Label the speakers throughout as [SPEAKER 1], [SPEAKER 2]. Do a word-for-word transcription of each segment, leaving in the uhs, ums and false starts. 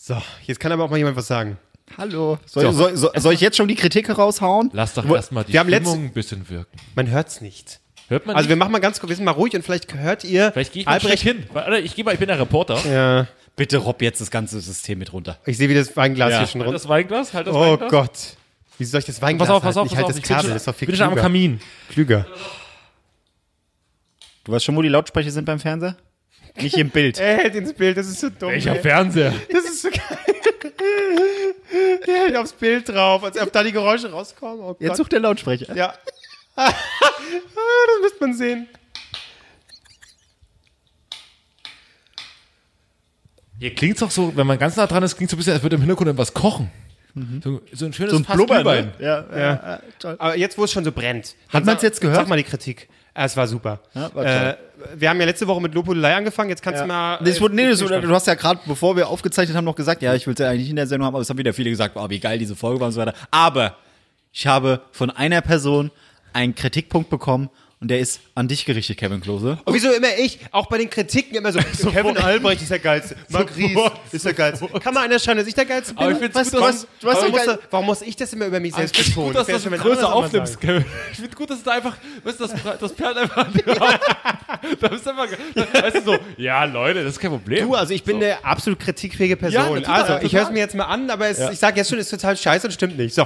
[SPEAKER 1] So, jetzt kann aber auch mal jemand was sagen.
[SPEAKER 2] Hallo. Soll, so. soll, soll, soll ich jetzt schon die Kritik raushauen?
[SPEAKER 3] Lass doch erstmal die
[SPEAKER 1] wir haben
[SPEAKER 3] Stimmung
[SPEAKER 1] letzt-
[SPEAKER 3] ein bisschen wirken.
[SPEAKER 1] Man hört's nicht.
[SPEAKER 3] Hört man
[SPEAKER 1] Also
[SPEAKER 3] nicht?
[SPEAKER 1] wir machen mal ganz kurz, wir sind mal ruhig und vielleicht hört ihr
[SPEAKER 3] Vielleicht gehe ich mal ein Stück hin. Warte, Ich gehe mal, ich bin der Reporter.
[SPEAKER 1] Ja,
[SPEAKER 2] Bitte robb jetzt das ganze System mit runter.
[SPEAKER 1] ich sehe, wie das Weinglas
[SPEAKER 2] Ja.
[SPEAKER 1] hier schon
[SPEAKER 3] Halt
[SPEAKER 1] runter.
[SPEAKER 3] das Weinglas, halt das
[SPEAKER 1] Oh
[SPEAKER 3] Weinglas.
[SPEAKER 1] Gott. Wie soll ich das Weinglas
[SPEAKER 3] Pass auf, pass
[SPEAKER 1] halten?
[SPEAKER 3] auf,
[SPEAKER 1] Ich
[SPEAKER 3] pass
[SPEAKER 1] halte
[SPEAKER 3] auf.
[SPEAKER 1] das
[SPEAKER 3] Ich bin
[SPEAKER 1] Kabel,
[SPEAKER 3] schon-
[SPEAKER 1] das ist doch viel
[SPEAKER 3] bin schon am
[SPEAKER 1] klüger.
[SPEAKER 3] Kamin.
[SPEAKER 1] klüger.
[SPEAKER 2] Du weißt schon, wo die Lautsprecher sind beim Fernseher? Nicht im Bild.
[SPEAKER 1] Er hält ins Bild, das ist so dumm.
[SPEAKER 3] Welcher
[SPEAKER 1] ey.
[SPEAKER 3] Fernseher?
[SPEAKER 1] Das ist so geil. Der hält aufs Bild drauf, als ob da die Geräusche rauskommen. Oh
[SPEAKER 2] Jetzt
[SPEAKER 1] Gott.
[SPEAKER 2] sucht der Lautsprecher.
[SPEAKER 1] Ja. Das müsste man sehen.
[SPEAKER 3] Hier klingt's doch so, wenn man ganz nah dran ist, klingt so ein bisschen, als würde im Hintergrund etwas kochen. So, so ein schönes
[SPEAKER 2] So ein
[SPEAKER 3] Fass
[SPEAKER 2] Blubber,
[SPEAKER 3] Glühwein.
[SPEAKER 2] ne? Ja, ja, ja, toll.
[SPEAKER 1] Aber jetzt, wo es schon so brennt.
[SPEAKER 2] Hat man's jetzt gehört?
[SPEAKER 1] Sag mal die Kritik. Ja, es war super.
[SPEAKER 2] Ja, war
[SPEAKER 1] äh, wir haben ja letzte Woche mit Lobhudelei angefangen, jetzt kannst du mal...
[SPEAKER 2] Das wurde, nee,
[SPEAKER 1] äh,
[SPEAKER 2] das, du hast ja gerade, bevor wir aufgezeichnet haben, noch gesagt, ja, ich will es ja eigentlich in der Sendung haben, aber es haben wieder viele gesagt, oh, wie geil diese Folge war und so weiter. Aber ich habe von einer Person einen Kritikpunkt bekommen und der ist an dich gerichtet, Kevin Klose.
[SPEAKER 1] Und wieso immer ich? Auch bei den Kritiken immer so, Kevin Albrecht ist der Geilste, Marc Ries ist der Geilste. Kann mal einer schreiben, dass ich der Geilste bin?
[SPEAKER 3] Aber ich find's
[SPEAKER 1] Was-
[SPEAKER 3] gut, dass-
[SPEAKER 1] was-
[SPEAKER 2] du hast
[SPEAKER 1] warum,
[SPEAKER 2] doch
[SPEAKER 1] muss
[SPEAKER 2] geil-
[SPEAKER 1] da- warum muss ich das immer über mich selbst
[SPEAKER 3] Ich finde
[SPEAKER 1] betonen?
[SPEAKER 3] gut, dass du
[SPEAKER 1] wär's
[SPEAKER 3] das
[SPEAKER 1] schon, wenn
[SPEAKER 3] größer
[SPEAKER 1] andere mal
[SPEAKER 3] aufnimmst,
[SPEAKER 1] sagen.
[SPEAKER 3] Kevin. Ich finde gut, dass du da einfach, weißt du, das, das perlt einfach an dir raus. Da bist du einfach, weißt du, so, ja, Leute, das ist kein Problem.
[SPEAKER 1] Du, also ich bin eine absolut kritikfähige
[SPEAKER 3] Ja,
[SPEAKER 1] Person.
[SPEAKER 3] natürlich,
[SPEAKER 1] also,
[SPEAKER 3] total.
[SPEAKER 1] ich höre es mir jetzt mal an, aber es, ich sage jetzt schon, es ist total scheiße und stimmt nicht. So.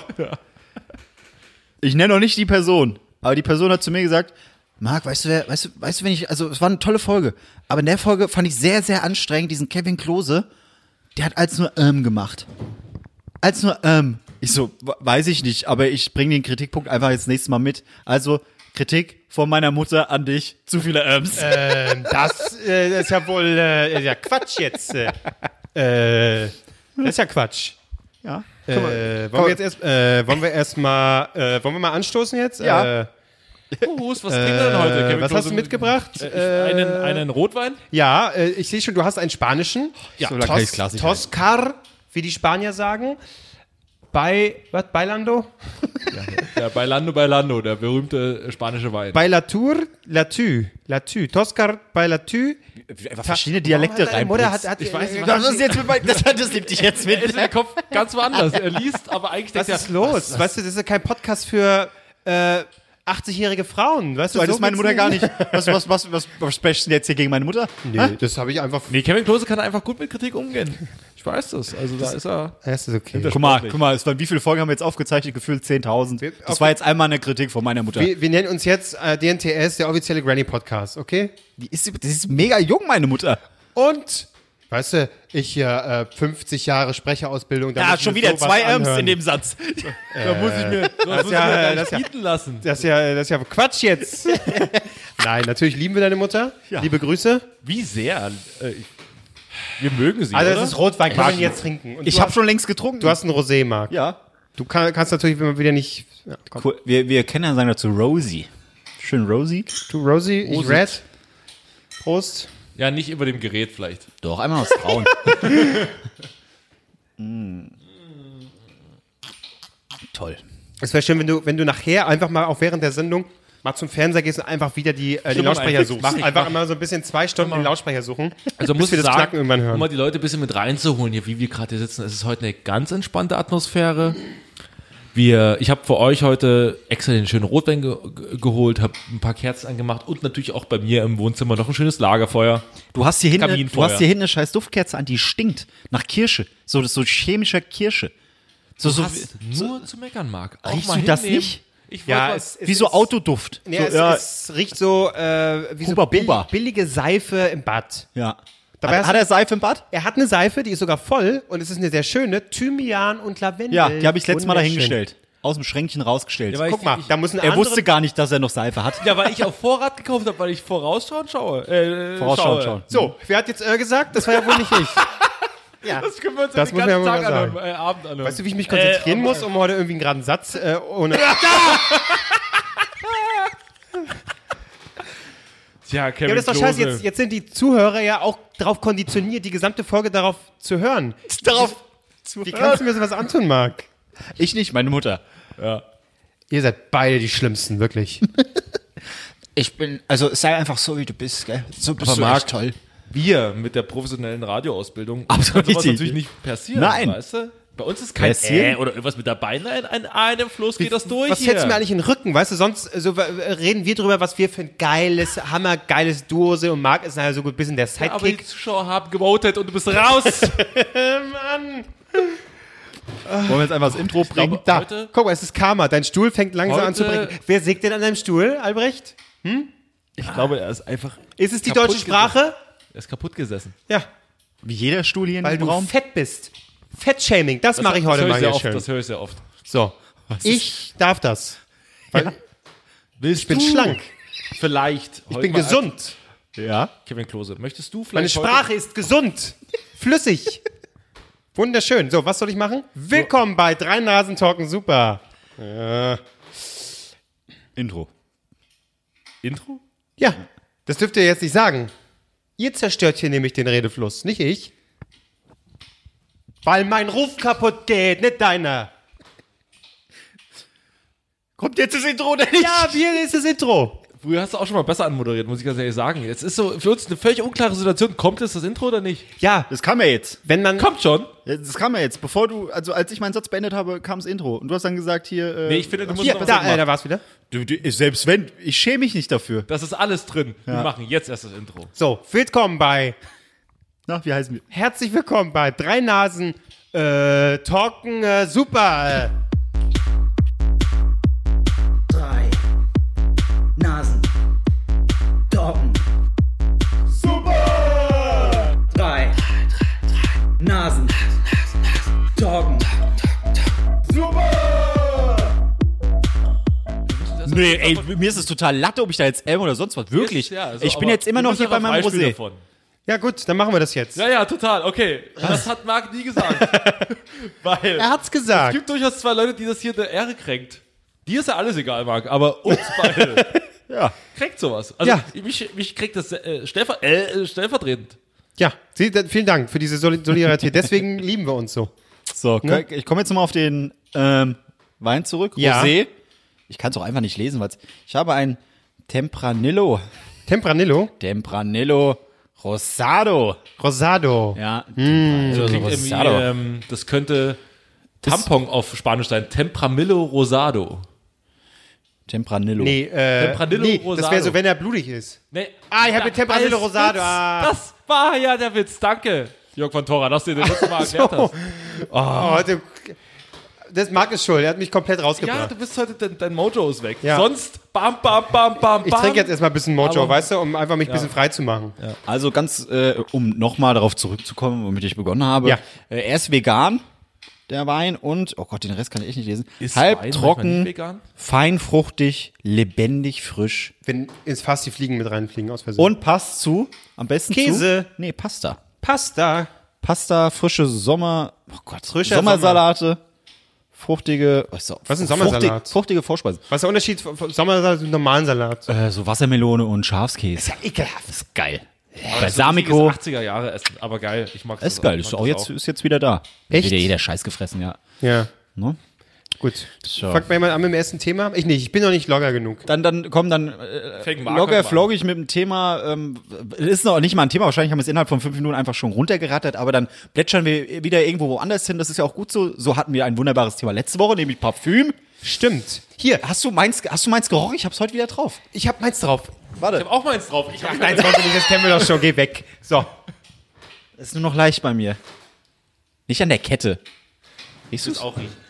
[SPEAKER 2] Ich nenne noch nicht die Person, aber die Person hat zu mir gesagt, Marc, weißt du, wer, weißt du, weißt du, wenn ich, also es war eine tolle Folge, aber in der Folge fand ich sehr, sehr anstrengend, diesen Kevin Klose, der hat als nur ähm gemacht. Als nur ähm. Ich so, w- weiß ich nicht, aber ich bringe den Kritikpunkt einfach jetzt nächstes Mal mit. Also, Kritik von meiner Mutter an dich, zu viele Äms.
[SPEAKER 1] Ähm, das, äh, das ist ja wohl äh, ja Quatsch jetzt. Äh, äh, das ist ja Quatsch.
[SPEAKER 2] Ja.
[SPEAKER 1] Äh, wollen wir jetzt erst, äh, wollen wir erst mal, äh, wollen wir mal anstoßen jetzt?
[SPEAKER 2] Ja.
[SPEAKER 1] Äh,
[SPEAKER 3] Prost, was trinkt er denn heute, Kevin
[SPEAKER 1] was
[SPEAKER 3] Klose?
[SPEAKER 1] hast du mitgebracht?
[SPEAKER 3] Äh, einen, einen Rotwein?
[SPEAKER 1] Ja, äh, ich sehe schon, du hast einen spanischen.
[SPEAKER 3] Ja,
[SPEAKER 2] so lange kann ich's klassisch
[SPEAKER 1] Toscar, wie die Spanier sagen. Bei, was, Bailando?
[SPEAKER 3] Der Bailando Bailando, der berühmte spanische Wein.
[SPEAKER 1] Bei La Tour, La Tü, La Tü, Toscar bei La Tü.
[SPEAKER 2] Einfach verschiedene Dialekte
[SPEAKER 1] Deine Mutter
[SPEAKER 2] reinbringst.
[SPEAKER 1] hat, hat,
[SPEAKER 3] Ich weiß nicht,
[SPEAKER 2] Das ist jetzt mit mein, das, das nimmt dich jetzt
[SPEAKER 3] Er ist
[SPEAKER 2] mit.
[SPEAKER 3] der Kopf ganz woanders. Er liest, aber eigentlich
[SPEAKER 1] Was
[SPEAKER 3] denkt
[SPEAKER 1] ist
[SPEAKER 3] er,
[SPEAKER 1] los? Weißt du, das ist ja kein Podcast für äh, achtzigjährige Frauen. Weißt du,
[SPEAKER 2] Das
[SPEAKER 1] so
[SPEAKER 2] ist meine
[SPEAKER 1] geht's
[SPEAKER 2] Mutter
[SPEAKER 1] nicht.
[SPEAKER 2] gar nicht. Was, was, was, was, was sprechen jetzt hier gegen meine Mutter?
[SPEAKER 1] Nee, das habe ich einfach.
[SPEAKER 3] Nee, Kevin Klose kann einfach gut mit Kritik umgehen. Ich weiß das. Also da ist er.
[SPEAKER 1] Das ist okay.
[SPEAKER 2] Guck mal, guck mal, es waren, wie viele Folgen haben wir jetzt aufgezeichnet? Gefühlt zehntausend. Das
[SPEAKER 1] okay.
[SPEAKER 2] war jetzt einmal eine Kritik von meiner Mutter.
[SPEAKER 1] Wir, wir nennen uns jetzt äh, D N T S, der offizielle Granny-Podcast, okay?
[SPEAKER 2] Die ist, das ist mega jung, meine Mutter.
[SPEAKER 1] Und, weißt du, ich hier äh, fünfzig Jahre Sprecherausbildung. da
[SPEAKER 2] Ja,
[SPEAKER 1] muss ich
[SPEAKER 2] schon
[SPEAKER 1] mir
[SPEAKER 2] wieder
[SPEAKER 1] sowas
[SPEAKER 2] zwei Äms
[SPEAKER 1] anhören.
[SPEAKER 2] in dem Satz.
[SPEAKER 3] Da muss ich mir, das muss
[SPEAKER 1] ja-
[SPEAKER 3] ich mir gleich
[SPEAKER 1] das ja-
[SPEAKER 3] bieten lassen.
[SPEAKER 1] Das ist ja, das ist ja Quatsch jetzt. Nein, natürlich lieben wir deine Mutter.
[SPEAKER 2] Ja.
[SPEAKER 1] Liebe Grüße.
[SPEAKER 3] Wie sehr? Äh, ich, wir mögen sie,
[SPEAKER 1] Also,
[SPEAKER 3] oder?
[SPEAKER 1] das ist Rotwein, kann
[SPEAKER 3] Mag
[SPEAKER 1] man
[SPEAKER 3] ich.
[SPEAKER 1] jetzt trinken. Und
[SPEAKER 2] Ich
[SPEAKER 1] du
[SPEAKER 2] habe
[SPEAKER 1] hast-
[SPEAKER 2] schon längst getrunken.
[SPEAKER 1] Du hast einen Rosé, Marc.
[SPEAKER 2] ja.
[SPEAKER 1] Du kann, kannst natürlich immer wieder nicht. Ja, komm.
[SPEAKER 2] Cool. Wir, wir kennen ja sagen dazu Rosie. Schön Rosie.
[SPEAKER 1] Du, Rosie, ich
[SPEAKER 3] Prost.
[SPEAKER 1] Red. Prost.
[SPEAKER 3] Ja, nicht über dem Gerät vielleicht.
[SPEAKER 2] Doch, einmal aus Frauen. mm. Toll.
[SPEAKER 1] Es wäre schön, wenn du, wenn du nachher einfach mal auch während der Sendung mal zum Fernseher gehst und einfach wieder die, äh, die
[SPEAKER 3] Stimmt,
[SPEAKER 1] Lautsprecher
[SPEAKER 3] einfach-
[SPEAKER 1] suchst.
[SPEAKER 3] mach ich,
[SPEAKER 1] einfach
[SPEAKER 3] mach.
[SPEAKER 1] immer so ein bisschen zwei Stunden den Lautsprecher suchen.
[SPEAKER 3] Also
[SPEAKER 1] bis
[SPEAKER 3] muss
[SPEAKER 1] wir
[SPEAKER 3] ich
[SPEAKER 1] das
[SPEAKER 3] sagen,
[SPEAKER 1] Knacken irgendwann hören.
[SPEAKER 3] um mal die Leute ein bisschen mit reinzuholen, hier, wie wir gerade hier sitzen, es ist heute eine ganz entspannte Atmosphäre. Wir, ich habe für euch heute extra den schönen Rotwein ge ge geholt, habe ein paar Kerzen angemacht und natürlich auch bei mir im Wohnzimmer noch ein schönes Lagerfeuer.
[SPEAKER 2] Du hast hier hinten, du
[SPEAKER 3] Kaminfeuer.
[SPEAKER 2] hast hier hinten eine scheiß Duftkerze an, die stinkt nach Kirsche. So, das ist so chemischer Kirsche. So, so,
[SPEAKER 3] Hast nur zu meckern, Marc. Auch
[SPEAKER 2] Riechst
[SPEAKER 3] mal
[SPEAKER 2] du das
[SPEAKER 3] hinnehmen.
[SPEAKER 2] nicht?
[SPEAKER 3] Ich wollte
[SPEAKER 1] Ja,
[SPEAKER 3] mal-
[SPEAKER 1] es, es
[SPEAKER 2] wie so
[SPEAKER 1] ist-
[SPEAKER 2] Autoduft.
[SPEAKER 1] Nee,
[SPEAKER 2] so,
[SPEAKER 1] es,
[SPEAKER 2] ja,
[SPEAKER 1] es riecht so äh, wie
[SPEAKER 2] Huba
[SPEAKER 1] so bill
[SPEAKER 2] Buba.
[SPEAKER 1] billige Seife im Bad.
[SPEAKER 2] ja.
[SPEAKER 1] Dabei
[SPEAKER 2] Hat,
[SPEAKER 1] hast
[SPEAKER 2] hat er Seife im Bad?
[SPEAKER 1] Er hat eine Seife, die ist sogar voll und es ist eine sehr schöne Thymian und Lavendel.
[SPEAKER 2] Ja, die habe ich letztes Mal
[SPEAKER 1] Wunderschön.
[SPEAKER 2] dahingestellt. Aus dem Schränkchen rausgestellt.
[SPEAKER 3] Ja, weil
[SPEAKER 1] Guck
[SPEAKER 3] ich-
[SPEAKER 1] mal,
[SPEAKER 3] ich-
[SPEAKER 1] da muss ein
[SPEAKER 2] er
[SPEAKER 1] andere-
[SPEAKER 2] wusste gar nicht, dass er noch Seife hat.
[SPEAKER 3] Ja, weil ich auf Vorrat gekauft habe, weil ich vorausschauend schaue. Äh,
[SPEAKER 2] Vorausschauen,
[SPEAKER 3] schaue.
[SPEAKER 2] schauen.
[SPEAKER 1] So, wer hat jetzt äh gesagt? Das war ja wohl nicht ich. Ja.
[SPEAKER 3] Das können wir uns
[SPEAKER 1] Das
[SPEAKER 3] den
[SPEAKER 1] muss man
[SPEAKER 3] ganzen
[SPEAKER 1] ja
[SPEAKER 3] Tag
[SPEAKER 1] mal sagen.
[SPEAKER 3] anhören, äh, Abend anhören.
[SPEAKER 1] Weißt du, wie ich mich konzentrieren
[SPEAKER 3] Äh,
[SPEAKER 1] muss, um heute irgendwie einen geraden Satz äh, ohne.
[SPEAKER 3] Tja, Kevin
[SPEAKER 1] Ja, das ist doch
[SPEAKER 3] Klose.
[SPEAKER 1] scheiße. Jetzt, jetzt sind die Zuhörer ja auch darauf konditioniert, die gesamte Folge darauf zu hören.
[SPEAKER 2] Darauf
[SPEAKER 1] Wie kannst du mir sowas antun, Marc?
[SPEAKER 2] Ich nicht, meine Mutter.
[SPEAKER 3] Ja.
[SPEAKER 1] Ihr seid beide die Schlimmsten, wirklich.
[SPEAKER 2] Ich bin, also sei einfach so, wie du bist, gell? So bist
[SPEAKER 3] Aber
[SPEAKER 2] du
[SPEAKER 3] Marc,
[SPEAKER 2] echt toll.
[SPEAKER 3] wir mit der professionellen Radioausbildung
[SPEAKER 2] Absolut
[SPEAKER 3] kann sowas
[SPEAKER 2] richtig.
[SPEAKER 3] natürlich nicht passieren,
[SPEAKER 2] Nein.
[SPEAKER 3] weißt du? Bei uns ist kein
[SPEAKER 2] Passieren?
[SPEAKER 3] äh oder irgendwas mit der Beine, an, an einem Fluss geht das durch
[SPEAKER 1] Was
[SPEAKER 3] hier.
[SPEAKER 1] setzt mir eigentlich in den Rücken, weißt du? Sonst äh, so, äh, reden wir drüber, was wir für ein geiles, hammergeiles Duo sind und Marc ist nachher so ein bisschen der
[SPEAKER 3] Ja, aber die
[SPEAKER 1] Sidekick.
[SPEAKER 3] Zuschauer haben gewotet und du bist raus.
[SPEAKER 1] Mann!
[SPEAKER 2] Wollen wir jetzt einfach das Intro bringen?
[SPEAKER 1] Da,
[SPEAKER 3] Heute-
[SPEAKER 1] guck mal, es ist Karma. Dein Stuhl fängt langsam an zu
[SPEAKER 3] Heute-
[SPEAKER 1] brechen. Wer sägt denn an deinem Stuhl, Albrecht?
[SPEAKER 3] Ich glaube, er ist einfach
[SPEAKER 1] Ist es die
[SPEAKER 3] kaputt
[SPEAKER 1] deutsche Sprache?
[SPEAKER 3] Er ist kaputt gesessen.
[SPEAKER 1] Ja,
[SPEAKER 2] Wie jeder Stuhl hier in
[SPEAKER 1] weil
[SPEAKER 2] diesem
[SPEAKER 1] du
[SPEAKER 2] Raum.
[SPEAKER 1] fett bist. Fettshaming, das, mache ich heute
[SPEAKER 3] das
[SPEAKER 1] mal
[SPEAKER 3] höre
[SPEAKER 1] hier
[SPEAKER 3] sehr oft,
[SPEAKER 1] schön.
[SPEAKER 3] Das höre ich sehr oft.
[SPEAKER 1] So, ich darf das. Weil
[SPEAKER 3] Willst
[SPEAKER 1] ich bin schlank,
[SPEAKER 3] Vielleicht.
[SPEAKER 1] ich bin gesund.
[SPEAKER 2] Ja.
[SPEAKER 3] Kevin Klose, möchtest du
[SPEAKER 1] Meine
[SPEAKER 3] vielleicht
[SPEAKER 1] Sprache ist gesund, flüssig. Wunderschön. So, was soll ich machen? Willkommen bei Drei Nasen Talken Super.
[SPEAKER 2] Intro.
[SPEAKER 3] heute Intro?
[SPEAKER 1] Ja, das dürft ihr jetzt nicht sagen. Ihr zerstört hier nämlich den Redefluss, nicht ich. Weil mein Ruf kaputt geht, nicht deiner.
[SPEAKER 2] Kommt jetzt das Intro oder nicht?
[SPEAKER 1] Ja, hier ist das Intro.
[SPEAKER 3] Früher hast du auch schon mal besser anmoderiert, muss ich ganz ehrlich sagen. Jetzt ist so für uns eine völlig unklare Situation. Kommt jetzt das Intro oder nicht?
[SPEAKER 1] Ja,
[SPEAKER 2] Das kam ja jetzt.
[SPEAKER 1] wenn man...
[SPEAKER 3] Kommt schon.
[SPEAKER 2] Das kam ja jetzt. Bevor du, also als ich meinen Satz beendet habe, kam das Intro. Und du hast dann gesagt hier. Äh,
[SPEAKER 3] Nee, ich finde, du musst
[SPEAKER 1] Hier,
[SPEAKER 3] noch was
[SPEAKER 1] da,
[SPEAKER 3] machen.
[SPEAKER 1] äh, da war es wieder.
[SPEAKER 2] du, du, selbst wenn, ich schäme mich nicht dafür.
[SPEAKER 3] Das ist alles drin. Wir machen jetzt erst das Intro.
[SPEAKER 1] So, willkommen bei...
[SPEAKER 2] Na, wie heißen wir?
[SPEAKER 1] Herzlich willkommen bei Drei Nasen äh, Talken äh, Super. Äh.
[SPEAKER 4] Drei Nasen. Doggen. Super! Drei Nasen. Doggen.
[SPEAKER 2] Nee, ey, mir ist es total latte, ob ich da jetzt M oder sonst was. Wirklich.
[SPEAKER 3] Ja, also,
[SPEAKER 2] ich bin
[SPEAKER 3] aber
[SPEAKER 2] jetzt immer
[SPEAKER 3] du
[SPEAKER 2] noch
[SPEAKER 3] bist
[SPEAKER 2] hier bei
[SPEAKER 3] einfach
[SPEAKER 2] meinem
[SPEAKER 3] Beispiel
[SPEAKER 2] Rosé.
[SPEAKER 3] davon.
[SPEAKER 1] Ja gut, dann machen wir das jetzt.
[SPEAKER 3] Ja, ja, total. Okay. Das hat Marc nie gesagt. Weil
[SPEAKER 1] Er hat's
[SPEAKER 3] es
[SPEAKER 1] gesagt.
[SPEAKER 3] gibt durchaus zwei Leute, die das hier der Ehre kränkt. Dir ist ja alles egal, Marc, aber uns beide
[SPEAKER 2] Ja.
[SPEAKER 3] kränkt sowas. Also
[SPEAKER 1] Ja.
[SPEAKER 3] mich, mich kränkt das äh, stellver äh, stellvertretend.
[SPEAKER 1] Ja, Sie, da- vielen Dank für diese Soli- Solidarität. Deswegen lieben wir uns so.
[SPEAKER 2] So,
[SPEAKER 1] Ne?
[SPEAKER 2] ich komme jetzt nochmal auf den ähm, Wein zurück.
[SPEAKER 1] Ja.
[SPEAKER 2] Rosé. Ich kann es auch einfach nicht lesen, weil ich habe ein Tempranillo.
[SPEAKER 1] Tempranillo,
[SPEAKER 2] Tempranillo Rosado.
[SPEAKER 1] Rosado.
[SPEAKER 2] Ja.
[SPEAKER 3] Also klingt irgendwie,
[SPEAKER 2] Rosado.
[SPEAKER 3] ähm, das könnte Tampon auf Spanisch sein. Tempramillo Rosado.
[SPEAKER 2] Tempranillo.
[SPEAKER 1] Nee, äh,
[SPEAKER 3] Tempranillo
[SPEAKER 1] nee, das
[SPEAKER 3] Rosado.
[SPEAKER 1] wäre so, wenn er blutig ist.
[SPEAKER 3] Nee.
[SPEAKER 1] Ah, ich habe mit Tempranillo
[SPEAKER 3] als
[SPEAKER 1] Rosado.
[SPEAKER 3] Witz.
[SPEAKER 1] Ah.
[SPEAKER 3] Das war ja der Witz. Danke, Jörg von Thora, dass du dir das letzte Mal erklärt hast.
[SPEAKER 1] Oh, heute, das Marc ist schuld, er hat mich komplett
[SPEAKER 3] Ja,
[SPEAKER 1] rausgebracht.
[SPEAKER 3] du bist heute, dein, dein Mojo ist weg.
[SPEAKER 1] Ja.
[SPEAKER 3] Sonst bam, bam, bam, bam, bam.
[SPEAKER 1] Ich trinke jetzt erstmal ein bisschen Mojo,
[SPEAKER 3] Aber-
[SPEAKER 1] weißt du, um einfach mich ein bisschen frei zu machen.
[SPEAKER 2] Also ganz, äh, um nochmal darauf zurückzukommen, womit ich begonnen habe.
[SPEAKER 1] Ja.
[SPEAKER 2] Äh, er ist vegan, der Wein, und, oh Gott, den Rest kann ich echt nicht lesen.
[SPEAKER 3] Ist
[SPEAKER 2] Halb
[SPEAKER 3] Wein manchmal
[SPEAKER 2] trocken,
[SPEAKER 3] nicht vegan?
[SPEAKER 2] fein fruchtig, lebendig frisch.
[SPEAKER 1] Wenn ins Fass die Fliegen mit reinfliegen, aus Versehen.
[SPEAKER 2] Und passt zu, am besten
[SPEAKER 1] Käse.
[SPEAKER 2] zu. Nee, Pasta.
[SPEAKER 1] Pasta.
[SPEAKER 2] Pasta, frische Sommer, oh Gott,
[SPEAKER 1] Frischer
[SPEAKER 2] Sommersalate, fruchtige, was, ist
[SPEAKER 1] Was ist ein Sommersalat?
[SPEAKER 2] Fruchtig, fruchtige Vorspeisen.
[SPEAKER 1] Was ist der Unterschied vom vom Sommersalat zum normalen Salat?
[SPEAKER 2] Äh, so Wassermelone und Schafskäse.
[SPEAKER 1] Ekelhaft.
[SPEAKER 2] ist geil.
[SPEAKER 3] Aber
[SPEAKER 2] Balsamico.
[SPEAKER 3] achtziger Jahre essen, aber geil. Ich mag
[SPEAKER 2] Ist geil, ist auch jetzt, ist jetzt wieder da.
[SPEAKER 1] Echt?
[SPEAKER 2] Wieder jeder Scheiß gefressen, ja.
[SPEAKER 1] Ja,
[SPEAKER 2] Ne?
[SPEAKER 1] gut.
[SPEAKER 2] So.
[SPEAKER 1] Fangt mal jemand an mit dem ersten Thema? Ich nicht, ich bin noch nicht locker genug.
[SPEAKER 2] Dann, dann, komm, dann äh,
[SPEAKER 3] Fängt Marc
[SPEAKER 2] locker
[SPEAKER 3] heute mal
[SPEAKER 2] flog ich mit dem Thema, ähm, ist noch nicht mal ein Thema, wahrscheinlich haben wir es innerhalb von fünf Minuten einfach schon runtergerattert, aber dann plätschern wir wieder irgendwo woanders hin, das ist ja auch gut so. So hatten wir ein wunderbares Thema letzte Woche, nämlich Parfüm.
[SPEAKER 1] Stimmt. Hier,
[SPEAKER 2] Hast du meins, hast du meins gerochen? Ich hab's heute wieder drauf.
[SPEAKER 1] ich hab meins drauf.
[SPEAKER 3] Ich
[SPEAKER 2] Warte,
[SPEAKER 3] hab auch meins drauf. Ich hab
[SPEAKER 1] Nein, das nicht, das kennen wir doch schon. Geh weg. So.
[SPEAKER 2] das ist nur noch leicht bei mir. Nicht an der Kette. Riechst du's?
[SPEAKER 3] auch riechen.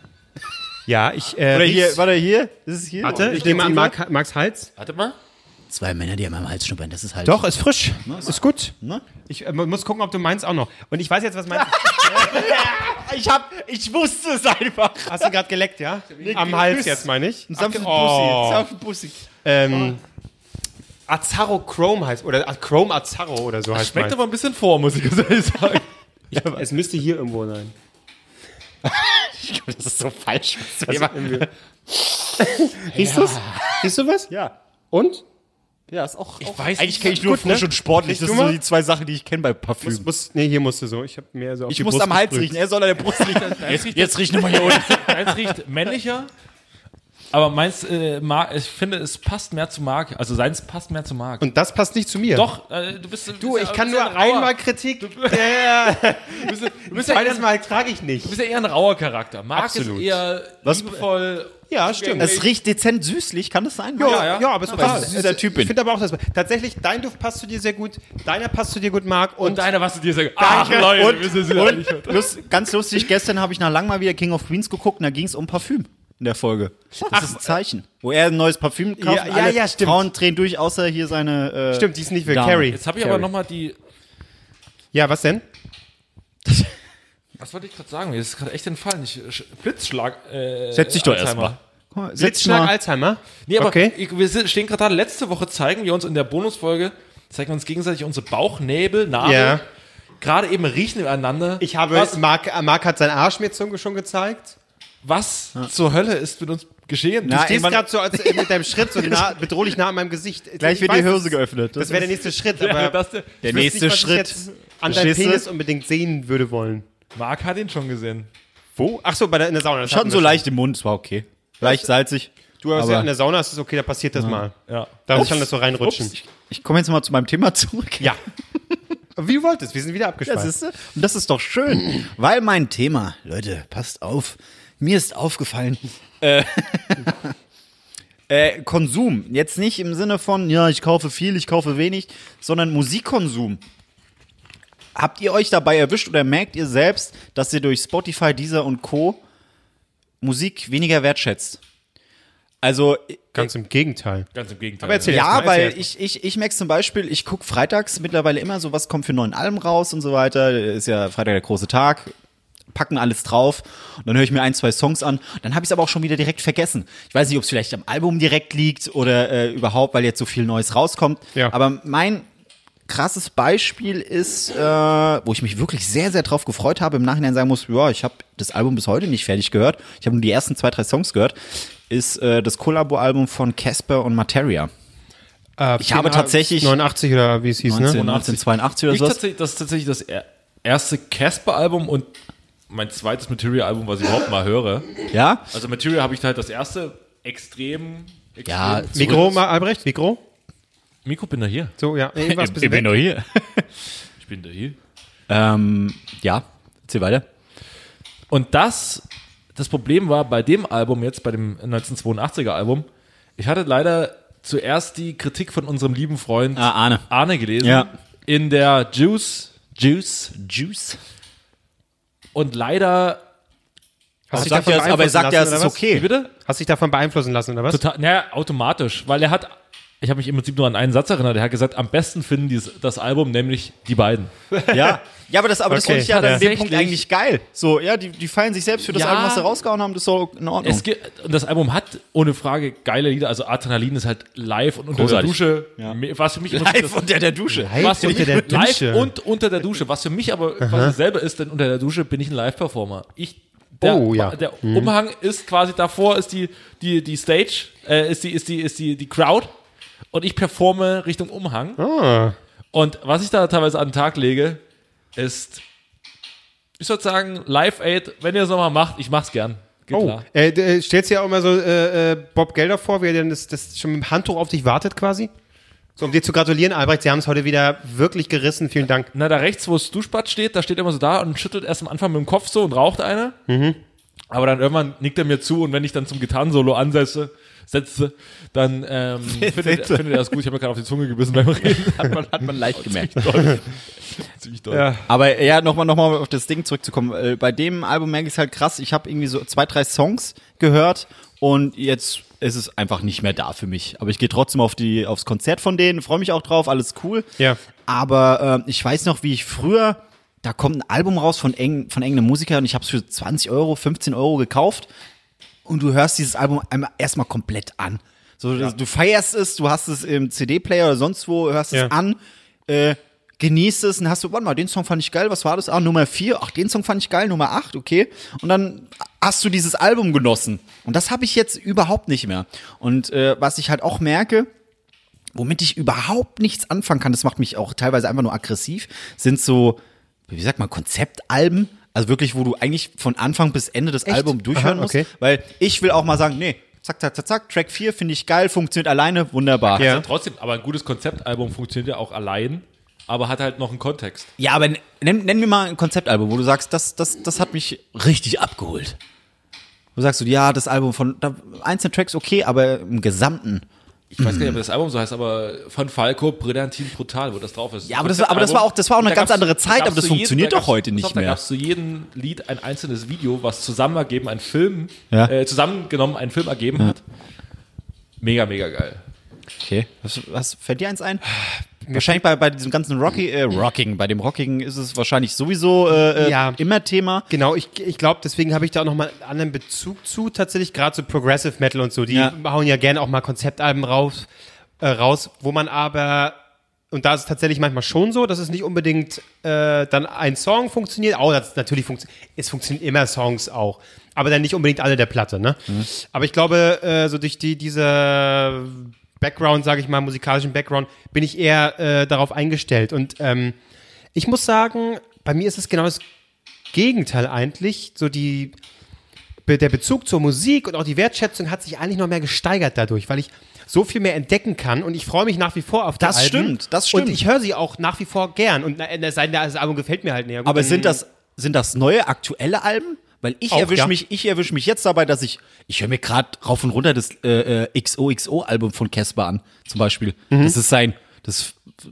[SPEAKER 1] Ja, ich. Äh,
[SPEAKER 2] Oder
[SPEAKER 1] riech's.
[SPEAKER 2] hier, warte, hier? Ist es hier?
[SPEAKER 1] Warte, ich nehme an Marc, Marcs Hals.
[SPEAKER 3] Warte mal.
[SPEAKER 2] Zwei Männer, die an meinem Hals schnuppern, das ist halt.
[SPEAKER 1] Doch, ist frisch. Ist gut.
[SPEAKER 2] Ne?
[SPEAKER 1] Ich äh, muss gucken, ob du meinst auch noch. Und ich weiß jetzt, was meinst.
[SPEAKER 2] Ich hab, ich wusste es einfach.
[SPEAKER 1] Hast du gerade geleckt, ja? Am Hals jetzt, meine ich.
[SPEAKER 2] Ein sanftes
[SPEAKER 1] Oh.
[SPEAKER 2] Bussi, sanftes Bussi.
[SPEAKER 1] Ähm, Azarro Chrome heißt, oder Chrome Azarro oder so heißt
[SPEAKER 3] Schmeckt
[SPEAKER 1] meins.
[SPEAKER 3] aber ein bisschen vor, muss ich ganz ehrlich sagen.
[SPEAKER 1] Ja, es müsste hier irgendwo sein.
[SPEAKER 2] Das ist so falsch.
[SPEAKER 1] Riechst du's? Riechst du was?
[SPEAKER 2] Ja.
[SPEAKER 1] Und?
[SPEAKER 2] Ja, ist auch.
[SPEAKER 3] Ich
[SPEAKER 2] auch
[SPEAKER 3] weiß
[SPEAKER 2] eigentlich
[SPEAKER 3] nicht,
[SPEAKER 2] kenne ich nur
[SPEAKER 1] gut, ne?
[SPEAKER 2] frisch und sportlich.
[SPEAKER 1] Riechst
[SPEAKER 2] Das
[SPEAKER 1] du
[SPEAKER 2] sind so
[SPEAKER 1] mal?
[SPEAKER 2] die zwei Sachen, die ich kenne bei Parfüm.
[SPEAKER 1] Muss, muss, nee, hier musst du so. Ich habe mehr so auf
[SPEAKER 2] ich
[SPEAKER 1] die
[SPEAKER 2] muss
[SPEAKER 1] Brust
[SPEAKER 2] am Hals
[SPEAKER 1] gesprüht.
[SPEAKER 2] riechen. Er soll an der Brust riechen. jetzt, jetzt riecht nicht mal hier unten.
[SPEAKER 3] Eins riecht männlicher. Aber meins, äh, Marc, ich finde, es passt mehr zu Marc. Also seins passt mehr zu Marc.
[SPEAKER 1] Und das passt nicht zu mir.
[SPEAKER 3] Doch, äh, du bist.
[SPEAKER 1] Du,
[SPEAKER 3] bist
[SPEAKER 1] ich
[SPEAKER 3] ja,
[SPEAKER 1] kann
[SPEAKER 3] bist
[SPEAKER 1] nur
[SPEAKER 3] ja ein rauer-
[SPEAKER 1] einmal Kritik. Du, ja, ja.
[SPEAKER 3] Du bist, du bist ja eher,
[SPEAKER 1] Zweites Mal trage ich nicht.
[SPEAKER 3] du bist ja eher ein rauer Charakter. Marc
[SPEAKER 1] Absolut.
[SPEAKER 3] ist eher
[SPEAKER 2] Was-
[SPEAKER 3] liebevoll.
[SPEAKER 1] Ja, stimmt.
[SPEAKER 2] Es riecht dezent süßlich, kann das sein?
[SPEAKER 1] Ja,
[SPEAKER 3] Ja,
[SPEAKER 1] ja,
[SPEAKER 3] ja.
[SPEAKER 1] aber es
[SPEAKER 2] weil
[SPEAKER 1] passt.
[SPEAKER 2] ich dieser Typ bin.
[SPEAKER 1] Ich finde aber auch, dass tatsächlich dein Duft passt zu dir sehr gut, deiner passt zu dir gut, Marc. Und,
[SPEAKER 3] Und deiner, was du dir sagst. Ach, Leute,
[SPEAKER 2] Und,
[SPEAKER 3] wir sind wieder nicht
[SPEAKER 2] und lust, ganz lustig, gestern habe ich nach lang mal wieder King of Queens geguckt und da ging es um Parfüm in der Folge. Das ist ein Zeichen. Wo er ein neues Parfüm kauft.
[SPEAKER 1] Ja,
[SPEAKER 2] und
[SPEAKER 1] ja,
[SPEAKER 2] alle
[SPEAKER 1] ja, stimmt.
[SPEAKER 2] Frauen drehen durch, außer hier seine äh,
[SPEAKER 1] stimmt, die ist nicht für
[SPEAKER 2] Dame.
[SPEAKER 1] Carrie.
[SPEAKER 3] Jetzt habe ich aber nochmal die.
[SPEAKER 1] Ja, was denn?
[SPEAKER 3] Was wollte ich gerade sagen? Mir ist gerade echt entfallen. Ich, Sch- Blitzschlag. Äh,
[SPEAKER 2] Setz dich doch
[SPEAKER 3] Alzheimer.
[SPEAKER 2] erstmal. Setz dich
[SPEAKER 1] Blitzschlag
[SPEAKER 2] mal.
[SPEAKER 1] Alzheimer?
[SPEAKER 3] Nee, aber
[SPEAKER 1] Okay.
[SPEAKER 3] ich, wir sind, stehen gerade da, letzte Woche zeigen wir uns in der Bonusfolge, zeigen wir uns gegenseitig unsere Bauchnäbel, Nabel.
[SPEAKER 1] Ja.
[SPEAKER 3] Gerade eben riechen wir einander.
[SPEAKER 1] Ich habe,
[SPEAKER 3] Was,
[SPEAKER 1] Marc, Marc hat seinen Arsch mir schon schon gezeigt.
[SPEAKER 3] was zur Hölle ist mit uns geschehen?
[SPEAKER 2] Na,
[SPEAKER 1] Du stehst
[SPEAKER 2] irgendwann-
[SPEAKER 1] gerade so als, äh, mit deinem Schritt so nah, bedrohlich nah an meinem Gesicht.
[SPEAKER 2] Gleich
[SPEAKER 1] Ich
[SPEAKER 2] wird
[SPEAKER 1] weiß,
[SPEAKER 2] die Hose
[SPEAKER 1] das-
[SPEAKER 2] geöffnet.
[SPEAKER 1] Das wäre der nächste Schritt,
[SPEAKER 3] Ja,
[SPEAKER 1] aber
[SPEAKER 3] das,
[SPEAKER 2] Der
[SPEAKER 1] ich wüsste
[SPEAKER 2] nächste
[SPEAKER 1] nicht, was
[SPEAKER 2] Schritt.
[SPEAKER 1] ich jetzt an deinem
[SPEAKER 2] Verstehst du?
[SPEAKER 1] Penis unbedingt sehen würde wollen.
[SPEAKER 3] Marc hat ihn schon gesehen.
[SPEAKER 1] Wo? Ach so, bei der, in der Sauna. Das
[SPEAKER 2] Schon
[SPEAKER 1] hatten
[SPEAKER 2] so
[SPEAKER 1] wir
[SPEAKER 2] leicht im Mund, es war okay. Leicht salzig.
[SPEAKER 1] Du hast
[SPEAKER 2] aber-
[SPEAKER 1] ja in der Sauna, ist es okay, da passiert das mal.
[SPEAKER 3] Ja.
[SPEAKER 1] Da
[SPEAKER 2] Ups.
[SPEAKER 1] kann das so reinrutschen.
[SPEAKER 2] Ich, ich komme jetzt mal zu meinem Thema zurück.
[SPEAKER 1] Ja. Wie du wolltest, wir sind wieder
[SPEAKER 2] Ja,
[SPEAKER 1] abgeschweift.
[SPEAKER 2] siehste? Und das ist doch schön, weil mein Thema, Leute, passt auf, mir ist aufgefallen, äh, äh, Konsum, jetzt nicht im Sinne von, ja, ich kaufe viel, ich kaufe wenig, sondern Musikkonsum. Habt ihr euch dabei erwischt oder merkt ihr selbst, dass ihr durch Spotify, Deezer und Co. Musik weniger wertschätzt? Also,
[SPEAKER 1] Ganz im Gegenteil.
[SPEAKER 3] Ganz im Gegenteil.
[SPEAKER 1] Aber erzähl
[SPEAKER 2] ja,
[SPEAKER 1] erst mal,
[SPEAKER 2] weil
[SPEAKER 1] erzähl erst
[SPEAKER 2] ich, ich, ich merke zum Beispiel, ich gucke freitags mittlerweile immer so, was kommt für neuen Alben raus und so weiter. Ist ja Freitag der große Tag. Packen alles drauf und dann höre ich mir ein, zwei Songs an. Dann habe ich es aber auch schon wieder direkt vergessen. Ich weiß nicht, ob es vielleicht am Album direkt liegt oder äh, überhaupt, weil jetzt so viel Neues rauskommt.
[SPEAKER 1] Ja.
[SPEAKER 2] Aber mein krasses Beispiel ist, äh, wo ich mich wirklich sehr, sehr drauf gefreut habe, im Nachhinein sagen muss, ja, ich habe das Album bis heute nicht fertig gehört. Ich habe nur die ersten zwei, drei Songs gehört. Ist äh, das Collabo-Album von Casper und Materia.
[SPEAKER 1] Äh,
[SPEAKER 2] Ich habe tatsächlich-
[SPEAKER 1] neunundachtzig oder wie es hieß,
[SPEAKER 2] neunzehn,
[SPEAKER 1] ne?
[SPEAKER 2] neunzehnhundertzweiundachtzig oder
[SPEAKER 3] ich
[SPEAKER 2] so.
[SPEAKER 3] tatsächlich, das ist tatsächlich das er- erste Casper-Album und mein zweites Material-Album, was ich überhaupt mal höre.
[SPEAKER 2] Ja?
[SPEAKER 3] Also Material habe ich halt das erste extrem, extrem
[SPEAKER 2] Ja,
[SPEAKER 1] Mikro, mal, Albrecht, Mikro.
[SPEAKER 3] Mikro, bin da hier.
[SPEAKER 1] So, ja. Irgendwas
[SPEAKER 2] Ich bin nur hier.
[SPEAKER 3] Ich bin da hier.
[SPEAKER 2] ähm, ja, erzähl weiter.
[SPEAKER 3] Und das, das Problem war bei dem Album jetzt, bei dem neunzehnhundertzweiundachtziger Album, ich hatte leider zuerst die Kritik von unserem lieben Freund
[SPEAKER 2] Ah, Arne.
[SPEAKER 3] Arne gelesen.
[SPEAKER 2] Ja.
[SPEAKER 3] In der Juice, Juice.
[SPEAKER 2] Juice.
[SPEAKER 3] Und leider,
[SPEAKER 1] Hast dich
[SPEAKER 2] Sagt
[SPEAKER 1] davon
[SPEAKER 2] ja, aber er
[SPEAKER 1] beeinflussen
[SPEAKER 2] sagt ja, es
[SPEAKER 1] lassen,
[SPEAKER 2] ist
[SPEAKER 1] oder was?
[SPEAKER 3] wie
[SPEAKER 2] okay.
[SPEAKER 3] bitte?
[SPEAKER 1] Hast dich davon beeinflussen lassen, oder was?
[SPEAKER 3] Total, naja, automatisch, weil er hat, ich habe mich im Prinzip nur an einen Satz erinnert, er hat gesagt, am besten finden die das Album, nämlich die beiden.
[SPEAKER 2] Ja, ja, aber das, aber das
[SPEAKER 1] Okay.
[SPEAKER 2] finde ich ja dann an dem Punkt
[SPEAKER 3] Tatsächlich.
[SPEAKER 2] eigentlich geil. So, ja, die, die feiern sich selbst für das
[SPEAKER 3] Ja.
[SPEAKER 2] Album, was sie rausgehauen haben, das ist doch in Ordnung.
[SPEAKER 3] Es gibt, und das Album hat ohne Frage geile Lieder, also Adrenalin ist halt live und unter
[SPEAKER 2] Großartig.
[SPEAKER 3] der Dusche,
[SPEAKER 2] Ja.
[SPEAKER 3] me- was für mich im Prinzip
[SPEAKER 2] Live
[SPEAKER 3] das-
[SPEAKER 2] unter der Dusche.
[SPEAKER 3] was für
[SPEAKER 1] unter
[SPEAKER 3] mich
[SPEAKER 1] der
[SPEAKER 3] live
[SPEAKER 1] Dusche.
[SPEAKER 3] und unter der Dusche, was für mich aber quasi selber ist, denn unter der Dusche bin ich ein Live-Performer. Ich Der,
[SPEAKER 1] Oh, ja.
[SPEAKER 3] der Umhang ist quasi davor, ist die, die, die Stage, äh, ist, die, ist, die, ist die, die Crowd und ich performe Richtung Umhang.
[SPEAKER 1] Ah.
[SPEAKER 3] Und was ich da teilweise an den Tag lege, ist, ich würde sagen, Live-Aid, wenn ihr es nochmal macht, ich mach's gern. Geht
[SPEAKER 1] Oh,
[SPEAKER 3] klar.
[SPEAKER 1] äh, d- stellst dir ja auch immer so äh, äh, Bob Gelder vor, wie er denn das, das schon mit dem Handtuch auf dich wartet quasi? So, um dir zu gratulieren, Albrecht, Sie haben es heute wieder wirklich gerissen, vielen Dank.
[SPEAKER 3] Na, da rechts, wo das Duschbad steht, da steht er immer so da und schüttelt erst am Anfang mit dem Kopf so und raucht eine. Aber dann irgendwann nickt er mir zu und wenn ich dann zum Gitarrensolo ansetze, setze, dann ähm, findet, findet er das gut. Ich habe mir gerade auf die Zunge gebissen beim Reden.
[SPEAKER 2] Hat man, hat man leicht gemerkt.
[SPEAKER 3] Ziemlich doll.
[SPEAKER 1] Ja.
[SPEAKER 2] Aber ja, nochmal noch mal auf das Ding zurückzukommen. Äh, bei dem Album merke ich es halt krass. Ich habe irgendwie so zwei, drei Songs gehört und jetzt ist es einfach nicht mehr da für mich. Aber ich gehe trotzdem auf die, aufs Konzert von denen, freue mich auch drauf, alles cool.
[SPEAKER 1] Ja.
[SPEAKER 2] Aber äh, ich weiß noch, wie ich früher, da kommt ein Album raus von, eng, von irgendeinem Musiker und ich habe es für zwanzig Euro, fünfzehn Euro gekauft und du hörst dieses Album einmal erstmal komplett an. So, du feierst es, du hast es im C D-Player oder sonst wo, hörst
[SPEAKER 1] Ja.
[SPEAKER 2] es an, äh, genießt es und hast du, warte mal, den Song fand ich geil, was war das? Ah, Nummer vier, ach, den Song fand ich geil, Nummer acht, okay. Und dann hast du dieses Album genossen. Und das habe ich jetzt überhaupt nicht mehr. Und äh, was ich halt auch merke, womit ich überhaupt nichts anfangen kann, das macht mich auch teilweise einfach nur aggressiv, sind so, wie sagt man, Konzeptalben. Also wirklich, wo du eigentlich von Anfang bis Ende das
[SPEAKER 1] Echt?
[SPEAKER 2] Album durchhören
[SPEAKER 1] Aha, okay.
[SPEAKER 2] musst. Weil ich will auch mal sagen, nee, zack, zack, zack, zack, Track vier finde ich geil, funktioniert alleine, wunderbar.
[SPEAKER 1] Ja.
[SPEAKER 3] Also trotzdem, aber ein gutes Konzeptalbum funktioniert ja auch allein, aber hat halt noch einen Kontext.
[SPEAKER 2] Ja, aber nenn, nenn mir mal ein Konzeptalbum, wo du sagst, das, das, das hat mich richtig abgeholt. Wo sagst du, ja, das Album von da, einzelne Tracks okay, aber im Gesamten.
[SPEAKER 3] Ich weiß gar nicht, ob das Album so heißt, aber von Falco, Brillantin, Brutal, wo das drauf ist.
[SPEAKER 2] Ja, aber das war- aber das war auch- das war auch eine
[SPEAKER 3] Da
[SPEAKER 2] ganz
[SPEAKER 3] gab's-
[SPEAKER 2] andere Zeit,
[SPEAKER 3] da
[SPEAKER 2] aber
[SPEAKER 3] gab's
[SPEAKER 2] das
[SPEAKER 3] zu
[SPEAKER 2] funktioniert
[SPEAKER 3] da
[SPEAKER 2] doch
[SPEAKER 3] gab's-
[SPEAKER 2] heute
[SPEAKER 3] pass
[SPEAKER 2] nicht
[SPEAKER 3] auf, Da
[SPEAKER 2] mehr.
[SPEAKER 3] gab es zu jedem Lied ein einzelnes Video, was zusammen ergeben, ein Film,
[SPEAKER 2] Ja.
[SPEAKER 3] äh, zusammengenommen einen Film ergeben hat. Mega, mega geil.
[SPEAKER 2] Okay. Was, was fällt dir eins ein? Wahrscheinlich bei, bei diesem ganzen Rocky, äh, Rocking, bei dem Rocking ist es wahrscheinlich sowieso äh,
[SPEAKER 1] Ja.
[SPEAKER 2] immer Thema.
[SPEAKER 1] Genau, ich, ich glaube, deswegen habe ich da auch nochmal einen anderen Bezug zu, tatsächlich, gerade zu Progressive Metal und so. Die
[SPEAKER 2] Ja.
[SPEAKER 1] hauen ja gerne auch mal Konzeptalben raus, äh, raus, wo man aber, und da ist es tatsächlich manchmal schon so, dass es nicht unbedingt äh, dann ein Song funktioniert. Auch das natürlich funktioniert, es funktionieren immer Songs auch, aber dann nicht unbedingt alle der Platte, ne? Aber ich glaube, äh, so durch die, diese Background, sage ich mal, musikalischen Background, bin ich eher äh, darauf eingestellt. Und ähm, ich muss sagen, bei mir ist es genau das Gegenteil eigentlich. So die, be- der Bezug zur Musik und auch die Wertschätzung hat sich eigentlich noch mehr gesteigert dadurch, weil ich so viel mehr entdecken kann und ich freue mich nach wie vor auf die
[SPEAKER 2] Das
[SPEAKER 1] Alben.
[SPEAKER 2] stimmt, das stimmt.
[SPEAKER 1] Und ich höre sie auch nach wie vor gern. Und na, es sei denn, das Album gefällt mir halt nicht. Ja, gut,
[SPEAKER 2] Aber
[SPEAKER 1] dann-
[SPEAKER 2] sind das, sind das neue, aktuelle Alben? Weil ich
[SPEAKER 1] Auch,
[SPEAKER 2] erwische
[SPEAKER 1] ja.
[SPEAKER 2] mich, ich erwische mich jetzt dabei, dass ich, ich höre mir gerade rauf und runter das äh, äh, X O X O-Album von Casper an, zum Beispiel.
[SPEAKER 1] Mhm.
[SPEAKER 2] Das ist sein, das,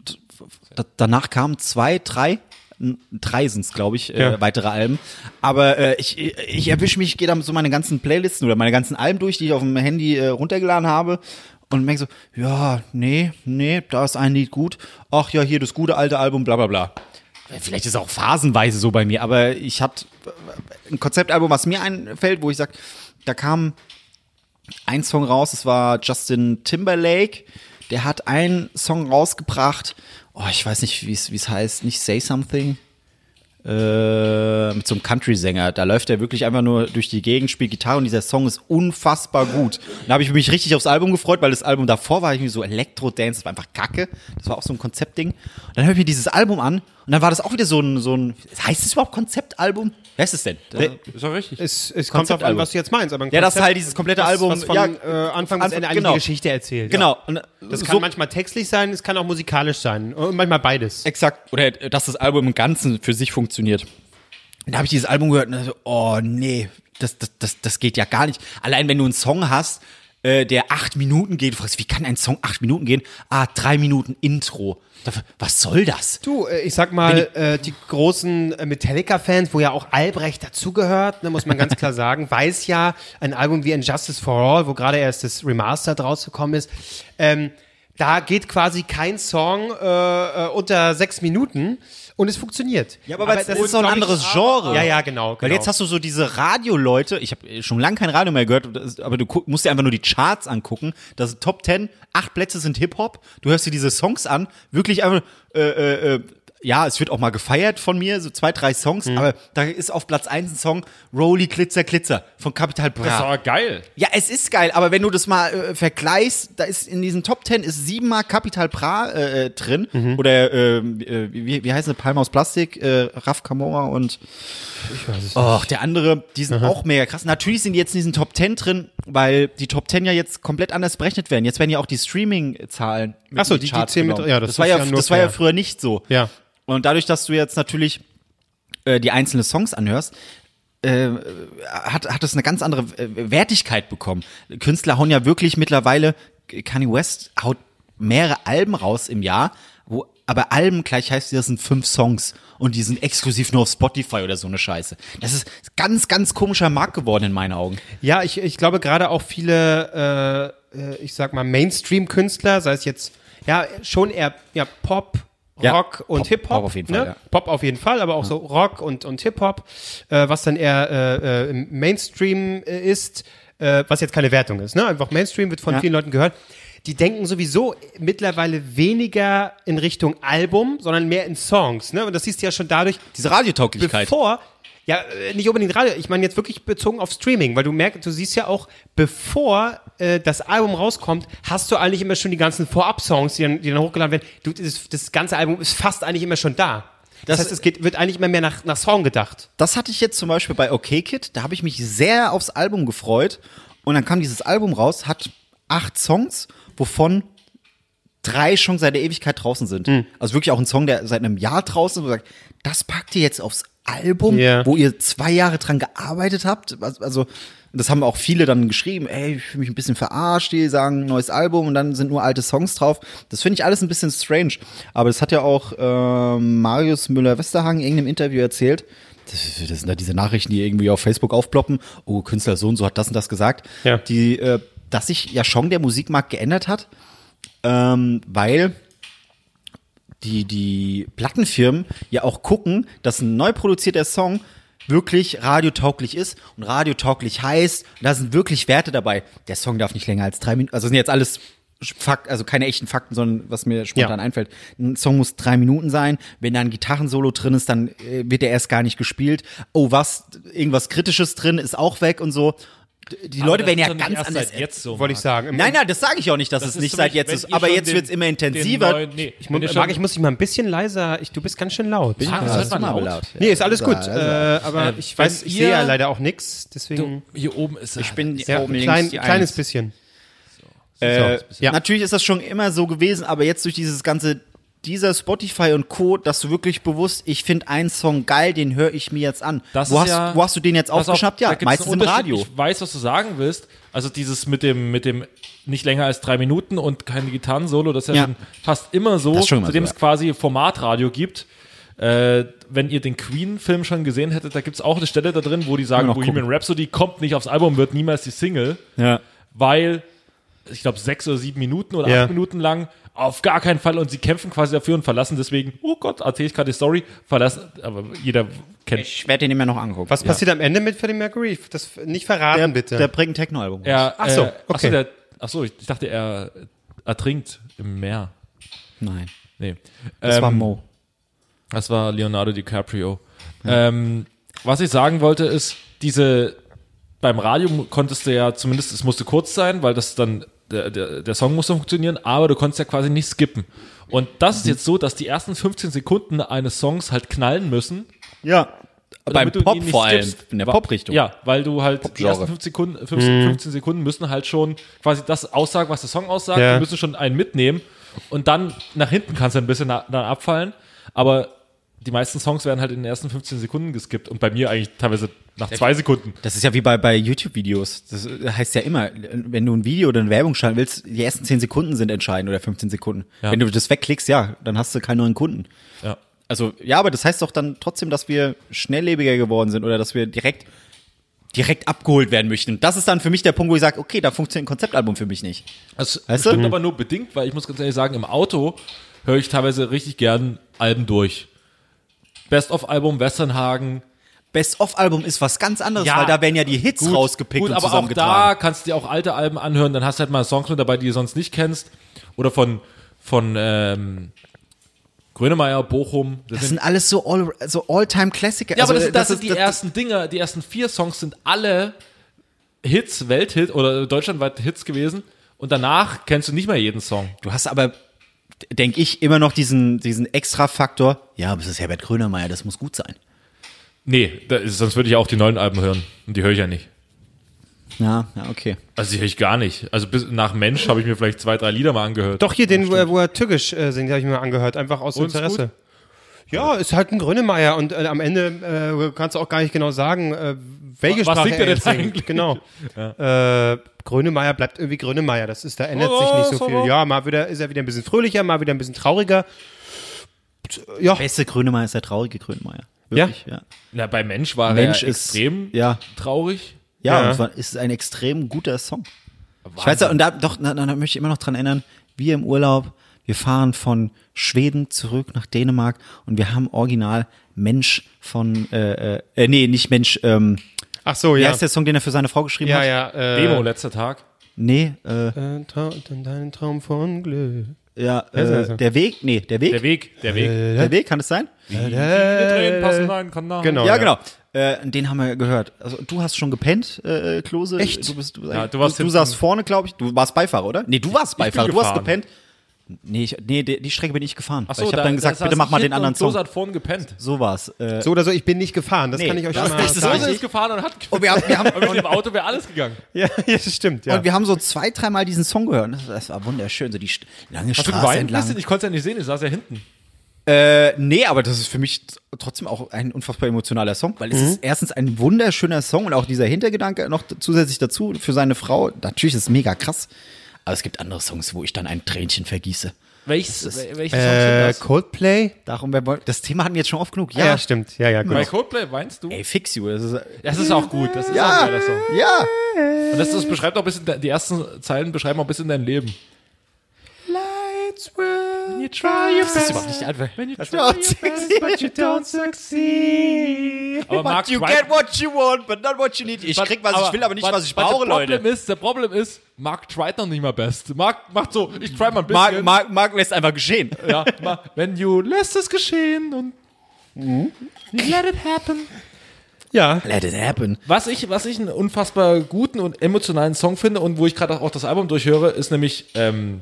[SPEAKER 2] da, danach kamen zwei, drei, n- drei sind es, glaube ich, äh,
[SPEAKER 1] Ja.
[SPEAKER 2] weitere Alben. Aber äh, ich, ich erwische mich, gehe da so meine ganzen Playlisten oder meine ganzen Alben durch, die ich auf dem Handy äh, runtergeladen habe. Und merke so, ja, nee, nee, da ist ein Lied gut. Ach ja, hier das gute alte Album, bla bla bla. Vielleicht ist es auch phasenweise so bei mir, aber ich hatte ein Konzeptalbum, was mir einfällt, wo ich sage, da kam ein Song raus, das war Justin Timberlake, der hat einen Song rausgebracht, oh, ich weiß nicht, wie es wie es heißt, nicht Say Something, äh, mit so einem Country-Sänger. Da läuft er wirklich einfach nur durch die Gegend, spielt Gitarre und dieser Song ist unfassbar gut. Da habe ich mich richtig aufs Album gefreut, weil das Album davor war irgendwie so Elektro-Dance, das war einfach kacke. Das war auch so ein Konzeptding. Und dann höre ich mir dieses Album an und dann war das auch wieder so ein, so ein heißt es überhaupt Konzeptalbum? Wie heißt es denn?
[SPEAKER 3] Ist doch richtig.
[SPEAKER 1] Es, es kommt darauf an, was du jetzt meinst. Aber ein
[SPEAKER 2] Ja, das ist
[SPEAKER 1] Konzept,
[SPEAKER 2] halt dieses komplette
[SPEAKER 1] was,
[SPEAKER 2] Album,
[SPEAKER 1] was von
[SPEAKER 2] ja,
[SPEAKER 1] äh, Anfang bis
[SPEAKER 2] Anfang-
[SPEAKER 1] Ende eigentlich
[SPEAKER 2] genau.
[SPEAKER 1] eine Geschichte erzählt.
[SPEAKER 2] Genau. Und,
[SPEAKER 1] Das
[SPEAKER 2] so-
[SPEAKER 1] kann manchmal textlich sein, es kann auch musikalisch sein. Und manchmal beides.
[SPEAKER 2] Exakt. Oder äh, dass das Album im Ganzen für sich funktioniert. Und da habe ich dieses Album gehört und dachte, oh nee, das, das, das, das geht ja gar nicht. Allein wenn du einen Song hast, äh, der acht Minuten geht, du fragst, wie kann ein Song acht Minuten gehen? Ah, drei Minuten Intro. Da- Was soll das?
[SPEAKER 1] Du, äh, ich sag mal, äh, die großen äh, Metallica-Fans, wo ja auch Albrecht dazugehört, ne, muss man ganz klar sagen, weiß ja, ein Album wie Injustice for All, wo gerade erst das Remastered rausgekommen ist, ähm, da geht quasi kein Song äh, äh, unter sechs Minuten und es funktioniert.
[SPEAKER 2] Ja, aber, weil das ist so ein
[SPEAKER 1] glaub ich,
[SPEAKER 2] anderes Genre.
[SPEAKER 1] Ja, ja, genau. genau.
[SPEAKER 2] Weil jetzt hast du so diese Radioleute, ich habe schon lange kein Radio mehr gehört, das- aber du gu- musst dir einfach nur die Charts angucken. Das sind Top Ten, acht Plätze sind Hip-Hop. Du hörst dir diese Songs an, wirklich einfach, äh, äh, äh, ja, es wird auch mal gefeiert von mir, so zwei, drei Songs,
[SPEAKER 1] Mhm.
[SPEAKER 2] aber da ist auf Platz eins ein Song, Rolly Glitzer Glitzer von Capital Bra.
[SPEAKER 3] Das ist aber geil.
[SPEAKER 2] Ja, es ist geil, aber wenn du das mal äh, vergleichst, da ist in diesen Top Ten ist siebenmal Capital Bra äh, äh, drin.
[SPEAKER 1] Mhm.
[SPEAKER 2] Oder äh, äh, wie, wie heißt es, Palm aus Plastik, äh, Raf Kamora und
[SPEAKER 1] Ich weiß es
[SPEAKER 2] oh, der andere, die sind auch mega krass. Natürlich sind die jetzt in diesen Top Ten drin, weil die Top Ten ja jetzt komplett anders berechnet werden. Jetzt werden ja auch die Streaming-Zahlen mit
[SPEAKER 1] Ach so,
[SPEAKER 2] in
[SPEAKER 1] die- die
[SPEAKER 2] Charts
[SPEAKER 1] zählen mit-
[SPEAKER 2] genommen.
[SPEAKER 1] ja, das
[SPEAKER 2] das war
[SPEAKER 1] ist
[SPEAKER 2] ja,
[SPEAKER 1] ja nur
[SPEAKER 2] das war ja
[SPEAKER 1] fair.
[SPEAKER 2] früher nicht so.
[SPEAKER 1] Ja.
[SPEAKER 2] Und dadurch, dass du jetzt natürlich äh, die einzelnen Songs anhörst, äh, hat, hat es eine ganz andere äh, Wertigkeit bekommen. Künstler hauen ja wirklich mittlerweile, Kanye West haut mehrere Alben raus im Jahr, wo aber Alben gleich heißt, das sind fünf Songs und die sind exklusiv nur auf Spotify oder so eine Scheiße. Das ist ganz, ganz komischer Markt geworden in meinen Augen.
[SPEAKER 1] Ja, ich, ich glaube gerade auch viele, äh, äh, ich sag mal, Mainstream-Künstler, sei es jetzt, ja, schon eher ja, Pop,
[SPEAKER 2] Ja,
[SPEAKER 1] Rock und
[SPEAKER 2] Pop-
[SPEAKER 1] Hip-Hop.
[SPEAKER 2] Pop auf jeden
[SPEAKER 1] ne?
[SPEAKER 2] Fall, ja.
[SPEAKER 1] Pop auf jeden Fall, aber auch so Rock und, und Hip-Hop, äh, was dann eher äh, äh, im Mainstream äh, ist, äh, was jetzt keine Wertung ist, ne? Einfach Mainstream wird von
[SPEAKER 2] Ja.
[SPEAKER 1] vielen Leuten gehört. Die denken sowieso mittlerweile weniger in Richtung Album, sondern mehr in Songs, ne? Und das siehst du ja schon dadurch,
[SPEAKER 2] Diese Radiotauglichkeit.
[SPEAKER 1] bevor, ja, äh, nicht unbedingt Radio, ich meine jetzt wirklich bezogen auf Streaming, weil du merkst, du siehst ja auch, bevor äh, das Album rauskommt, hast du eigentlich immer schon die ganzen Vorab-Songs, die dann, die dann hochgeladen werden. Du, das, das ganze Album ist fast eigentlich immer schon da. Das,
[SPEAKER 2] Das-
[SPEAKER 1] heißt, es geht, wird eigentlich immer mehr nach, nach Song gedacht.
[SPEAKER 2] Das hatte ich jetzt zum Beispiel bei OK Kid, da habe ich mich sehr aufs Album gefreut Und dann kam dieses Album raus, hat acht Songs, wovon drei schon seit der Ewigkeit draußen sind.
[SPEAKER 1] Mhm.
[SPEAKER 2] Also wirklich auch ein Song, der seit einem Jahr draußen ist, wo sagt, das packt ihr jetzt aufs Album,
[SPEAKER 1] Ja.
[SPEAKER 2] wo ihr zwei Jahre dran gearbeitet habt. Also das haben auch viele dann geschrieben, ey, ich fühle mich ein bisschen verarscht, die sagen neues Album und dann sind nur alte Songs drauf. Das finde ich alles ein bisschen strange. Aber das hat ja auch äh, Marius Müller-Westerhagen in irgendeinem Interview erzählt. Das, das sind da diese Nachrichten, die irgendwie auf Facebook aufploppen. Oh, Künstler so und so hat das und das gesagt.
[SPEAKER 1] Ja.
[SPEAKER 2] Die, äh, dass sich ja schon der Musikmarkt geändert hat, ähm, weil die, die Plattenfirmen ja auch gucken, dass ein neu produzierter Song wirklich radiotauglich ist und radiotauglich heißt, da sind wirklich Werte dabei. Der Song darf nicht länger als drei Minuten, also sind jetzt alles Fakt, also keine echten Fakten, sondern was mir spontan
[SPEAKER 1] Ja.
[SPEAKER 2] einfällt. Ein Song muss drei Minuten sein. Wenn da ein Gitarrensolo drin ist, dann äh, wird er erst gar nicht gespielt. Oh, was, irgendwas Kritisches drin ist auch weg und so. Die
[SPEAKER 3] Aber
[SPEAKER 2] Leute
[SPEAKER 3] das
[SPEAKER 2] werden
[SPEAKER 3] ist
[SPEAKER 2] ja
[SPEAKER 3] doch nicht
[SPEAKER 2] ganz
[SPEAKER 3] erst
[SPEAKER 2] anders.
[SPEAKER 3] seit jetzt so.
[SPEAKER 1] Wollte ich
[SPEAKER 3] Marc.
[SPEAKER 1] sagen. Im-
[SPEAKER 2] Nein, nein, das sage ich auch nicht, dass
[SPEAKER 3] Das
[SPEAKER 2] es
[SPEAKER 3] ist
[SPEAKER 2] nicht
[SPEAKER 3] zum
[SPEAKER 2] seit
[SPEAKER 3] Beispiel,
[SPEAKER 2] jetzt
[SPEAKER 3] wenn
[SPEAKER 2] ist.
[SPEAKER 3] ihr
[SPEAKER 2] Aber
[SPEAKER 3] schon
[SPEAKER 2] jetzt
[SPEAKER 3] den-
[SPEAKER 2] wird's immer
[SPEAKER 3] den
[SPEAKER 2] intensiver.
[SPEAKER 3] neuen- nee,
[SPEAKER 1] Ich,
[SPEAKER 3] wenn
[SPEAKER 1] muss,
[SPEAKER 3] ihr schon-
[SPEAKER 1] Marc, ich muss dich mal ein bisschen leiser. Ich, du bist ganz schön laut.
[SPEAKER 3] Ah,
[SPEAKER 2] Ja,
[SPEAKER 3] das
[SPEAKER 2] ist
[SPEAKER 3] hört man
[SPEAKER 2] mal
[SPEAKER 3] laut.
[SPEAKER 2] laut.
[SPEAKER 1] Nee, ist alles gut.
[SPEAKER 2] Also,
[SPEAKER 1] Äh, aber
[SPEAKER 3] äh,
[SPEAKER 1] ich weiß,
[SPEAKER 3] wenn
[SPEAKER 1] ich sehe ja
[SPEAKER 3] ihr-
[SPEAKER 1] leider auch nichts. Deswegen.
[SPEAKER 3] Du, hier oben ist
[SPEAKER 2] Ich bin
[SPEAKER 1] ja,
[SPEAKER 2] oben
[SPEAKER 1] ein
[SPEAKER 2] links
[SPEAKER 1] klein,
[SPEAKER 2] die
[SPEAKER 1] kleines
[SPEAKER 2] Eins.
[SPEAKER 1] bisschen.
[SPEAKER 2] Äh,
[SPEAKER 1] Ja.
[SPEAKER 2] Natürlich ist das schon immer so gewesen, aber jetzt durch dieses ganze, dieser Spotify und Co., dass du wirklich bewusst, ich finde einen Song geil, den höre ich mir jetzt an.
[SPEAKER 3] Das
[SPEAKER 2] wo,
[SPEAKER 3] ist
[SPEAKER 2] hast,
[SPEAKER 3] ja,
[SPEAKER 2] wo hast du den jetzt
[SPEAKER 3] Pass auf,
[SPEAKER 2] aufgeschnappt?
[SPEAKER 3] da
[SPEAKER 2] Ja,
[SPEAKER 3] gibt's
[SPEAKER 2] meistens
[SPEAKER 3] einen
[SPEAKER 2] im
[SPEAKER 3] Unterschied.
[SPEAKER 2] Radio.
[SPEAKER 3] Ich weiß, was du sagen willst. Also dieses mit dem, mit dem nicht länger als drei Minuten und kein Gitarrensolo, das ist ja,
[SPEAKER 2] Ja.
[SPEAKER 3] schon fast immer so,
[SPEAKER 2] Das ist schon immer
[SPEAKER 3] seitdem
[SPEAKER 2] so,
[SPEAKER 3] es quasi Formatradio gibt. Äh, wenn ihr den Queen-Film schon gesehen hättet, da gibt es auch eine Stelle da drin, wo die sagen,
[SPEAKER 2] noch
[SPEAKER 3] Bohemian Rhapsody kommt nicht aufs Album, wird niemals die Single,
[SPEAKER 2] Ja.
[SPEAKER 3] weil, ich glaube, sechs oder sieben Minuten oder
[SPEAKER 1] Ja.
[SPEAKER 3] acht Minuten lang auf gar keinen Fall und sie kämpfen quasi dafür und verlassen deswegen, oh Gott, erzähle ich gerade die Story, verlassen, aber jeder kennt.
[SPEAKER 2] Ich werde den immer noch angucken.
[SPEAKER 1] Was passiert am Ende mit Freddie Mercury? Das nicht verraten,
[SPEAKER 2] der,
[SPEAKER 1] bitte.
[SPEAKER 2] der bringt ein Techno-Album raus.
[SPEAKER 3] Er,
[SPEAKER 1] Ach so,
[SPEAKER 3] äh, ach so,
[SPEAKER 1] okay.
[SPEAKER 3] der, ach so, ich dachte, er ertrinkt im Meer.
[SPEAKER 2] Nein,
[SPEAKER 3] Nee.
[SPEAKER 2] das
[SPEAKER 3] Ähm,
[SPEAKER 2] war Mo.
[SPEAKER 3] Das war Leonardo DiCaprio. Ähm, was ich sagen wollte ist, diese, beim Radio konntest du ja zumindest, es musste kurz sein, weil das dann, der, der, der Song musste funktionieren, aber du konntest ja quasi nicht skippen. Und das ist jetzt so, dass die ersten fünfzehn Sekunden eines Songs halt knallen müssen.
[SPEAKER 2] Ja, beim
[SPEAKER 3] damit du ihn
[SPEAKER 2] Pop
[SPEAKER 3] nicht
[SPEAKER 2] vor allem,
[SPEAKER 3] skippst.
[SPEAKER 2] in der
[SPEAKER 3] Wa-
[SPEAKER 2] Pop-Richtung.
[SPEAKER 3] Ja, weil du halt die
[SPEAKER 2] Pop-Genre.
[SPEAKER 3] ersten fünfzehn Sekunden, fünfzehn, fünfzehn Sekunden müssen halt schon quasi das aussagen, was der Song aussagt.
[SPEAKER 1] Ja.
[SPEAKER 3] Die müssen schon einen mitnehmen und dann nach hinten kannst du ein bisschen na, dann abfallen. Aber die meisten Songs werden halt in den ersten fünfzehn Sekunden geskippt und bei mir eigentlich teilweise nach zwei Sekunden.
[SPEAKER 2] Das ist ja wie bei, bei YouTube-Videos. Das heißt ja immer, wenn du ein Video oder eine Werbung schalten willst, die ersten zehn Sekunden sind entscheidend oder fünfzehn Sekunden.
[SPEAKER 3] Ja.
[SPEAKER 2] Wenn du das wegklickst, ja, dann hast du keinen neuen Kunden.
[SPEAKER 3] Ja.
[SPEAKER 2] Also, ja, aber das heißt doch dann trotzdem, dass wir schnelllebiger geworden sind oder dass wir direkt, direkt abgeholt werden möchten. Und das ist dann für mich der Punkt, wo ich sage, okay, da funktioniert ein Konzeptalbum für mich nicht.
[SPEAKER 3] Das
[SPEAKER 2] Weißt du?
[SPEAKER 3] stimmt aber nur bedingt, weil ich muss ganz ehrlich sagen, im Auto höre ich teilweise richtig gern Alben durch. Best-of-Album, Westernhagen.
[SPEAKER 2] Best-of-Album ist was ganz anderes,
[SPEAKER 3] Ja,
[SPEAKER 2] weil da werden ja die Hits rausgepickt
[SPEAKER 3] gut,
[SPEAKER 2] und
[SPEAKER 3] aber auch
[SPEAKER 2] zusammengetragen.
[SPEAKER 3] da kannst du dir auch alte Alben anhören, dann hast du halt mal Songs mit dabei, die du sonst nicht kennst. Oder von, von ähm, Grönemeyer, Bochum. Das
[SPEAKER 2] Das
[SPEAKER 3] sind,
[SPEAKER 2] sind alles so All, so All-Time-Klassiker.
[SPEAKER 3] ja, aber
[SPEAKER 2] also,
[SPEAKER 3] das, das, sind
[SPEAKER 2] ist-
[SPEAKER 3] die
[SPEAKER 2] das-
[SPEAKER 3] ersten Dinger, die ersten vier Songs sind alle Hits, Welthit oder deutschlandweite Hits gewesen. Und danach kennst du nicht mehr jeden Song.
[SPEAKER 2] Du hast aber, denke ich, immer noch diesen, diesen Extra-Faktor. Ja, aber es ist Herbert Grönemeyer, das muss gut sein.
[SPEAKER 3] Nee, da ist, sonst würde ich auch die neuen Alben hören. Und die höre ich ja nicht.
[SPEAKER 2] Ja, ja, okay.
[SPEAKER 3] Also die höre ich gar nicht. Also bis nach Mensch habe ich mir vielleicht zwei, drei Lieder mal angehört.
[SPEAKER 1] Doch hier den, wo er, wo er türkisch äh, singt, habe ich mir angehört, einfach aus
[SPEAKER 3] Und ist
[SPEAKER 1] Interesse. Ja, ist halt ein Grönemeyer und äh, am Ende äh, kannst du auch gar nicht genau sagen, äh, welche
[SPEAKER 3] Was
[SPEAKER 1] Sprache
[SPEAKER 3] singt er denn
[SPEAKER 1] jetzt singt.
[SPEAKER 3] eigentlich?
[SPEAKER 1] Genau. Äh, Grönemeyer bleibt irgendwie Grönemeyer. Das ist, da ändert sich nicht so viel. Ja, mal wieder ist er wieder ein bisschen fröhlicher, mal wieder ein bisschen trauriger. Ja,
[SPEAKER 2] Beste Grönemeyer ist der traurige Grönemeyer. Wirklich, ja.
[SPEAKER 3] Na, bei Mensch war
[SPEAKER 2] Mensch
[SPEAKER 3] er
[SPEAKER 2] ist-
[SPEAKER 3] extrem
[SPEAKER 2] ja.
[SPEAKER 3] traurig.
[SPEAKER 2] Ja,
[SPEAKER 1] Ja.
[SPEAKER 2] und es war, ist ein extrem guter Song. Ich weiß ja, und da, doch, da, da möchte ich immer noch dran erinnern, wir im Urlaub, wir fahren von Schweden zurück nach Dänemark und wir haben original Mensch von, äh, äh, nee, nicht Mensch, ähm,
[SPEAKER 1] ach so,
[SPEAKER 2] wie
[SPEAKER 1] ja.
[SPEAKER 2] heißt der Song, den er für seine Frau geschrieben
[SPEAKER 1] Ja,
[SPEAKER 2] hat?
[SPEAKER 1] ja. Äh,
[SPEAKER 3] Demo, letzter Tag.
[SPEAKER 2] Nee, äh,
[SPEAKER 1] Äh, Trau dein Traum von Glück.
[SPEAKER 2] ja,
[SPEAKER 1] ist
[SPEAKER 2] äh,
[SPEAKER 1] das?
[SPEAKER 2] der Weg, nee, der Weg,
[SPEAKER 3] Der Weg, der Weg.
[SPEAKER 2] der Weg, kann es sein?
[SPEAKER 3] Viele Tränen passen in einen Kanal.
[SPEAKER 1] Genau.
[SPEAKER 2] Ja,
[SPEAKER 1] ja.
[SPEAKER 2] genau. Äh, den haben wir gehört. Also du hast schon gepennt, äh, Klose.
[SPEAKER 1] Echt?
[SPEAKER 2] Du, bist, du,
[SPEAKER 3] Ja, du
[SPEAKER 2] du,
[SPEAKER 3] warst
[SPEAKER 2] du,
[SPEAKER 3] hinten.
[SPEAKER 2] saßt vorne, glaube ich. Du warst Beifahrer, oder? Nee, du warst Beifahrer. Du hast
[SPEAKER 3] gefahren.
[SPEAKER 2] gepennt. Nee, ich, nee, die, die Strecke bin ich gefahren.
[SPEAKER 3] Ach
[SPEAKER 2] Weil
[SPEAKER 3] so,
[SPEAKER 2] ich habe
[SPEAKER 3] da-
[SPEAKER 2] dann gesagt,
[SPEAKER 3] da saß
[SPEAKER 2] bitte mach
[SPEAKER 3] ich
[SPEAKER 2] mal den
[SPEAKER 3] hinten
[SPEAKER 2] anderen
[SPEAKER 3] und Klose
[SPEAKER 2] Song.
[SPEAKER 3] hat vorne gepennt.
[SPEAKER 2] So war's. Äh,
[SPEAKER 1] So oder so, ich bin nicht gefahren, das
[SPEAKER 2] Nee,
[SPEAKER 1] kann ich euch
[SPEAKER 2] das-
[SPEAKER 1] schon mal
[SPEAKER 2] das ist
[SPEAKER 1] sagen.
[SPEAKER 3] Klose ist gefahren und hat
[SPEAKER 2] und wir haben, wir haben,
[SPEAKER 3] mit dem Auto wäre alles gegangen.
[SPEAKER 1] Ja, ja, das stimmt, ja.
[SPEAKER 2] und wir haben so zwei, dreimal diesen Song gehört. Das, das war wunderschön. So die st- lange
[SPEAKER 3] Hast du
[SPEAKER 2] Straße
[SPEAKER 3] geweint?
[SPEAKER 2] entlang.
[SPEAKER 3] Bisschen? Ich konnte es ja nicht sehen, ich saß ja hinten.
[SPEAKER 2] Äh, nee, aber das ist für mich t- trotzdem auch ein unfassbar emotionaler Song, weil es ist erstens ein wunderschöner Song und auch dieser Hintergedanke noch t- zusätzlich dazu für seine Frau. Natürlich ist es mega krass, aber es gibt andere Songs, wo ich dann ein Tränchen vergieße.
[SPEAKER 3] Welches, wel- welche Songs
[SPEAKER 1] äh,
[SPEAKER 3] sind das?
[SPEAKER 1] Coldplay?
[SPEAKER 2] Darum, wir wollen- das Thema hatten wir jetzt schon oft genug.
[SPEAKER 1] Ja,
[SPEAKER 2] Ja,
[SPEAKER 1] stimmt. Ja, ja, gut.
[SPEAKER 3] Bei Coldplay weinst du?
[SPEAKER 2] ey, fix you. Das ist,
[SPEAKER 3] Das ist auch gut, das ist auch
[SPEAKER 2] ja,
[SPEAKER 3] ein geiler Song.
[SPEAKER 2] ja.
[SPEAKER 3] Und das, das beschreibt auch ein bisschen, de- die ersten Zeilen beschreiben auch ein bisschen dein Leben.
[SPEAKER 1] Lights will
[SPEAKER 3] You try your
[SPEAKER 2] Das ist überhaupt nicht die Antwort.
[SPEAKER 3] When you try
[SPEAKER 2] Ja,
[SPEAKER 3] your best, but you don't succeed. Aber Mark
[SPEAKER 2] You
[SPEAKER 3] Twain-
[SPEAKER 2] get what you want, but not what you need. Ich krieg, was ich will, aber nicht, was ich brauche,
[SPEAKER 3] but the problem
[SPEAKER 2] Leute.
[SPEAKER 3] Ist, der Problem ist, Mark tried noch nicht mal best. Mark macht so, ich try mal ein bisschen.
[SPEAKER 2] Mark, Mark, Mark lässt einfach geschehen.
[SPEAKER 3] Ja, ma- wenn you lässt es geschehen und let it happen.
[SPEAKER 1] Ja.
[SPEAKER 2] Let it happen.
[SPEAKER 3] Was ich, was ich einen unfassbar guten und emotionalen Song finde und wo ich gerade auch das Album durchhöre, ist nämlich ähm,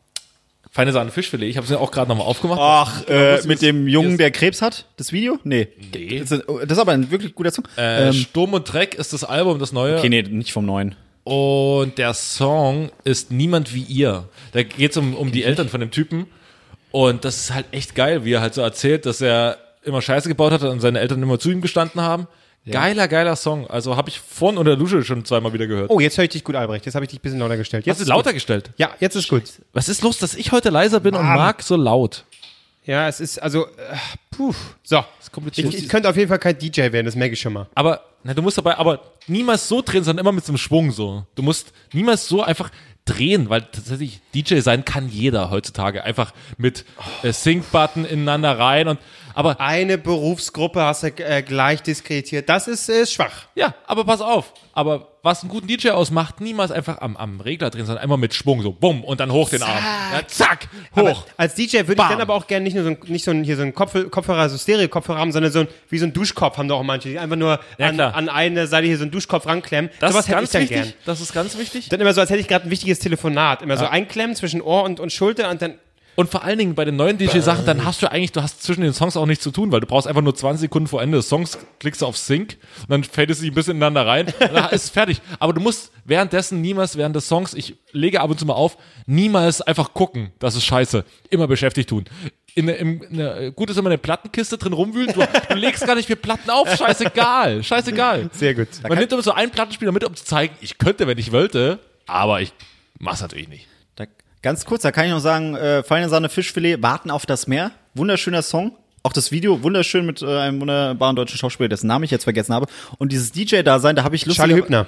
[SPEAKER 3] Feine Sahne Fischfilet. Ich habe es ja auch gerade nochmal aufgemacht.
[SPEAKER 2] Ach, äh,
[SPEAKER 3] wusste,
[SPEAKER 2] mit
[SPEAKER 3] wie es-
[SPEAKER 2] dem
[SPEAKER 3] wie
[SPEAKER 2] Jungen,
[SPEAKER 3] es-
[SPEAKER 2] der Krebs hat? Das Video? Nee.
[SPEAKER 3] Nee.
[SPEAKER 2] Das ist, das ist aber ein wirklich guter Song.
[SPEAKER 3] Äh,
[SPEAKER 2] ähm,
[SPEAKER 3] Sturm und Dreck ist das Album, das neue.
[SPEAKER 2] okay, nee, nicht vom Neuen.
[SPEAKER 3] Und der Song ist Niemand wie ihr. Da geht es um, um die Eltern von dem Typen. Und das ist halt echt geil, wie er halt so erzählt, dass er immer Scheiße gebaut hat und seine Eltern immer zu ihm gestanden haben. Geiler, geiler Song. Also habe ich vorhin unter der Dusche schon zweimal wieder gehört.
[SPEAKER 1] Oh, jetzt höre ich dich gut, Albrecht. Jetzt habe ich dich ein bisschen lauter gestellt. Jetzt
[SPEAKER 3] Hast du
[SPEAKER 1] ist
[SPEAKER 3] lauter
[SPEAKER 1] gut.
[SPEAKER 3] gestellt?
[SPEAKER 1] Ja, jetzt ist gut.
[SPEAKER 3] Was ist los, dass ich heute leiser bin und Marc so laut?
[SPEAKER 1] Ja, es ist, also, äh, puh. So.
[SPEAKER 3] kompliziert.
[SPEAKER 1] Ich, ich könnte auf jeden Fall kein D J werden, das merke ich schon mal.
[SPEAKER 3] Aber, na, du musst dabei aber niemals so drehen, sondern immer mit so einem Schwung so. Du musst niemals so einfach drehen, weil tatsächlich D J sein kann jeder heutzutage. Einfach mit äh, Sync-Button ineinander rein und, aber,
[SPEAKER 1] Eine Berufsgruppe hast du äh, gleich diskreditiert. Das ist, äh, schwach.
[SPEAKER 3] ja, aber pass auf. Aber was einen guten D J ausmacht, niemals einfach am, am Regler drehen, sondern einmal mit Schwung so, bumm, und dann hoch den Arm. Ja, zack, hoch.
[SPEAKER 1] Aber als D J würde ich
[SPEAKER 3] Bam.
[SPEAKER 1] dann aber auch gerne nicht nur so ein, nicht so ein, hier so ein Kopf, Kopfhörer, so Stereo-Kopfhörer haben, sondern so ein, wie so ein Duschkopf haben doch auch manche, die einfach nur
[SPEAKER 3] Ja,
[SPEAKER 1] an,
[SPEAKER 3] klar.
[SPEAKER 1] an eine Seite hier so einen Duschkopf ranklemmen.
[SPEAKER 3] Das
[SPEAKER 1] Sowas
[SPEAKER 3] ist
[SPEAKER 1] hätte
[SPEAKER 3] ganz
[SPEAKER 1] ich dann
[SPEAKER 3] wichtig.
[SPEAKER 1] gern.
[SPEAKER 3] Das ist ganz wichtig.
[SPEAKER 1] Dann immer so, als hätte ich gerade ein wichtiges Telefonat. Immer so einklemmen zwischen Ohr und, und Schulter und dann,
[SPEAKER 3] Und vor allen Dingen bei den neuen D J-Sachen, dann hast du eigentlich, du hast zwischen den Songs auch nichts zu tun, weil du brauchst einfach nur zwanzig Sekunden vor Ende des Songs, klickst du auf Sync und dann fadest du dich ein bisschen ineinander rein und dann ist es fertig. Aber du musst währenddessen niemals, während des Songs, ich lege ab und zu mal auf, niemals einfach gucken, das ist scheiße. Immer beschäftigt tun. In, der- im, in der, gut ist immer eine Plattenkiste drin rumwühlen, du, du legst gar nicht mehr Platten auf, scheißegal, scheißegal.
[SPEAKER 1] sehr gut.
[SPEAKER 3] Man nimmt immer so einen Plattenspieler mit, um zu zeigen, ich könnte, wenn ich wollte, aber ich mach's natürlich nicht.
[SPEAKER 2] Da, ganz kurz, da kann ich noch sagen, äh, Feine Sahne Fischfilet, Warten auf das Meer. Wunderschöner Song. Auch das Video, wunderschön mit äh, einem wunderbaren deutschen Schauspieler, dessen Namen ich jetzt vergessen habe. Und dieses D J-Dasein, da habe ich Lust.
[SPEAKER 1] Charlie Hübner.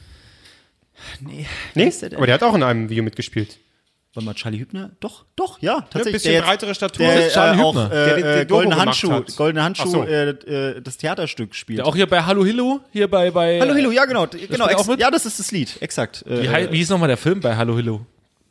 [SPEAKER 2] Nee.
[SPEAKER 1] Nee,
[SPEAKER 2] ist der denn?
[SPEAKER 1] aber der hat auch in einem Video mitgespielt.
[SPEAKER 2] Warte mal, Charlie Hübner? Doch, doch, ja,
[SPEAKER 1] Ja,
[SPEAKER 2] tatsächlich.
[SPEAKER 1] bisschen
[SPEAKER 2] der jetzt-
[SPEAKER 1] breitere Statur.
[SPEAKER 2] Der,
[SPEAKER 1] Das ist Charlie
[SPEAKER 2] äh, auch,
[SPEAKER 1] Hübner.
[SPEAKER 2] äh,
[SPEAKER 1] Der den- den
[SPEAKER 2] äh,
[SPEAKER 1] Dogo
[SPEAKER 2] Goldene
[SPEAKER 1] gemacht
[SPEAKER 2] Handschuh,
[SPEAKER 1] hat.
[SPEAKER 2] Goldene
[SPEAKER 1] Ach
[SPEAKER 2] Handschuh,
[SPEAKER 1] so.
[SPEAKER 2] äh, äh, das Theaterstück spielt.
[SPEAKER 3] Auch hier bei Hallo Hillo, hier bei, bei
[SPEAKER 2] Hallo Hillo, ja genau, genau,
[SPEAKER 3] spielt er
[SPEAKER 2] ex-
[SPEAKER 3] auch mit?
[SPEAKER 2] ja, das ist das Lied, exakt.
[SPEAKER 3] Wie,
[SPEAKER 2] Äh,
[SPEAKER 3] hei- wie hieß nochmal der Film bei Hallo Hillo?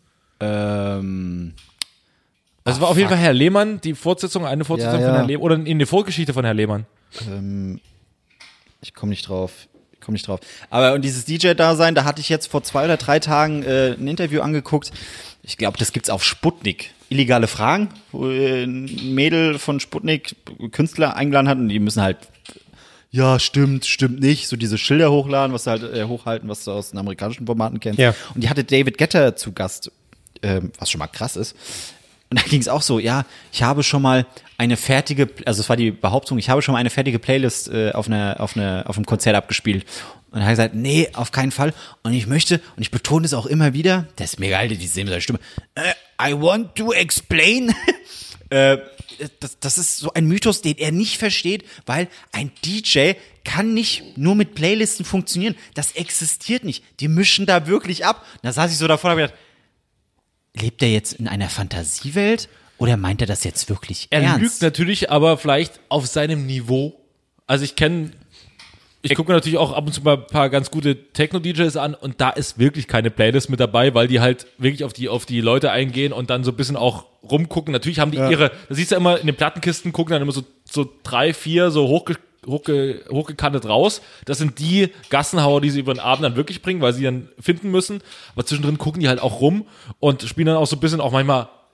[SPEAKER 2] ähm,
[SPEAKER 3] Das war auf jeden Fall Herr Lehmann, die Fortsetzung, eine Fortsetzung
[SPEAKER 2] Ja,
[SPEAKER 3] von
[SPEAKER 2] ja.
[SPEAKER 3] Herrn Lehmann, oder in der Vorgeschichte von Herrn Lehmann.
[SPEAKER 2] ähm, ich komme nicht drauf. Ich komme nicht drauf. Aber und dieses D J-Dasein, da hatte ich jetzt vor zwei oder drei Tagen äh, ein Interview angeguckt. Ich glaube, das gibt's auf Sputnik. Illegale Fragen, wo äh, ein Mädel von Sputnik Künstler eingeladen hat und die müssen halt, ja, stimmt, stimmt nicht, so diese Schilder hochladen, was sie halt äh, hochhalten, was du aus den amerikanischen Formaten kennst.
[SPEAKER 1] Ja.
[SPEAKER 2] Und die hatte David Guetta zu Gast, ähm, was schon mal krass ist. Und da ging es auch so, ja, ich habe schon mal eine fertige, also es war die Behauptung, ich habe schon mal eine fertige Playlist äh, auf einer auf einer auf einem Konzert abgespielt. Und dann hat er gesagt, nee, auf keinen Fall. Und ich möchte, und ich betone es auch immer wieder, das ist mega geil, die sehen seine Stimme. Äh, I want to explain. äh, das, das ist so ein Mythos, den er nicht versteht, weil ein D J kann nicht nur mit Playlisten funktionieren. Das existiert nicht. Die mischen da wirklich ab. Und da saß ich so davor und habe gedacht, lebt er jetzt in einer Fantasiewelt oder meint er das jetzt wirklich
[SPEAKER 3] Er
[SPEAKER 2] ernst?
[SPEAKER 3] lügt natürlich, aber vielleicht auf seinem Niveau. Also ich kenne, ich gucke natürlich auch ab und zu mal ein paar ganz gute Techno-D Js an und da ist wirklich keine Playlist mit dabei, weil die halt wirklich auf die, auf die Leute eingehen und dann so ein bisschen auch rumgucken. Natürlich haben die ihre, da siehst du ja immer in den Plattenkisten, gucken dann immer so, so drei, vier so hochge, hochge, hochgekantet raus. Das sind die Gassenhauer, die sie über den Abend dann wirklich bringen, weil sie dann finden müssen. Aber zwischendrin gucken die halt auch rum und spielen dann auch so ein bisschen auch manchmal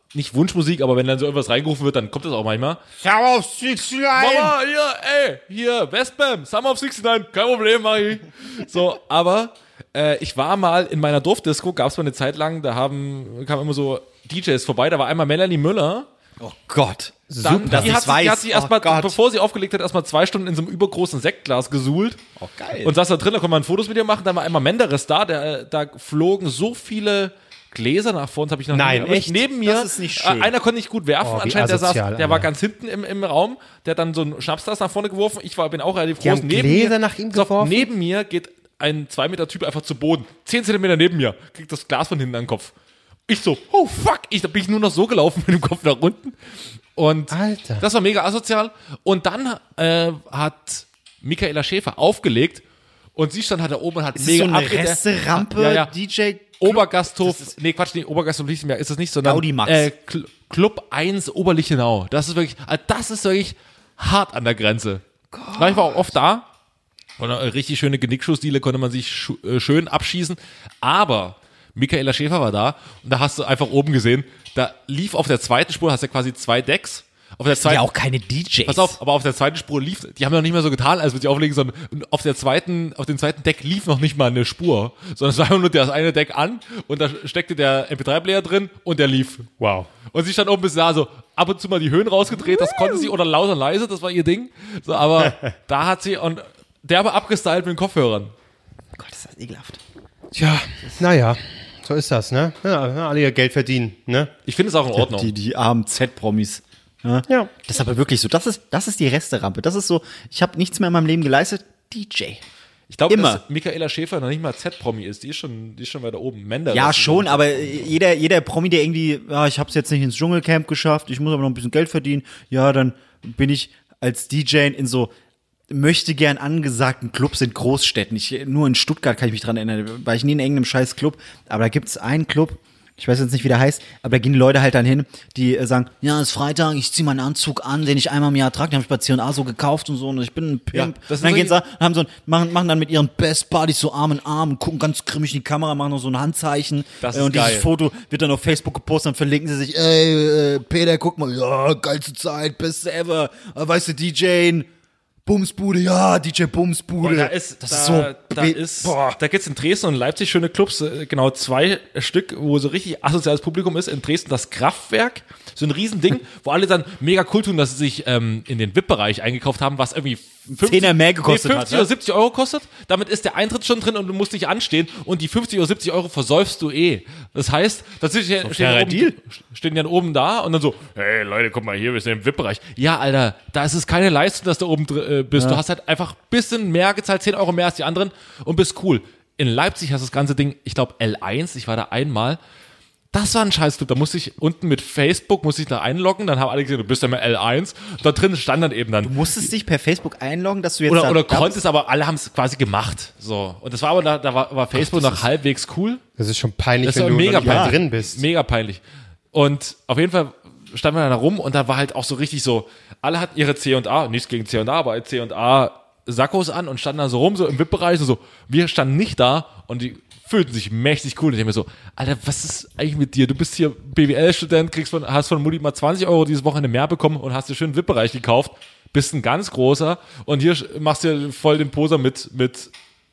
[SPEAKER 3] nicht Wunschmusik, aber wenn dann so irgendwas reingerufen wird, dann kommt das auch manchmal.
[SPEAKER 1] Summer of sixty-nine!
[SPEAKER 3] Mama, hier, ey, hier, Westbam, Summer of sixty-nine, kein Problem, Mari. So, aber äh, ich war mal in meiner Dorfdisco, gab es mal eine Zeit lang, da haben, kamen immer so D Js vorbei, da war einmal Melanie Müller.
[SPEAKER 2] Oh Gott.
[SPEAKER 3] Dann,
[SPEAKER 2] dass
[SPEAKER 3] die,
[SPEAKER 2] ich's
[SPEAKER 3] hat, sich- die hat sich
[SPEAKER 2] weiß.
[SPEAKER 3] erstmal,
[SPEAKER 2] Oh Gott.
[SPEAKER 3] bevor sie aufgelegt hat, erstmal zwei Stunden in so einem übergroßen Sektglas gesuhlt.
[SPEAKER 2] Oh, geil.
[SPEAKER 3] Und saß da drin, da konnte man Fotos mit ihr machen. Dann war einmal Menderes da, der, da flogen so viele Gläser nach vorne, das habe ich noch
[SPEAKER 1] Nein,
[SPEAKER 3] nie. Aber
[SPEAKER 1] echt?
[SPEAKER 3] Neben mir,
[SPEAKER 2] Das ist nicht schön.
[SPEAKER 3] äh, einer konnte nicht gut werfen,
[SPEAKER 1] Oh, wie
[SPEAKER 3] anscheinend, der, saß,
[SPEAKER 1] asozial,
[SPEAKER 3] der war
[SPEAKER 1] Alter.
[SPEAKER 3] ganz hinten im, im Raum, der hat dann so ein Schnapsglas nach vorne geworfen. Ich war, bin auch relativ
[SPEAKER 1] Die
[SPEAKER 3] groß.
[SPEAKER 1] haben
[SPEAKER 3] Neben
[SPEAKER 1] Gläser
[SPEAKER 3] mir,
[SPEAKER 1] nach ihm
[SPEAKER 3] so,
[SPEAKER 1] geworfen?
[SPEAKER 3] Neben mir geht ein zwei Meter Typ einfach zu Boden. Zehn Zentimeter neben mir, kriegt das Glas von hinten an den Kopf. Ich so, oh fuck, ich, da bin ich nur noch so gelaufen mit dem Kopf nach unten. Und
[SPEAKER 1] Alter.
[SPEAKER 3] das war mega asozial. Und dann äh, hat Michaela Schäfer aufgelegt und sie stand halt da oben und hat
[SPEAKER 2] Ist
[SPEAKER 3] mega
[SPEAKER 2] das so eine
[SPEAKER 3] abge-
[SPEAKER 2] Resterampe,
[SPEAKER 3] Ja, ja.
[SPEAKER 2] D J?
[SPEAKER 3] Obergasthof, nee, Quatsch, nee, Obergasthof nicht mehr, ist das nicht, sondern
[SPEAKER 2] Gaudi Max.
[SPEAKER 3] Äh, Cl- Club eins Oberlichenau. Das ist wirklich, also das ist wirklich hart an der Grenze. Na, ich war auch oft da. Und eine richtig schöne Genickschussdiele konnte man sich schu- äh, schön abschießen. Aber Michaela Schäfer war da und da hast du einfach oben gesehen, da lief auf der zweiten Spur, hast du ja quasi zwei Decks. Auf der zweiten,
[SPEAKER 2] Ja, auch keine D Js.
[SPEAKER 3] Pass auf, aber auf der zweiten Spur lief, die haben ja noch nicht mehr so getan, als würde ich auflegen, sondern auf der zweiten, auf dem zweiten Deck lief noch nicht mal eine Spur, sondern es war einfach nur das eine Deck an und da steckte der M P drei Player drin und der lief.
[SPEAKER 1] Wow.
[SPEAKER 3] Und sie stand oben bis da so ab und zu mal die Höhen rausgedreht, das konnte sie, oder laut und leise, das war ihr Ding. So, aber da hat sie, und der war abgestylt mit den Kopfhörern.
[SPEAKER 2] Gott, ist das ekelhaft.
[SPEAKER 1] Tja, naja, so ist das, ne? Ja, alle ihr Geld verdienen, ne?
[SPEAKER 3] Ich finde es auch in Ordnung.
[SPEAKER 2] Die, die armen Z-Promis. Ja.
[SPEAKER 1] Ja.
[SPEAKER 2] Das ist aber wirklich so. Das ist, das ist die Resterampe. Das ist so, ich habe nichts mehr in meinem Leben geleistet. D J.
[SPEAKER 3] Ich glaube,
[SPEAKER 2] Immer.
[SPEAKER 3] dass Michaela Schäfer noch nicht mal Z-Promi ist. Die ist schon, die ist schon weiter oben. Mender.
[SPEAKER 2] Ja, schon, aber jeder, jeder Promi, der irgendwie, ja, ich habe es jetzt nicht ins Dschungelcamp geschafft, ich muss aber noch ein bisschen Geld verdienen, ja, dann bin ich als D J in so möchte gern angesagten Clubs in Großstädten. Ich, nur in Stuttgart kann ich mich dran erinnern, war ich nie in irgendeinem scheiß Club, aber da gibt's einen Club, ich weiß jetzt nicht, wie der heißt, aber da gehen die Leute halt dann hin, die äh, sagen, ja, es ist Freitag, ich ziehe meinen Anzug an, den ich einmal im Jahr trage, den habe ich bei C und A so gekauft und so, und ich bin ein Pimp.
[SPEAKER 3] Ja, das
[SPEAKER 2] und dann
[SPEAKER 3] ist
[SPEAKER 2] gehen sie, haben so, ein- machen, machen dann mit ihren Best Buddies so Arm in Arm und gucken ganz grimmig in die Kamera, machen noch so ein Handzeichen.
[SPEAKER 3] Das
[SPEAKER 2] äh,
[SPEAKER 3] ist
[SPEAKER 2] und
[SPEAKER 3] geil.
[SPEAKER 2] dieses Foto wird dann auf Facebook gepostet, dann verlinken sie sich, ey, äh, Peter, guck mal, ja, geilste Zeit, beste ever, äh, weißt du, D J, Bumsbude, ja, D J Bumsbude.
[SPEAKER 3] Boah, da ist,
[SPEAKER 2] das
[SPEAKER 3] da,
[SPEAKER 2] ist so,
[SPEAKER 3] da
[SPEAKER 2] be-
[SPEAKER 3] ist,
[SPEAKER 2] boah.
[SPEAKER 3] da gibt's in Dresden und Leipzig schöne Clubs, äh, genau zwei Stück, wo so richtig asoziales Publikum ist. In Dresden das Kraftwerk, so ein Riesending, wo alle dann mega cool tun, dass sie sich ähm, in den V I P-Bereich eingekauft haben, was irgendwie fünfzig,
[SPEAKER 2] Zehner mehr gekostet
[SPEAKER 3] nee,
[SPEAKER 2] hat,
[SPEAKER 3] fünfzig
[SPEAKER 2] ja?
[SPEAKER 3] oder siebzig Euro kostet. Damit ist der Eintritt schon drin und du musst nicht anstehen und die fünfzig oder siebzig Euro versäufst du eh. Das heißt, da stehen, stehen,
[SPEAKER 2] fairer
[SPEAKER 3] oben,
[SPEAKER 2] Deal.
[SPEAKER 3] stehen die dann oben da und dann so, hey Leute, guck mal hier, wir sind im V I P-Bereich. Ja, Alter, da ist es keine Leistung, dass du oben dr- äh, bist. Du hast halt einfach ein bisschen mehr gezahlt, zehn Euro mehr als die anderen und bist cool. In Leipzig hast du das ganze Ding, ich glaube L eins, ich war da einmal. Das war ein Scheißclub, da musste ich unten mit Facebook, musste ich da einloggen, dann haben alle gesehen, du bist ja mal L eins und da drin stand dann eben dann,
[SPEAKER 2] Du musstest dich per Facebook einloggen, dass du jetzt
[SPEAKER 3] oder,
[SPEAKER 2] da,
[SPEAKER 3] oder
[SPEAKER 2] da
[SPEAKER 3] konntest, aber alle haben es quasi gemacht. So. Und das war aber, da, da war, war Facebook noch halbwegs cool.
[SPEAKER 1] Das ist schon peinlich,
[SPEAKER 3] Das
[SPEAKER 1] wenn
[SPEAKER 3] war
[SPEAKER 1] du
[SPEAKER 3] mega
[SPEAKER 1] noch nicht mal
[SPEAKER 3] peinlich.
[SPEAKER 1] drin bist.
[SPEAKER 3] Mega peinlich. Und auf jeden Fall standen wir da rum und da war halt auch so richtig so, alle hatten ihre C und A, nichts gegen C und A, aber C und A Sakkos an und standen da so rum, so im V I P-Bereich und so. Wir standen nicht da und die fühlten sich mächtig cool. Und ich denke mir so, Alter, was ist eigentlich mit dir? Du bist hier B W L-Student, kriegst von, hast von Mutti mal zwanzig Euro dieses Wochenende mehr bekommen und hast dir schön einen V I P-Bereich gekauft, bist ein ganz großer und hier machst du voll den Poser mit, mit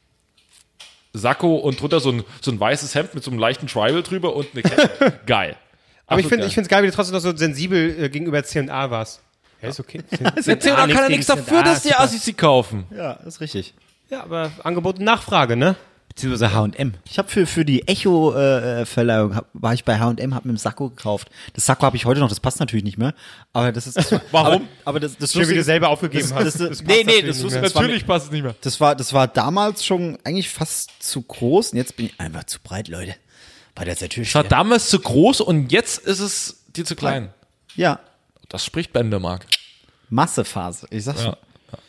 [SPEAKER 3] Sakko und drunter so ein, so ein weißes Hemd mit so einem leichten Tribal drüber und eine Kette. Geil.
[SPEAKER 1] Aber ich
[SPEAKER 3] Absolut
[SPEAKER 1] finde
[SPEAKER 3] geil.
[SPEAKER 1] ich finde es geil, wie du trotzdem noch so sensibel äh, gegenüber C und A warst. Ja, ist okay.
[SPEAKER 3] Der C und A kann ja nichts dafür, dass die Assis sie kaufen.
[SPEAKER 2] Ja, das ist richtig.
[SPEAKER 1] Ja, aber Angebot und Nachfrage, ne?
[SPEAKER 2] Beziehungsweise H und M. Ich habe für, für die Echo-Verleihung, äh, war ich bei H und M, habe mir einen Sakko gekauft. Das Sakko habe ich heute noch, das passt natürlich nicht mehr. Aber das ist... Das war,
[SPEAKER 3] Warum?
[SPEAKER 2] Aber, aber das, das
[SPEAKER 1] Schön, wie
[SPEAKER 2] Lustige
[SPEAKER 1] du
[SPEAKER 2] ist-
[SPEAKER 1] selber aufgegeben
[SPEAKER 2] das,
[SPEAKER 1] hast.
[SPEAKER 2] Das, das,
[SPEAKER 1] Das passt
[SPEAKER 2] nee, nee,
[SPEAKER 1] natürlich
[SPEAKER 2] das,
[SPEAKER 1] nicht
[SPEAKER 2] Lustige-
[SPEAKER 1] mehr.
[SPEAKER 2] das, war,
[SPEAKER 3] Natürlich passt es nicht mehr.
[SPEAKER 2] das, war, das war damals schon eigentlich fast zu groß. Und jetzt bin ich einfach zu breit, Leute. Bei der natürlich.
[SPEAKER 3] Es war damals zu groß und jetzt ist es dir zu klein.
[SPEAKER 2] Ja,
[SPEAKER 3] Das spricht Bände, Marc.
[SPEAKER 2] Massephase. Ich sag's
[SPEAKER 3] Ja.
[SPEAKER 2] schon.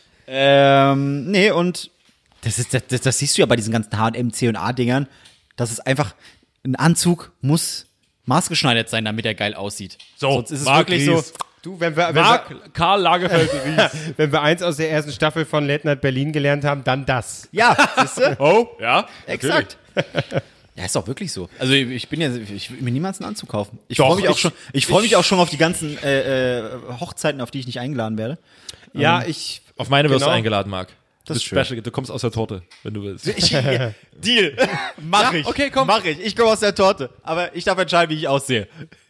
[SPEAKER 2] Ähm, nee, und das, ist, das, das, das siehst du ja bei diesen ganzen H und M, C und A-Dingern. Das ist einfach, ein Anzug muss maßgeschneidert sein, damit er geil aussieht.
[SPEAKER 3] So,
[SPEAKER 2] Sonst ist es
[SPEAKER 3] Marc
[SPEAKER 2] wirklich
[SPEAKER 3] Ries.
[SPEAKER 2] so.
[SPEAKER 1] Du, wenn wir, wenn, wir,
[SPEAKER 3] Marc Karl Lagerfeld Ries.
[SPEAKER 1] wenn wir eins aus der ersten Staffel von Late Night Berlin gelernt haben, dann das.
[SPEAKER 2] Ja, siehst du?
[SPEAKER 3] Oh, ja.
[SPEAKER 2] Exakt. Ja, ist auch wirklich so. Also ich bin ja, ich will mir niemals einen Anzug kaufen. Ich
[SPEAKER 1] Doch,
[SPEAKER 2] freue mich auch
[SPEAKER 1] ich-
[SPEAKER 2] schon. Ich freue mich auch schon auf die ganzen äh, äh, Hochzeiten, auf die ich nicht eingeladen werde.
[SPEAKER 1] Ja, ich.
[SPEAKER 3] Auf meine wirst
[SPEAKER 1] Genau.
[SPEAKER 3] du eingeladen, Marc.
[SPEAKER 2] Das
[SPEAKER 3] Das
[SPEAKER 2] ist schön.
[SPEAKER 3] Special, du kommst aus der Torte, wenn du willst.
[SPEAKER 2] Ich, Deal. Mach
[SPEAKER 3] Ja,
[SPEAKER 2] ich.
[SPEAKER 3] okay, komm.
[SPEAKER 2] Mach ich. Ich komme aus der Torte. Aber ich darf entscheiden, wie ich aussehe.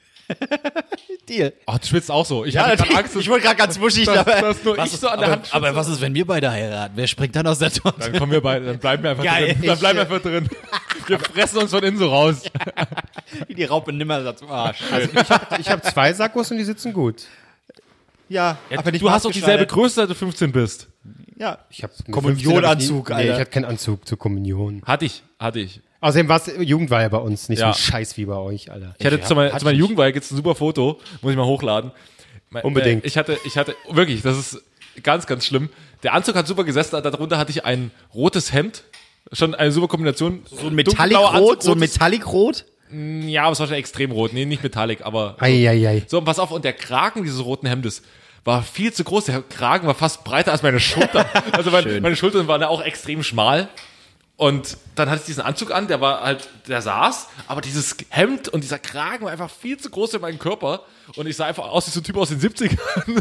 [SPEAKER 2] Deal.
[SPEAKER 3] Oh, du schwitzt auch so. Ich
[SPEAKER 2] Ja,
[SPEAKER 3] hatte gerade
[SPEAKER 2] natürlich.
[SPEAKER 3] Angst,
[SPEAKER 2] ich wurde gerade ganz wuschig
[SPEAKER 3] dass,
[SPEAKER 2] dabei.
[SPEAKER 3] dass nur ich so an der Hand schwitze.
[SPEAKER 2] aber was ist, wenn wir beide heiraten? Wer springt dann aus der Torte?
[SPEAKER 3] Dann kommen wir beide, dann bleiben wir einfach
[SPEAKER 2] Geil.
[SPEAKER 3] drin. Dann bleiben wir einfach drin. Wir fressen uns von innen so raus.
[SPEAKER 2] Wie die Raupe Nimmersatz. Ah, schön.
[SPEAKER 1] Also ich habe ich hab zwei Sackos und die sitzen gut.
[SPEAKER 2] ja,
[SPEAKER 3] Ja,
[SPEAKER 2] aber nicht
[SPEAKER 3] du hast doch dieselbe
[SPEAKER 2] maßgeschneidert.
[SPEAKER 3] Größe, seit du fünfzehn bist.
[SPEAKER 2] Ja.
[SPEAKER 1] Ich hab
[SPEAKER 2] Kommunionanzug,
[SPEAKER 1] Nee,
[SPEAKER 2] Alter.
[SPEAKER 1] ich hatte keinen Anzug zur Kommunion.
[SPEAKER 3] Hatte ich, hatte ich.
[SPEAKER 1] Außerdem war es Jugendweihe bei uns, nicht
[SPEAKER 3] Ja.
[SPEAKER 1] so ein Scheiß wie bei euch, Alter.
[SPEAKER 3] Ich hatte
[SPEAKER 2] Ja,
[SPEAKER 3] zu, mein,
[SPEAKER 2] hatte
[SPEAKER 3] zu meiner
[SPEAKER 2] ich.
[SPEAKER 3] Jugendweihe gibt's ein super Foto, muss ich mal hochladen. Mein-
[SPEAKER 1] Unbedingt.
[SPEAKER 3] Äh, Ich hatte, ich hatte, wirklich, das ist ganz, ganz schlimm. Der Anzug hat super gesessen, darunter hatte ich ein rotes Hemd. Schon eine super Kombination.
[SPEAKER 2] So ein Metallic-Rot, so ein Metallic-Rot.
[SPEAKER 3] Ja, aber es war schon extrem rot. Nee, nicht Metallic, aber.
[SPEAKER 1] Eieiei.
[SPEAKER 3] So, und pass auf, und der Kragen dieses roten Hemdes war viel zu groß. Der Kragen war fast breiter als meine Schulter. Also mein, meine Schultern waren da auch extrem schmal. Und dann hatte ich diesen Anzug an, der war halt, der saß, aber dieses Hemd und dieser Kragen war einfach viel zu groß für meinen Körper. Und ich sah einfach aus wie so ein Typ aus den siebzigern.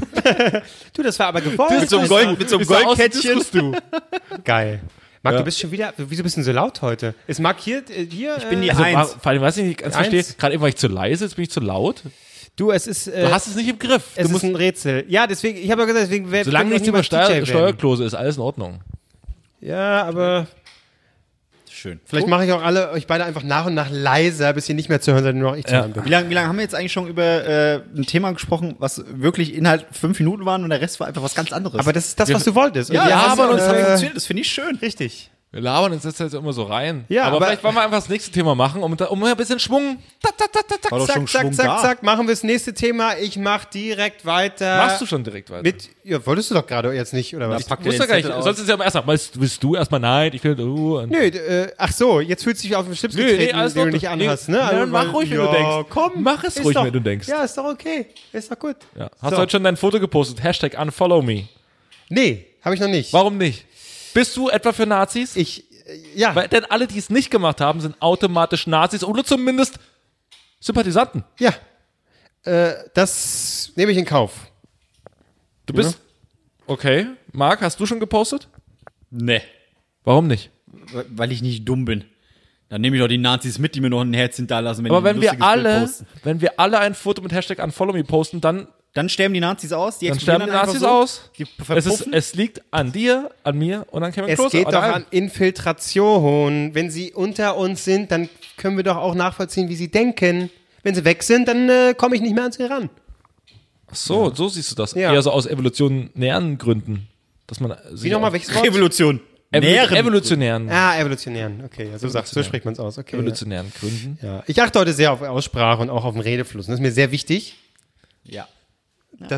[SPEAKER 1] Du, das war aber gewollt.
[SPEAKER 2] Mit so einem, Gold, mit so einem
[SPEAKER 3] Ich sah aus wie
[SPEAKER 2] Goldkettchen.
[SPEAKER 3] Diskus, du.
[SPEAKER 1] Geil. Marc,
[SPEAKER 3] Ja.
[SPEAKER 1] du bist schon wieder, wieso bist du denn so laut heute? Ist Marc hier, äh, hier? Ich
[SPEAKER 2] bin die
[SPEAKER 3] Also,
[SPEAKER 2] Eins.
[SPEAKER 3] war, vor allem, was ich nicht ganz
[SPEAKER 1] Eins.
[SPEAKER 3] verstehe, gerade eben war ich zu leise, jetzt bin ich zu laut.
[SPEAKER 1] Du, es ist, äh,
[SPEAKER 3] Du hast es nicht im Griff.
[SPEAKER 1] es
[SPEAKER 3] Du
[SPEAKER 1] ist
[SPEAKER 3] musst,
[SPEAKER 1] ein Rätsel. Ja, deswegen, ich habe ja gesagt, deswegen werde
[SPEAKER 3] solange
[SPEAKER 1] ich
[SPEAKER 3] nichts über Steuer,
[SPEAKER 1] werden.
[SPEAKER 3] Steuerklose ist, alles in Ordnung.
[SPEAKER 1] Ja, aber
[SPEAKER 2] Schön.
[SPEAKER 1] vielleicht mache ich auch alle euch beide einfach nach und nach leiser, bis ihr nicht mehr zu hören seid, nur noch ich zu
[SPEAKER 3] Ja.
[SPEAKER 1] hören bin.
[SPEAKER 2] Wie lange wie lang haben wir jetzt eigentlich schon über äh, ein Thema gesprochen, was wirklich Inhalt fünf Minuten waren und der Rest war einfach was ganz anderes?
[SPEAKER 1] Aber das ist das, was du wolltest. Und
[SPEAKER 2] ja,
[SPEAKER 1] wir
[SPEAKER 2] ja,
[SPEAKER 1] haben,
[SPEAKER 2] aber das hat
[SPEAKER 1] äh,
[SPEAKER 2] funktioniert, das finde ich schön.
[SPEAKER 1] Richtig.
[SPEAKER 3] Wir labern uns jetzt halt immer so rein.
[SPEAKER 1] Ja,
[SPEAKER 3] aber,
[SPEAKER 1] aber-
[SPEAKER 3] vielleicht wollen wir einfach das nächste Thema machen, um, da- um ein bisschen Schwung. Tak, tak, tak, tak, tak.
[SPEAKER 2] War doch schon
[SPEAKER 1] Zack, zack,
[SPEAKER 2] Schwung
[SPEAKER 1] zack,
[SPEAKER 2] da.
[SPEAKER 1] zack, machen wir das nächste Thema. Ich mach direkt weiter.
[SPEAKER 3] Machst du schon direkt weiter?
[SPEAKER 1] Mit, ja, wolltest du doch gerade jetzt nicht, oder was?
[SPEAKER 2] pack dir
[SPEAKER 3] Musst
[SPEAKER 2] den
[SPEAKER 3] du gar nicht.
[SPEAKER 2] Zettel aus.
[SPEAKER 3] Sonst ist ja immer erstmal, willst, willst du erstmal nein, ich will du. Und
[SPEAKER 1] Nö, äh, ach so, jetzt fühlst du dich auf den Schlips
[SPEAKER 3] Nö, nee,
[SPEAKER 1] getreten,
[SPEAKER 3] alles
[SPEAKER 1] den du
[SPEAKER 3] in
[SPEAKER 1] nicht
[SPEAKER 3] Ordnung.
[SPEAKER 1] anhast,
[SPEAKER 3] Nee,
[SPEAKER 1] ne?
[SPEAKER 3] ja, dann mach ruhig, wenn du denkst.
[SPEAKER 1] Komm,
[SPEAKER 3] Mach es
[SPEAKER 1] ist
[SPEAKER 3] ruhig,
[SPEAKER 1] doch,
[SPEAKER 3] wenn du denkst.
[SPEAKER 1] Ja, ist doch okay. Ist doch gut.
[SPEAKER 3] Ja. Hast
[SPEAKER 1] So.
[SPEAKER 3] du heute schon dein Foto gepostet? Hashtag unfollow me.
[SPEAKER 1] Nee, habe ich noch nicht.
[SPEAKER 3] Warum nicht? Bist du etwa für Nazis?
[SPEAKER 1] Ich, äh, ja,
[SPEAKER 3] Weil, denn alle, die es nicht gemacht haben, sind automatisch Nazis oder zumindest Sympathisanten.
[SPEAKER 1] ja. Äh, das nehme ich in Kauf.
[SPEAKER 3] Du bist. Okay. Marc, hast du schon gepostet?
[SPEAKER 2] Nee.
[SPEAKER 3] Warum nicht?
[SPEAKER 2] Weil ich nicht dumm bin. Dann nehme ich doch die Nazis mit, die mir noch ein Herz hinterlassen. Wenn
[SPEAKER 3] Aber
[SPEAKER 2] die ein
[SPEAKER 3] wenn wir
[SPEAKER 2] lustiges Bild
[SPEAKER 3] alle,
[SPEAKER 2] posten.
[SPEAKER 3] wenn wir alle ein Foto mit Hashtag unfollow me posten, dann,
[SPEAKER 2] Dann sterben die Nazis aus. Die
[SPEAKER 3] dann
[SPEAKER 2] explodieren
[SPEAKER 3] sterben die
[SPEAKER 2] einfach
[SPEAKER 3] Nazis
[SPEAKER 2] so.
[SPEAKER 3] aus.
[SPEAKER 2] Die
[SPEAKER 3] Es, ist,
[SPEAKER 2] verpuffen.
[SPEAKER 3] es liegt an dir, an mir und an Kevin
[SPEAKER 1] Es
[SPEAKER 3] Klose.
[SPEAKER 1] geht
[SPEAKER 3] an
[SPEAKER 1] doch
[SPEAKER 3] allen.
[SPEAKER 1] an Infiltration. Wenn sie unter uns sind, dann können wir doch auch nachvollziehen, wie sie denken. Wenn sie weg sind, dann äh, komme ich nicht mehr an sie ran.
[SPEAKER 3] Ach so, so siehst du das.
[SPEAKER 1] Ja.
[SPEAKER 3] Eher so aus evolutionären Gründen. Dass man
[SPEAKER 1] Wie nochmal, welches Wort?
[SPEAKER 2] Revolution.
[SPEAKER 3] Evolu
[SPEAKER 2] Nähren.
[SPEAKER 3] evolutionären,
[SPEAKER 1] Ah, evolutionären. Okay, ja, so sagst so spricht man es aus. Okay.
[SPEAKER 3] evolutionären Gründen.
[SPEAKER 1] Ja. Ich achte heute sehr auf Aussprache und auch auf den Redefluss. Das ist mir sehr wichtig.
[SPEAKER 2] Ja.
[SPEAKER 1] Das-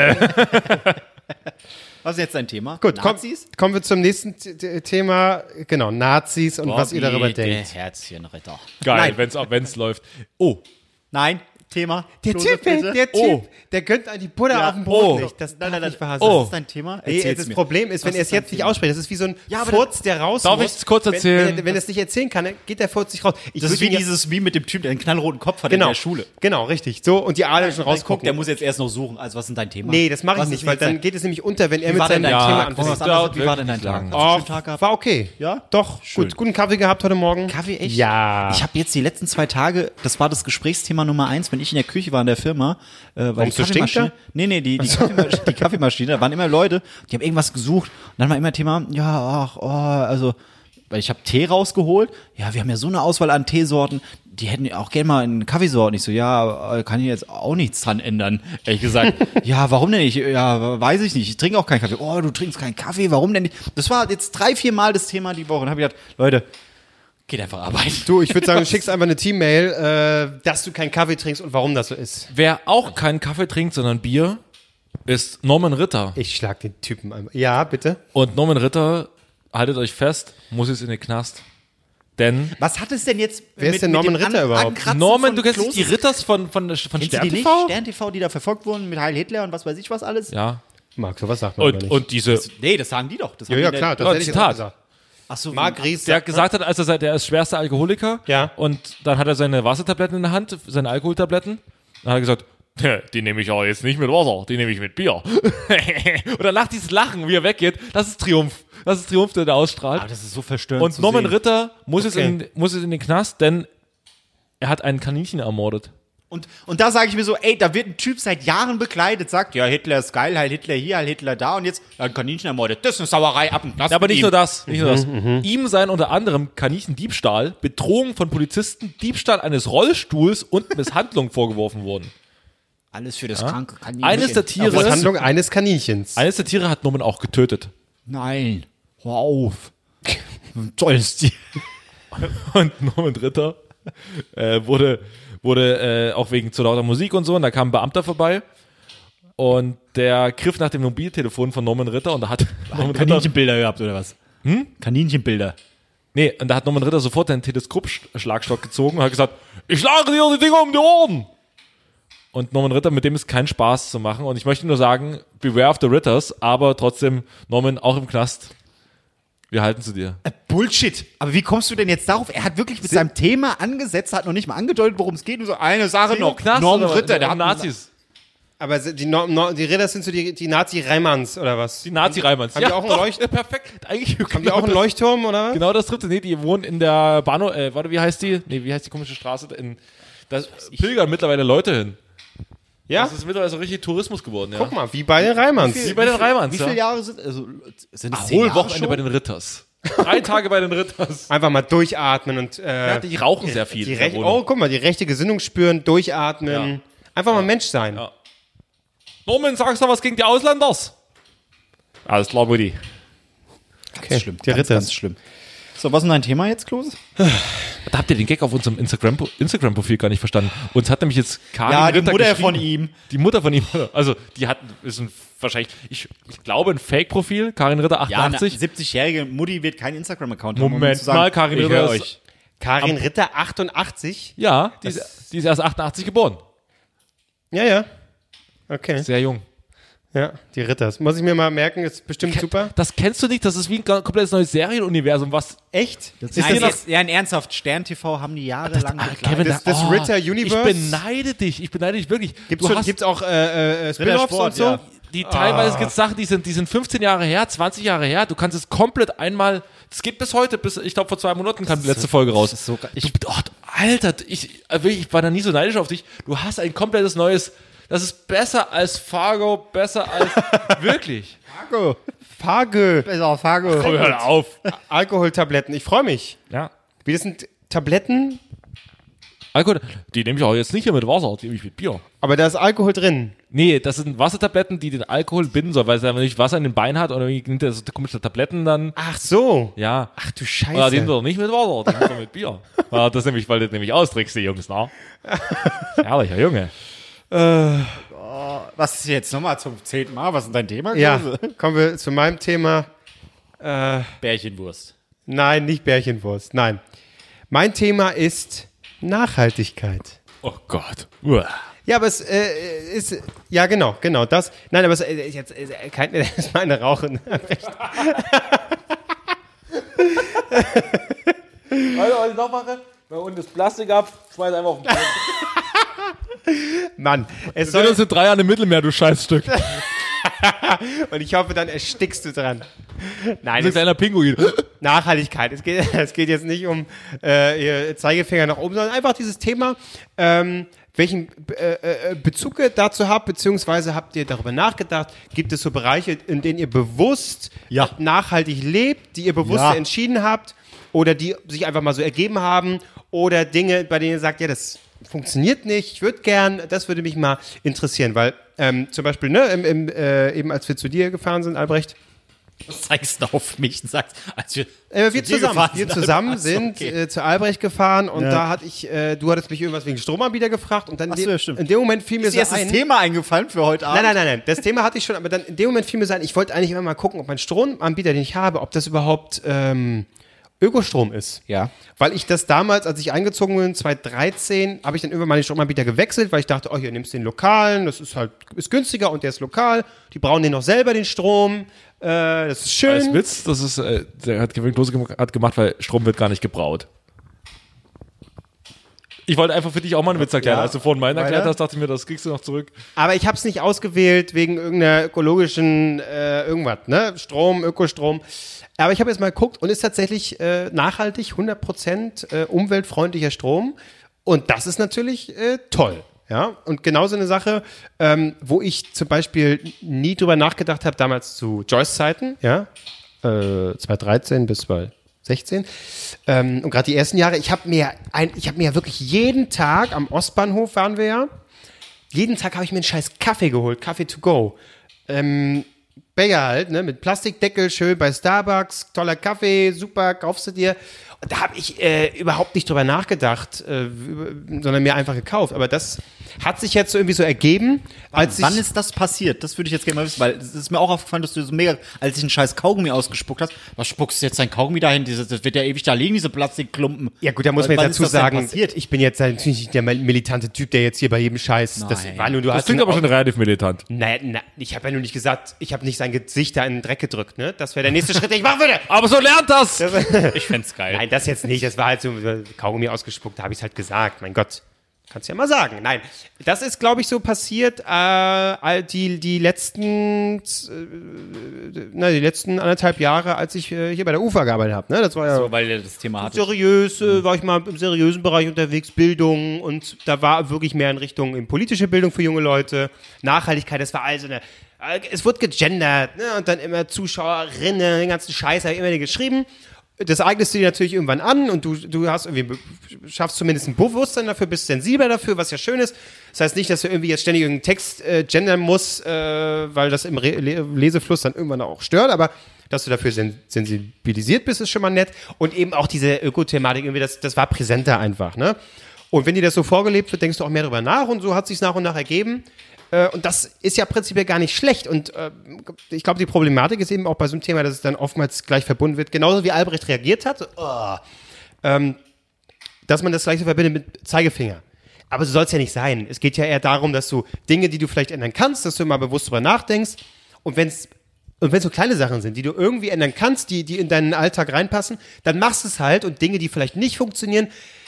[SPEAKER 2] Was ist jetzt dein Thema?
[SPEAKER 1] Gut, komm,
[SPEAKER 2] Nazis?
[SPEAKER 1] kommen wir zum nächsten T- T- Thema. Genau, Nazis und was ihr darüber
[SPEAKER 2] Bobby,
[SPEAKER 1] denkt.
[SPEAKER 2] Der Herzchenritter.
[SPEAKER 3] Geil,
[SPEAKER 2] Nein.
[SPEAKER 3] wenn's auch wenn's läuft. Oh,
[SPEAKER 2] Nein, Thema.
[SPEAKER 1] Der
[SPEAKER 2] Klose,
[SPEAKER 1] Typ,
[SPEAKER 2] bitte.
[SPEAKER 1] der Typ,
[SPEAKER 3] Oh.
[SPEAKER 1] der gönnt an die Butter
[SPEAKER 2] Ja,
[SPEAKER 1] auf dem Brot
[SPEAKER 3] oh.
[SPEAKER 1] nicht. Das
[SPEAKER 2] Nein,
[SPEAKER 1] darf
[SPEAKER 2] nein, nein.
[SPEAKER 1] nicht wahr sein.
[SPEAKER 3] Oh.
[SPEAKER 2] Was ist dein Thema?
[SPEAKER 1] Nee,
[SPEAKER 2] Erzähl's
[SPEAKER 1] das
[SPEAKER 2] mir.
[SPEAKER 1] Problem ist, wenn
[SPEAKER 2] Was
[SPEAKER 1] er es
[SPEAKER 2] dein
[SPEAKER 1] jetzt nicht
[SPEAKER 2] Thema?
[SPEAKER 1] ausspricht, das ist wie so ein
[SPEAKER 2] Ja, aber
[SPEAKER 1] Furz, der raus
[SPEAKER 3] Darf
[SPEAKER 1] muss.
[SPEAKER 3] ich es kurz
[SPEAKER 1] Wenn,
[SPEAKER 3] erzählen?
[SPEAKER 1] wenn, er- wenn er es nicht erzählen kann, dann geht der Furz nicht raus. Ich
[SPEAKER 2] Das ist
[SPEAKER 1] würde
[SPEAKER 2] wie
[SPEAKER 1] ihn
[SPEAKER 2] dieses Meme mit dem Typ, der einen knallroten Kopf hat
[SPEAKER 1] genau,
[SPEAKER 2] in der Schule.
[SPEAKER 1] Genau, richtig. So, und die Adel schon
[SPEAKER 2] Nein, guck,
[SPEAKER 1] rausgucken.
[SPEAKER 2] der muss jetzt erst noch suchen. Also, was ist denn dein Thema?
[SPEAKER 1] Nee, das mache ich
[SPEAKER 2] Was
[SPEAKER 1] nicht,
[SPEAKER 2] ist
[SPEAKER 1] weil
[SPEAKER 2] jetzt
[SPEAKER 1] dann
[SPEAKER 2] dein-
[SPEAKER 1] geht es nämlich unter, wenn er
[SPEAKER 2] Wie
[SPEAKER 1] mit
[SPEAKER 2] war denn
[SPEAKER 1] seinem
[SPEAKER 2] dein
[SPEAKER 1] Thema
[SPEAKER 2] Tag?
[SPEAKER 1] anfängt.
[SPEAKER 2] Was
[SPEAKER 3] Das
[SPEAKER 2] anderes?
[SPEAKER 3] dauert
[SPEAKER 2] Wie war denn dein
[SPEAKER 3] wirklich
[SPEAKER 2] Tag?
[SPEAKER 3] lang.
[SPEAKER 2] Hast du einen
[SPEAKER 1] Oh,
[SPEAKER 2] schönen Tag gehabt?
[SPEAKER 1] war okay.
[SPEAKER 2] Ja?
[SPEAKER 1] Doch,
[SPEAKER 2] Schön.
[SPEAKER 1] gut, guten Kaffee gehabt heute Morgen.
[SPEAKER 2] Kaffee echt?
[SPEAKER 1] Ja.
[SPEAKER 2] Ich habe jetzt die letzten zwei Tage, das war das Gesprächsthema Nummer eins, wenn ich in der Küche war in der Firma, äh, weil die
[SPEAKER 1] so stinkt
[SPEAKER 2] Kaffeemaschine,
[SPEAKER 1] da?
[SPEAKER 2] nee, nee, die, die, Kaffeemaschine, die Kaffeemaschine, da waren immer Leute, die haben irgendwas gesucht und dann war immer Thema, ja, ach, oh, also, weil ich habe Tee rausgeholt, ja, wir haben ja so eine Auswahl an Teesorten, die hätten auch gerne mal einen Kaffeesorten. Ich so, ja, äh, kann ich jetzt auch nichts dran ändern, ehrlich gesagt. Ja, warum denn nicht? Ja, weiß ich nicht, ich trinke auch keinen Kaffee. Oh, du trinkst keinen Kaffee, warum denn nicht? Das war jetzt drei, vier Mal das Thema die Woche und habe ich gedacht, Leute, geht einfach arbeiten.
[SPEAKER 1] Du, ich würde sagen, du schickst einfach eine Teammail, äh, dass du keinen Kaffee trinkst und warum das so ist.
[SPEAKER 3] wer auch keinen Kaffee trinkt, sondern Bier, ist Norman Ritter.
[SPEAKER 1] Ich schlag den Typen einmal. Ja, bitte.
[SPEAKER 3] Und Norman Ritter, haltet euch fest, muss jetzt in den Knast. Denn
[SPEAKER 2] Was hat es denn jetzt
[SPEAKER 1] Wer ist denn Norman
[SPEAKER 2] dem
[SPEAKER 1] Ritter
[SPEAKER 2] An-
[SPEAKER 1] überhaupt?
[SPEAKER 2] Ankratzen
[SPEAKER 3] Norman,
[SPEAKER 2] von
[SPEAKER 3] du kennst
[SPEAKER 2] Kloses?
[SPEAKER 3] die Ritters von, von, von
[SPEAKER 2] Kennst du die
[SPEAKER 3] Stern
[SPEAKER 2] nicht?
[SPEAKER 3] T V?
[SPEAKER 2] Stern T V, die da verfolgt wurden mit Heil Hitler und was weiß ich was alles?
[SPEAKER 3] Ja.
[SPEAKER 1] Marc, sowas sagt man aber
[SPEAKER 3] Und,
[SPEAKER 1] nicht.
[SPEAKER 3] und diese,
[SPEAKER 2] Nee, das sagen die doch. Das
[SPEAKER 1] ja,
[SPEAKER 2] haben
[SPEAKER 1] ja,
[SPEAKER 2] die in
[SPEAKER 1] klar,
[SPEAKER 2] der-
[SPEAKER 1] das
[SPEAKER 3] Oh,
[SPEAKER 1] hätte ich jetzt
[SPEAKER 3] Zitat.
[SPEAKER 1] auch gesagt.
[SPEAKER 2] Ach so,
[SPEAKER 1] Marc Ries.
[SPEAKER 3] der gesagt hat, als er sei- der ist schwerster Alkoholiker.
[SPEAKER 1] Ja.
[SPEAKER 3] Und dann hat er seine Wassertabletten in der Hand, seine Alkoholtabletten. Dann hat er gesagt, die nehme ich aber jetzt nicht mit Wasser, die nehme ich mit Bier. Und danach dieses Lachen, wie er weggeht, das ist Triumph. Das ist Triumph, der da ausstrahlt.
[SPEAKER 2] Aber das ist so verstörend
[SPEAKER 3] Und
[SPEAKER 2] zu
[SPEAKER 3] Norman
[SPEAKER 2] sehen.
[SPEAKER 3] Ritter muss,
[SPEAKER 1] Okay.
[SPEAKER 3] jetzt in, muss jetzt in den Knast, denn er hat einen Kaninchen ermordet.
[SPEAKER 2] Und, und da sage ich mir so, ey, da wird ein Typ seit Jahren bekleidet, sagt, ja, Hitler ist geil, Heil Hitler hier, Heil Hitler da und jetzt ja, ein Kaninchen ermordet. Das ist eine Sauerei, ab und das
[SPEAKER 3] Ja, aber
[SPEAKER 2] mit
[SPEAKER 3] nicht
[SPEAKER 2] ihm.
[SPEAKER 3] nur das, nicht nur das. Ihm seien unter anderem Kaninchendiebstahl, Bedrohung von Polizisten, Diebstahl eines Rollstuhls und Misshandlung vorgeworfen worden.
[SPEAKER 2] Alles für das kranke Kaninchen.
[SPEAKER 3] Eines der Tiere-
[SPEAKER 1] Die Handlung eines Kaninchens.
[SPEAKER 3] Eines der Tiere hat Norman auch getötet.
[SPEAKER 2] Nein, hör auf. Ein tolles Tier.
[SPEAKER 3] Und Norman Ritter äh, wurde, wurde äh, auch wegen zu lauter Musik und so, und da kam ein Beamter vorbei und der griff nach dem Mobiltelefon von Norman Ritter und da hat Norman Ritter,
[SPEAKER 2] Kaninchenbilder gehabt, oder was? Hm? Kaninchenbilder.
[SPEAKER 3] nee, und da hat Norman Ritter sofort den Teleskopschlagstock gezogen und hat gesagt, ich schlage dir die Dinger um die Ohren. Und Norman Ritter, mit dem ist kein Spaß zu machen. Und ich möchte nur sagen, beware of the Ritters, aber trotzdem, Norman, auch im Knast. Wir halten zu dir.
[SPEAKER 2] Äh, Bullshit. Aber wie kommst du denn jetzt darauf? Er hat wirklich mit seinem Thema angesetzt, hat noch nicht mal angedeutet, worum es geht. Nur so eine Sache noch. Norman Ritter, der hat
[SPEAKER 3] Nazis.
[SPEAKER 1] Aber die, no, no, die Ritter sind so die, die Nazi-Reimanns, oder was?
[SPEAKER 3] Die Nazi-Reimanns.
[SPEAKER 1] Haben die auch einen Leucht-
[SPEAKER 3] Perfekt. Eigentlich
[SPEAKER 1] Haben die auch einen Leuchtturm, oder was?
[SPEAKER 3] Genau das trifft es. Nee, die wohnen in der Bahnhof, äh, warte, wie heißt die? Nee, wie heißt die komische Straße? In, da pilgern mittlerweile Leute hin.
[SPEAKER 1] Ja?
[SPEAKER 3] Das ist mittlerweile so richtig Tourismus geworden, ja.
[SPEAKER 1] Guck mal, wie bei den Reimanns.
[SPEAKER 3] Wie bei den Reimanns,
[SPEAKER 2] Wie
[SPEAKER 3] ja.
[SPEAKER 2] viele Jahre sind, also, sind es zehn Jahre
[SPEAKER 3] Hohlwochenende
[SPEAKER 2] schon?
[SPEAKER 3] bei den Ritters. Drei Tage bei den Ritters.
[SPEAKER 1] Einfach mal durchatmen und äh,
[SPEAKER 3] Ja, die rauchen sehr viel.
[SPEAKER 1] die
[SPEAKER 3] in der
[SPEAKER 1] recht,
[SPEAKER 3] Wohnung.
[SPEAKER 1] oh, guck mal, die rechte Gesinnung spüren, durchatmen.
[SPEAKER 3] Ja.
[SPEAKER 1] Einfach mal Mensch sein.
[SPEAKER 3] Ja. Norman, sagst du was gegen die Ausländers? Alles klar, Buddy.
[SPEAKER 1] Okay.
[SPEAKER 2] Schlimm,
[SPEAKER 1] Die
[SPEAKER 2] ganz,
[SPEAKER 1] Ritter.
[SPEAKER 2] ganz schlimm. So, was ist denn dein Thema jetzt, Klose?
[SPEAKER 3] Da habt ihr den Gag auf unserem Instagram- Instagram-Profil gar nicht verstanden. Uns hat nämlich jetzt Karin
[SPEAKER 2] Ja, die
[SPEAKER 3] Ritter
[SPEAKER 2] Mutter
[SPEAKER 3] geschrieben.
[SPEAKER 2] von ihm.
[SPEAKER 3] Die Mutter von ihm. Also, die hat, ist ein, wahrscheinlich, ich, ich glaube, ein Fake-Profil. Karin Ritter
[SPEAKER 2] Ja, eine
[SPEAKER 3] achtundachtzig.
[SPEAKER 2] siebzigjährige Mutti wird keinen Instagram-Account haben, um
[SPEAKER 3] Moment
[SPEAKER 2] zu sagen,
[SPEAKER 3] mal, Karin
[SPEAKER 2] ich
[SPEAKER 3] Ritter
[SPEAKER 2] höre
[SPEAKER 3] ist-
[SPEAKER 2] euch.
[SPEAKER 1] Karin Ritter, achtundachtzig.
[SPEAKER 3] Ja, die ist, die ist erst achtundachtzig geboren.
[SPEAKER 1] Ja, ja. Okay.
[SPEAKER 3] Sehr jung.
[SPEAKER 1] Ja, die Ritters. Muss ich mir mal merken, ist bestimmt super.
[SPEAKER 3] Das kennst du nicht, das ist wie ein ga- komplettes neues Serienuniversum, was
[SPEAKER 1] Echt?
[SPEAKER 3] ist
[SPEAKER 2] Nein,
[SPEAKER 3] hier noch,
[SPEAKER 2] jetzt, ja, in Ernsthaft, Stern T V haben die jahrelang
[SPEAKER 3] ah,
[SPEAKER 2] begleitet.
[SPEAKER 3] Kevin,
[SPEAKER 1] Das- das
[SPEAKER 3] oh,
[SPEAKER 1] Ritter Universe?
[SPEAKER 3] Ich beneide dich, ich beneide dich wirklich.
[SPEAKER 1] Gibt's,
[SPEAKER 3] Du
[SPEAKER 1] schon,
[SPEAKER 3] hast-
[SPEAKER 1] gibt's auch äh, äh, Spin-Offs
[SPEAKER 2] Rittersport,
[SPEAKER 1] und so?
[SPEAKER 2] ja.
[SPEAKER 3] Die teilweise gibt es Sachen, die sind, die sind fünfzehn Jahre her, zwanzig Jahre her. Du kannst es komplett einmal. Es geht bis heute, bis ich glaube vor zwei Monaten kam die letzte Folge raus.
[SPEAKER 2] Das ist so geil.
[SPEAKER 3] Ich, oh, Alter, ich, äh, wirklich, ich war da nie so neidisch auf dich. Du hast ein komplettes neues. Das ist besser als Fargo, besser als wirklich.
[SPEAKER 2] Fargo.
[SPEAKER 1] Farge.
[SPEAKER 2] Besser Fargo.
[SPEAKER 3] Komm, hör auf.
[SPEAKER 1] Alkoholtabletten. Ich freue mich.
[SPEAKER 3] Ja.
[SPEAKER 1] Wie das sind Tabletten,
[SPEAKER 3] Alkohol, die nehme ich auch jetzt nicht hier mit Wasser, die nehme ich mit Bier.
[SPEAKER 1] aber da ist Alkohol drin.
[SPEAKER 3] Nee, das sind Wassertabletten, die den Alkohol binden sollen, weil es einfach nicht Wasser in den Beinen hat oder irgendwie nimmt er so komische Tabletten dann.
[SPEAKER 1] Ach so.
[SPEAKER 3] Ja.
[SPEAKER 1] Ach du
[SPEAKER 3] Ja,
[SPEAKER 1] Scheiße.
[SPEAKER 3] den doch nicht mit Wasser, den doch mit Bier. Ja, das nämlich, weil du das nämlich austrickst, die Jungs, na? Herrlicher Junge.
[SPEAKER 2] Was ist jetzt nochmal zum zehnten Mal? Was ist denn dein Thema?
[SPEAKER 1] Ja,
[SPEAKER 2] Klose?
[SPEAKER 1] kommen wir zu meinem Thema. Äh,
[SPEAKER 2] Bärchenwurst.
[SPEAKER 1] nein, nicht Bärchenwurst. Nein. Mein Thema ist Nachhaltigkeit.
[SPEAKER 3] Oh Gott. Uah.
[SPEAKER 1] Ja, aber es äh, ist, ja genau, genau, das. Nein, aber es äh, jetzt, äh, kein, das ist meine Rauchen.
[SPEAKER 3] Alter, was ich noch mache? Wenn unten das Plastik ab, schmeiß einfach auf den Boden.
[SPEAKER 1] Mann, es
[SPEAKER 3] Wir sind
[SPEAKER 1] soll,
[SPEAKER 3] uns in drei Jahren im Mittelmeer, du Scheißstück.
[SPEAKER 1] und ich hoffe, dann erstickst du dran. Nein,
[SPEAKER 3] So ein
[SPEAKER 1] es,
[SPEAKER 3] kleiner Pinguin.
[SPEAKER 1] Nachhaltigkeit. Es geht, es geht jetzt nicht um äh, ihr Zeigefinger nach oben, sondern einfach dieses Thema, ähm, welchen äh, äh, Bezug ihr dazu habt, beziehungsweise habt ihr darüber nachgedacht, gibt es so Bereiche, in denen ihr bewusst
[SPEAKER 2] Ja.
[SPEAKER 1] nachhaltig lebt, die ihr bewusst
[SPEAKER 2] Ja.
[SPEAKER 1] entschieden habt oder die sich einfach mal so ergeben haben oder Dinge, bei denen ihr sagt, ja, das funktioniert nicht, ich würde gern, das würde mich mal interessieren, weil ähm, zum Beispiel, ne, im, im, äh, eben als wir zu dir gefahren sind, Albrecht,
[SPEAKER 2] Was zeigst du auf mich und sagst, als wir,
[SPEAKER 1] Äh, wir
[SPEAKER 2] zu dir
[SPEAKER 1] zusammen,
[SPEAKER 2] gefahren
[SPEAKER 1] wir
[SPEAKER 2] sind?
[SPEAKER 1] zusammen
[SPEAKER 2] Ach so,
[SPEAKER 1] sind
[SPEAKER 2] okay.
[SPEAKER 1] äh, zu Albrecht gefahren und
[SPEAKER 2] Ja.
[SPEAKER 1] da hatte ich, äh, du hattest mich irgendwas wegen Stromanbieter gefragt und dann
[SPEAKER 2] Ach so,
[SPEAKER 1] de-
[SPEAKER 2] ja, stimmt.
[SPEAKER 1] in dem Moment fiel mir
[SPEAKER 2] Ist
[SPEAKER 1] so
[SPEAKER 2] dir jetzt das
[SPEAKER 1] ein.
[SPEAKER 2] Thema eingefallen für heute Abend?
[SPEAKER 1] Nein, nein, nein, nein, das Thema hatte ich schon, aber dann in dem Moment fiel mir so ein, ich wollte eigentlich immer mal gucken, ob mein Stromanbieter, den ich habe, ob das überhaupt, ähm, Ökostrom ist.
[SPEAKER 2] Ja.
[SPEAKER 1] Weil ich das damals, als ich eingezogen bin, zwanzig dreizehn, habe ich dann irgendwann mal den Stromanbieter gewechselt, weil ich dachte, oh, hier nimmst du den lokalen, das ist halt ist günstiger und der ist lokal. Die brauchen den noch selber, den Strom. Äh, das ist schön.
[SPEAKER 3] Als Witz, das ist, äh, der hat Kevin Klose gem- hat gemacht, weil Strom wird gar nicht gebraut. Ich wollte einfach für dich auch mal einen Witz erklären.
[SPEAKER 1] Ja,
[SPEAKER 3] Als du vorhin meinen
[SPEAKER 1] weiter.
[SPEAKER 3] erklärt hast, dachte ich mir, das kriegst du noch zurück.
[SPEAKER 1] Aber ich habe es nicht ausgewählt wegen irgendeiner ökologischen äh, irgendwas, ne? Strom, Ökostrom. Aber ich habe jetzt mal geguckt und ist tatsächlich äh, nachhaltig, hundert Prozent äh, umweltfreundlicher Strom. Und das ist natürlich äh, toll. Ja? Und genauso eine Sache, ähm, wo ich zum Beispiel nie drüber nachgedacht habe, damals zu Joyce-Zeiten, ja, äh, zwanzig dreizehn bis zwanzig sechzehn. Ähm, und gerade die ersten Jahre, ich habe mir, ein, ich hab mir ja wirklich jeden Tag, am Ostbahnhof waren wir ja, jeden Tag habe ich mir einen scheiß Kaffee geholt, Kaffee to go. Ähm, Becher halt, ne, mit Plastikdeckel, schön bei Starbucks, toller Kaffee, super, kaufst du dir. Und da habe ich äh, überhaupt nicht drüber nachgedacht, äh, sondern mir einfach gekauft. Aber das hat sich jetzt so irgendwie so ergeben, als
[SPEAKER 2] Wann
[SPEAKER 1] ich...
[SPEAKER 2] ist das passiert? Das würde ich jetzt gerne mal wissen, weil es ist mir auch aufgefallen, dass du so mega, als ich einen scheiß Kaugummi ausgespuckt hast, was spuckst du jetzt dein Kaugummi dahin? Diese, das wird ja ewig da liegen, diese Plastikklumpen.
[SPEAKER 1] Ja gut, da muss man
[SPEAKER 2] Wann
[SPEAKER 1] jetzt
[SPEAKER 2] ist
[SPEAKER 1] dazu
[SPEAKER 2] das denn
[SPEAKER 1] sagen,
[SPEAKER 2] passiert?
[SPEAKER 1] ich bin jetzt natürlich nicht der militante Typ, der jetzt hier bei jedem Scheiß... Das
[SPEAKER 2] Nein.
[SPEAKER 1] war nur, du
[SPEAKER 3] Das
[SPEAKER 1] hast
[SPEAKER 3] klingt
[SPEAKER 1] einen
[SPEAKER 3] aber schon relativ militant.
[SPEAKER 1] Naja, na, ich habe ja nur nicht gesagt, ich habe nicht sein Gesicht da in den Dreck gedrückt, ne? Das wäre der nächste Schritt, den ich machen würde.
[SPEAKER 3] Aber so lernt das!
[SPEAKER 2] Ich fänd's geil.
[SPEAKER 1] Nein, das jetzt nicht. Das war halt so Kaugummi ausgespuckt, da habe ich es halt gesagt. Mein Gott, kannst ja mal sagen. Nein, das ist, glaube ich, so passiert, äh, all die, die letzten, äh, na, die letzten anderthalb Jahre, als ich äh, hier bei der U F A gearbeitet habe. Ne? Das war ja
[SPEAKER 2] So, weil ihr das Thema hattet.
[SPEAKER 1] seriös, äh, war ich mal im seriösen Bereich unterwegs, Bildung, und da war wirklich mehr in Richtung in politische Bildung für junge Leute, Nachhaltigkeit, das war also eine, äh, es wurde gegendert, ne? Und dann immer Zuschauerinnen, den ganzen Scheiß habe ich immer geschrieben. Das eignest du dir natürlich irgendwann an und du, du hast irgendwie, schaffst zumindest ein Bewusstsein dafür, bist sensibler dafür, was ja schön ist. Das heißt nicht, dass du irgendwie jetzt ständig irgendeinen Text äh, gendern musst, äh, weil das im Re- Le- Lesefluss dann irgendwann auch stört, aber dass du dafür sen- sensibilisiert bist, ist schon mal nett. Und eben auch diese Ökothematik, irgendwie, das, das war präsenter einfach, ne? Und wenn dir das so vorgelebt wird, denkst du auch mehr darüber nach und so hat sich nach und nach ergeben. Äh, und das ist ja prinzipiell gar nicht schlecht. Und äh, ich glaube, die Problematik ist eben auch bei so einem Thema, dass es dann oftmals gleich verbunden wird, genauso wie Albrecht reagiert hat, so, oh, ähm, dass man das gleich so verbindet mit Zeigefinger. Aber so soll es ja nicht sein. Es geht ja eher darum, dass du Dinge, die du vielleicht ändern kannst, dass du mal bewusst drüber nachdenkst. Und wenn es und wenn es so kleine Sachen sind, die du irgendwie ändern kannst, die, die in deinen Alltag reinpassen, dann machst du es halt. Und Dinge, die vielleicht nicht funktionieren,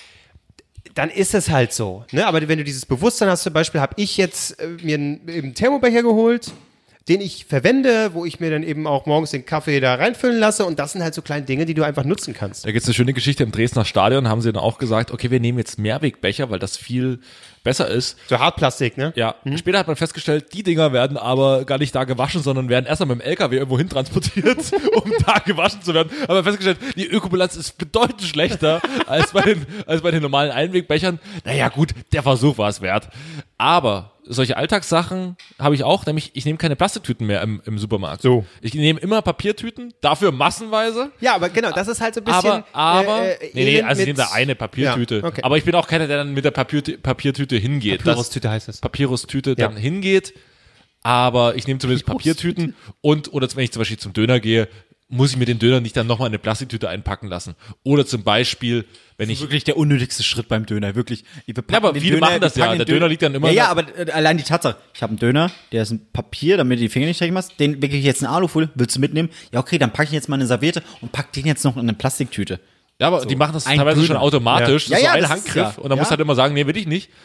[SPEAKER 1] dann ist es halt so. Ne? Aber wenn du dieses Bewusstsein hast, zum Beispiel habe ich jetzt äh, mir einen, einen Thermobecher geholt, den ich verwende, wo ich mir dann eben auch morgens den Kaffee da reinfüllen lasse. Und das sind halt so kleine Dinge, die du einfach nutzen kannst.
[SPEAKER 3] Da gibt es eine schöne Geschichte im Dresdner Stadion, haben sie dann auch gesagt, okay, wir nehmen jetzt Mehrwegbecher, weil das viel besser ist.
[SPEAKER 1] So Hartplastik, ne?
[SPEAKER 3] Ja, später hat man festgestellt, die Dinger werden aber gar nicht da gewaschen, sondern werden erst einmal mit dem L K W irgendwo hin transportiert, um da gewaschen zu werden. Aber festgestellt, die Ökobilanz ist bedeutend schlechter als bei den, als bei den normalen Einwegbechern. Naja, gut, der Versuch war es wert. Aber solche Alltagssachen habe ich auch, nämlich ich nehme keine Plastiktüten mehr im, im Supermarkt.
[SPEAKER 1] So.
[SPEAKER 3] Ich nehme immer Papiertüten, dafür massenweise.
[SPEAKER 1] Ja, aber genau, das ist halt so ein bisschen.
[SPEAKER 3] Aber, aber,
[SPEAKER 1] äh, äh,
[SPEAKER 3] nee, nee,
[SPEAKER 1] Elend
[SPEAKER 3] also ich
[SPEAKER 1] mit-
[SPEAKER 3] nehme da eine Papiertüte.
[SPEAKER 1] Ja, okay.
[SPEAKER 3] Aber ich bin auch keiner, der dann mit der Papiertü- Papiertüte hingeht. Das-
[SPEAKER 1] Papyrustüte heißt es.
[SPEAKER 3] Papyrustüte
[SPEAKER 1] Ja.
[SPEAKER 3] dann hingeht, aber ich nehme zumindest Papiertüten und, oder wenn ich zum Beispiel zum Döner gehe, muss ich mir den Döner nicht dann nochmal in eine Plastiktüte einpacken lassen. Oder zum Beispiel, wenn
[SPEAKER 2] Das ist
[SPEAKER 3] ich,
[SPEAKER 2] wirklich der unnötigste Schritt beim Döner, wirklich. Wir packen
[SPEAKER 3] Ja, aber
[SPEAKER 2] den
[SPEAKER 3] viele machen das
[SPEAKER 2] wir
[SPEAKER 3] ja.
[SPEAKER 2] packen
[SPEAKER 3] Der
[SPEAKER 2] den
[SPEAKER 3] Döner liegt dann immer
[SPEAKER 2] Ja, ja,
[SPEAKER 3] da-
[SPEAKER 2] aber äh, allein die Tatsache, ich habe einen Döner, der ist ein Papier, damit du die Finger nicht dreckig machst, den wirklich jetzt in Alufolie, willst du mitnehmen? Ja, okay, dann packe ich jetzt mal eine Serviette und pack den jetzt noch in eine Plastiktüte.
[SPEAKER 3] ja, aber die machen das
[SPEAKER 2] ein
[SPEAKER 3] teilweise schon
[SPEAKER 2] Döner.
[SPEAKER 3] automatisch.
[SPEAKER 2] Ja.
[SPEAKER 3] Das ist
[SPEAKER 2] Ja,
[SPEAKER 3] so
[SPEAKER 2] ja,
[SPEAKER 3] ein
[SPEAKER 2] das ist
[SPEAKER 3] Handgriff.
[SPEAKER 2] ja-
[SPEAKER 3] Und dann
[SPEAKER 2] ja.
[SPEAKER 3] musst du halt immer sagen, nee, will ich nicht.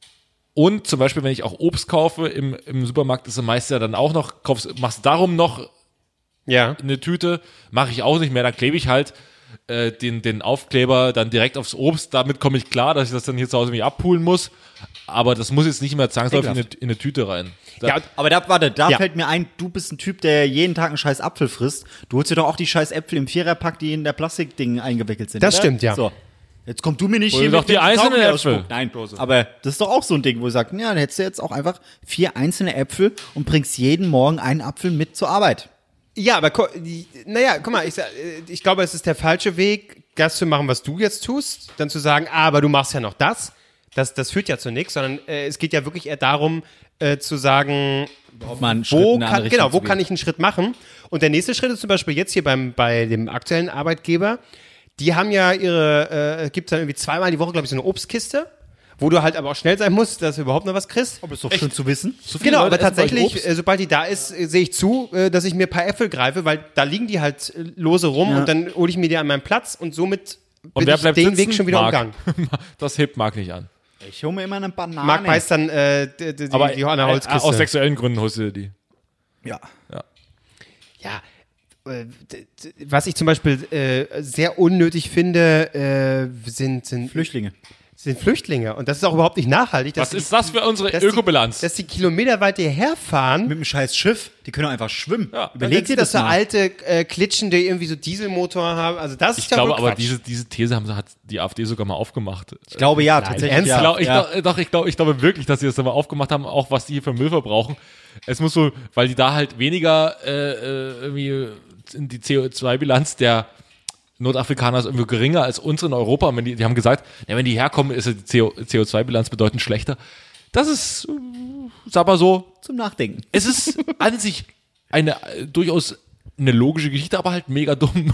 [SPEAKER 3] Und zum Beispiel, wenn ich auch Obst kaufe im, im Supermarkt, ist es meist ja dann auch noch, kaufst, machst darum noch
[SPEAKER 1] Ja.
[SPEAKER 3] eine Tüte, mache ich auch nicht mehr, dann klebe ich halt äh, den, den Aufkleber dann direkt aufs Obst, damit komme ich klar, dass ich das dann hier zu Hause irgendwie abpulen muss, aber das muss jetzt nicht mehr zwangsläufig in eine, in eine Tüte rein. Da,
[SPEAKER 1] Ja,
[SPEAKER 2] Aber da, warte, da
[SPEAKER 1] Ja.
[SPEAKER 2] fällt mir ein, du bist ein Typ, der jeden Tag einen scheiß Apfel frisst. Du holst dir doch auch die scheiß Äpfel im Viererpack, die in der Plastikding eingewickelt sind.
[SPEAKER 1] Das
[SPEAKER 2] oder?
[SPEAKER 1] stimmt, ja.
[SPEAKER 2] So. Jetzt komm du mir nicht
[SPEAKER 3] Hol
[SPEAKER 2] hier
[SPEAKER 3] doch
[SPEAKER 2] mit
[SPEAKER 3] die
[SPEAKER 2] dem
[SPEAKER 3] einzelnen
[SPEAKER 2] Kaugummi
[SPEAKER 3] Äpfel.
[SPEAKER 2] ausspucken. Nein, aber das ist doch auch so ein Ding, wo du sagst, ja, dann hättest du jetzt auch einfach vier einzelne Äpfel und bringst jeden Morgen einen Apfel mit zur Arbeit.
[SPEAKER 1] Ja, aber gu- die- naja, guck mal, ich, sag, äh, ich glaube, es ist der falsche Weg, das zu machen, was du jetzt tust, dann zu sagen, ah, aber du machst ja noch das. Das, das führt ja zu nichts, sondern äh, es geht ja wirklich eher darum, äh, zu sagen,
[SPEAKER 2] Ob man einen Schritt
[SPEAKER 1] wo
[SPEAKER 2] in eine
[SPEAKER 1] kann,
[SPEAKER 2] andere
[SPEAKER 1] genau,
[SPEAKER 2] Richtung
[SPEAKER 1] wo
[SPEAKER 2] zu gehen.
[SPEAKER 1] kann ich einen Schritt machen? Und der nächste Schritt ist zum Beispiel jetzt hier beim, bei dem aktuellen Arbeitgeber, die haben ja ihre, äh, gibt es dann irgendwie zweimal die Woche, glaube ich, so eine Obstkiste, wo du halt aber auch schnell sein musst, dass du überhaupt noch was kriegst.
[SPEAKER 2] Aber ist doch schön zu wissen.
[SPEAKER 3] So viele
[SPEAKER 1] Genau,
[SPEAKER 3] Leute
[SPEAKER 1] aber
[SPEAKER 3] essen bei euch
[SPEAKER 1] tatsächlich,
[SPEAKER 3] Obst?
[SPEAKER 1] äh, sobald die da ist, äh, sehe ich zu, äh, dass ich mir ein paar Äpfel greife, weil da liegen die halt äh, lose rum
[SPEAKER 2] Ja.
[SPEAKER 1] und dann hole ich mir die an meinen Platz und somit
[SPEAKER 3] Und
[SPEAKER 1] bin
[SPEAKER 3] wer
[SPEAKER 1] ich
[SPEAKER 3] bleibt
[SPEAKER 1] den
[SPEAKER 3] sitzen?
[SPEAKER 1] Weg schon wieder
[SPEAKER 3] Marc.
[SPEAKER 1] umgangen.
[SPEAKER 3] Das hebt Marc nicht an.
[SPEAKER 2] Ich hole mir immer eine Banane.
[SPEAKER 1] Marc beißt dann äh, die, die,
[SPEAKER 3] Aber
[SPEAKER 1] die an der
[SPEAKER 3] äh,
[SPEAKER 1] Holzkiste.
[SPEAKER 3] aus sexuellen Gründen holst du dir die.
[SPEAKER 2] Ja.
[SPEAKER 1] Ja, äh, d- d- was ich zum Beispiel äh, sehr unnötig finde, äh, sind, sind,
[SPEAKER 2] Flüchtlinge.
[SPEAKER 1] sind Flüchtlinge. Und das ist auch überhaupt nicht nachhaltig. dass
[SPEAKER 3] Was
[SPEAKER 1] die-
[SPEAKER 3] ist das für unsere
[SPEAKER 1] dass die-
[SPEAKER 3] Ökobilanz?
[SPEAKER 1] Dass die kilometerweit hierher fahren.
[SPEAKER 2] Mit einem scheiß Schiff, die können doch einfach schwimmen.
[SPEAKER 3] Ja.
[SPEAKER 2] Überleg dir das
[SPEAKER 1] so
[SPEAKER 2] mal.
[SPEAKER 1] alte äh, Klitschen, die irgendwie so Dieselmotor haben. Also das
[SPEAKER 3] Ich
[SPEAKER 1] ist ja
[SPEAKER 3] glaube
[SPEAKER 1] wohl
[SPEAKER 3] aber,
[SPEAKER 1] Quatsch.
[SPEAKER 3] diese, diese These haben, hat die AfD sogar mal aufgemacht.
[SPEAKER 2] Ich glaube ja, tatsächlich.
[SPEAKER 1] ernsthaft?
[SPEAKER 2] Ja.
[SPEAKER 3] Ich glaub, ich
[SPEAKER 2] ja.
[SPEAKER 3] glaub, doch, ich glaube ich glaube wirklich, dass sie das da mal aufgemacht haben, auch was die hier für Müll verbrauchen. Es muss so, weil die da halt weniger äh, äh, irgendwie die C O zwei Bilanz der Nordafrikaner ist irgendwie geringer als unsere in Europa. Und wenn die, die haben gesagt, ja, wenn die herkommen, ist die C O zwei Bilanz bedeutend schlechter. Das ist, äh, sag mal so,
[SPEAKER 2] Zum Nachdenken.
[SPEAKER 3] es ist an sich eine äh, durchaus eine logische Geschichte, aber halt mega dumm.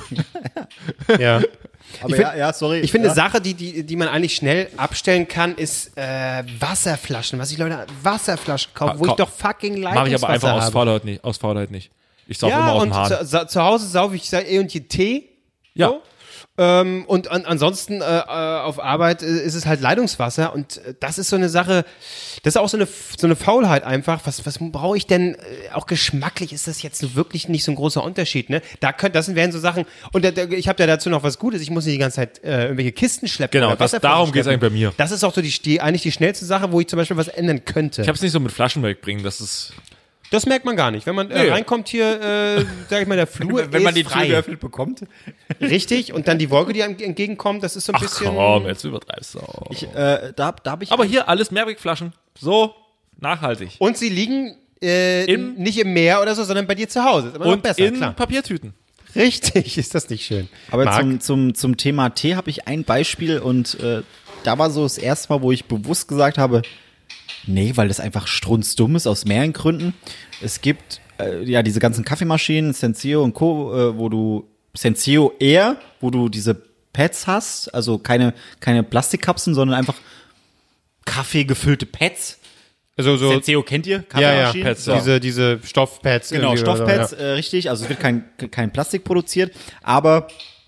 [SPEAKER 1] ja.
[SPEAKER 2] Aber
[SPEAKER 1] Ich find-
[SPEAKER 2] ja, ja, sorry.
[SPEAKER 1] Ich finde,
[SPEAKER 2] ja.
[SPEAKER 1] eine Sache, die, die, die man eigentlich schnell abstellen kann, ist äh, Wasserflaschen. Was ich Leute Wasserflaschen kaufe,
[SPEAKER 3] Ah,
[SPEAKER 1] wo ich
[SPEAKER 3] kau-
[SPEAKER 1] doch fucking
[SPEAKER 3] Mache ich aber
[SPEAKER 1] Leitungswasser
[SPEAKER 3] einfach aus
[SPEAKER 1] habe.
[SPEAKER 3] Faulheit nicht. Aus Faulheit nicht. Ich sauf immer
[SPEAKER 1] Ja,
[SPEAKER 3] aus
[SPEAKER 1] und
[SPEAKER 3] dem Hahn.
[SPEAKER 1] zu, zu, zu Hause saufe ich eh und je Tee.
[SPEAKER 3] Ja.
[SPEAKER 1] So. Ähm, und an, ansonsten äh, äh, auf Arbeit äh, ist es halt Leitungswasser und äh, das ist so eine Sache, das ist auch so eine, so eine Faulheit einfach. Was, was brauche ich denn? Äh, auch geschmacklich ist das jetzt so wirklich nicht so ein großer Unterschied. Ne? Da könnt, das wären so Sachen. Und da, da, ich habe ja dazu noch was Gutes. Ich muss nicht die ganze Zeit äh, irgendwelche Kisten schleppen.
[SPEAKER 3] Genau,
[SPEAKER 1] oder
[SPEAKER 3] das-
[SPEAKER 1] Wasserflaschen
[SPEAKER 3] darum geht's
[SPEAKER 1] schleppen.
[SPEAKER 3] eigentlich bei mir.
[SPEAKER 1] Das ist auch so die, die eigentlich die schnellste Sache, wo ich zum Beispiel was ändern könnte.
[SPEAKER 3] Ich habe es nicht so mit Flaschen wegbringen, das ist.
[SPEAKER 1] Das merkt man gar nicht. Wenn man äh,
[SPEAKER 3] Nee.
[SPEAKER 1] reinkommt hier, äh, sag ich mal, der Flur
[SPEAKER 2] wenn man
[SPEAKER 1] ist
[SPEAKER 2] die
[SPEAKER 1] frei.
[SPEAKER 2] Tür geöffnet bekommt.
[SPEAKER 1] Richtig, und dann die Wolke, die einem entgegenkommt, das ist so ein
[SPEAKER 3] Ach
[SPEAKER 1] bisschen.
[SPEAKER 3] komm, jetzt übertreibst du auch.
[SPEAKER 2] Ich, äh, da, da habe ich.
[SPEAKER 3] Aber hier alles Mehrwegflaschen. So nachhaltig.
[SPEAKER 1] Und sie liegen äh,
[SPEAKER 3] Im-
[SPEAKER 1] nicht im Meer oder so, sondern bei dir zu Hause. Ist immer noch
[SPEAKER 3] Und
[SPEAKER 1] besser,
[SPEAKER 3] in
[SPEAKER 1] klar.
[SPEAKER 3] Papiertüten.
[SPEAKER 1] Richtig, ist das nicht schön.
[SPEAKER 2] Aber
[SPEAKER 1] Marc?
[SPEAKER 2] zum, zum, zum Thema Tee habe ich ein Beispiel und äh, da war so das erste Mal, wo ich bewusst gesagt habe, nee, weil das einfach strunzdumm ist, aus mehreren Gründen. Es gibt äh, ja diese ganzen Kaffeemaschinen, Senseo und Co., äh, wo du, Senseo eher, wo du diese Pads hast, also keine, keine Plastikkapseln, sondern einfach kaffeegefüllte Pads.
[SPEAKER 1] Also so,
[SPEAKER 2] Senseo kennt ihr?
[SPEAKER 1] ja, ja,
[SPEAKER 2] Kaffeemaschinen?
[SPEAKER 3] Pads,
[SPEAKER 2] So.
[SPEAKER 1] diese, diese Stoffpads.
[SPEAKER 2] Genau,
[SPEAKER 1] irgendwie oder so,
[SPEAKER 2] Stoffpads,
[SPEAKER 1] ja.
[SPEAKER 2] äh, richtig. Also es wird kein, kein Plastik produziert, aber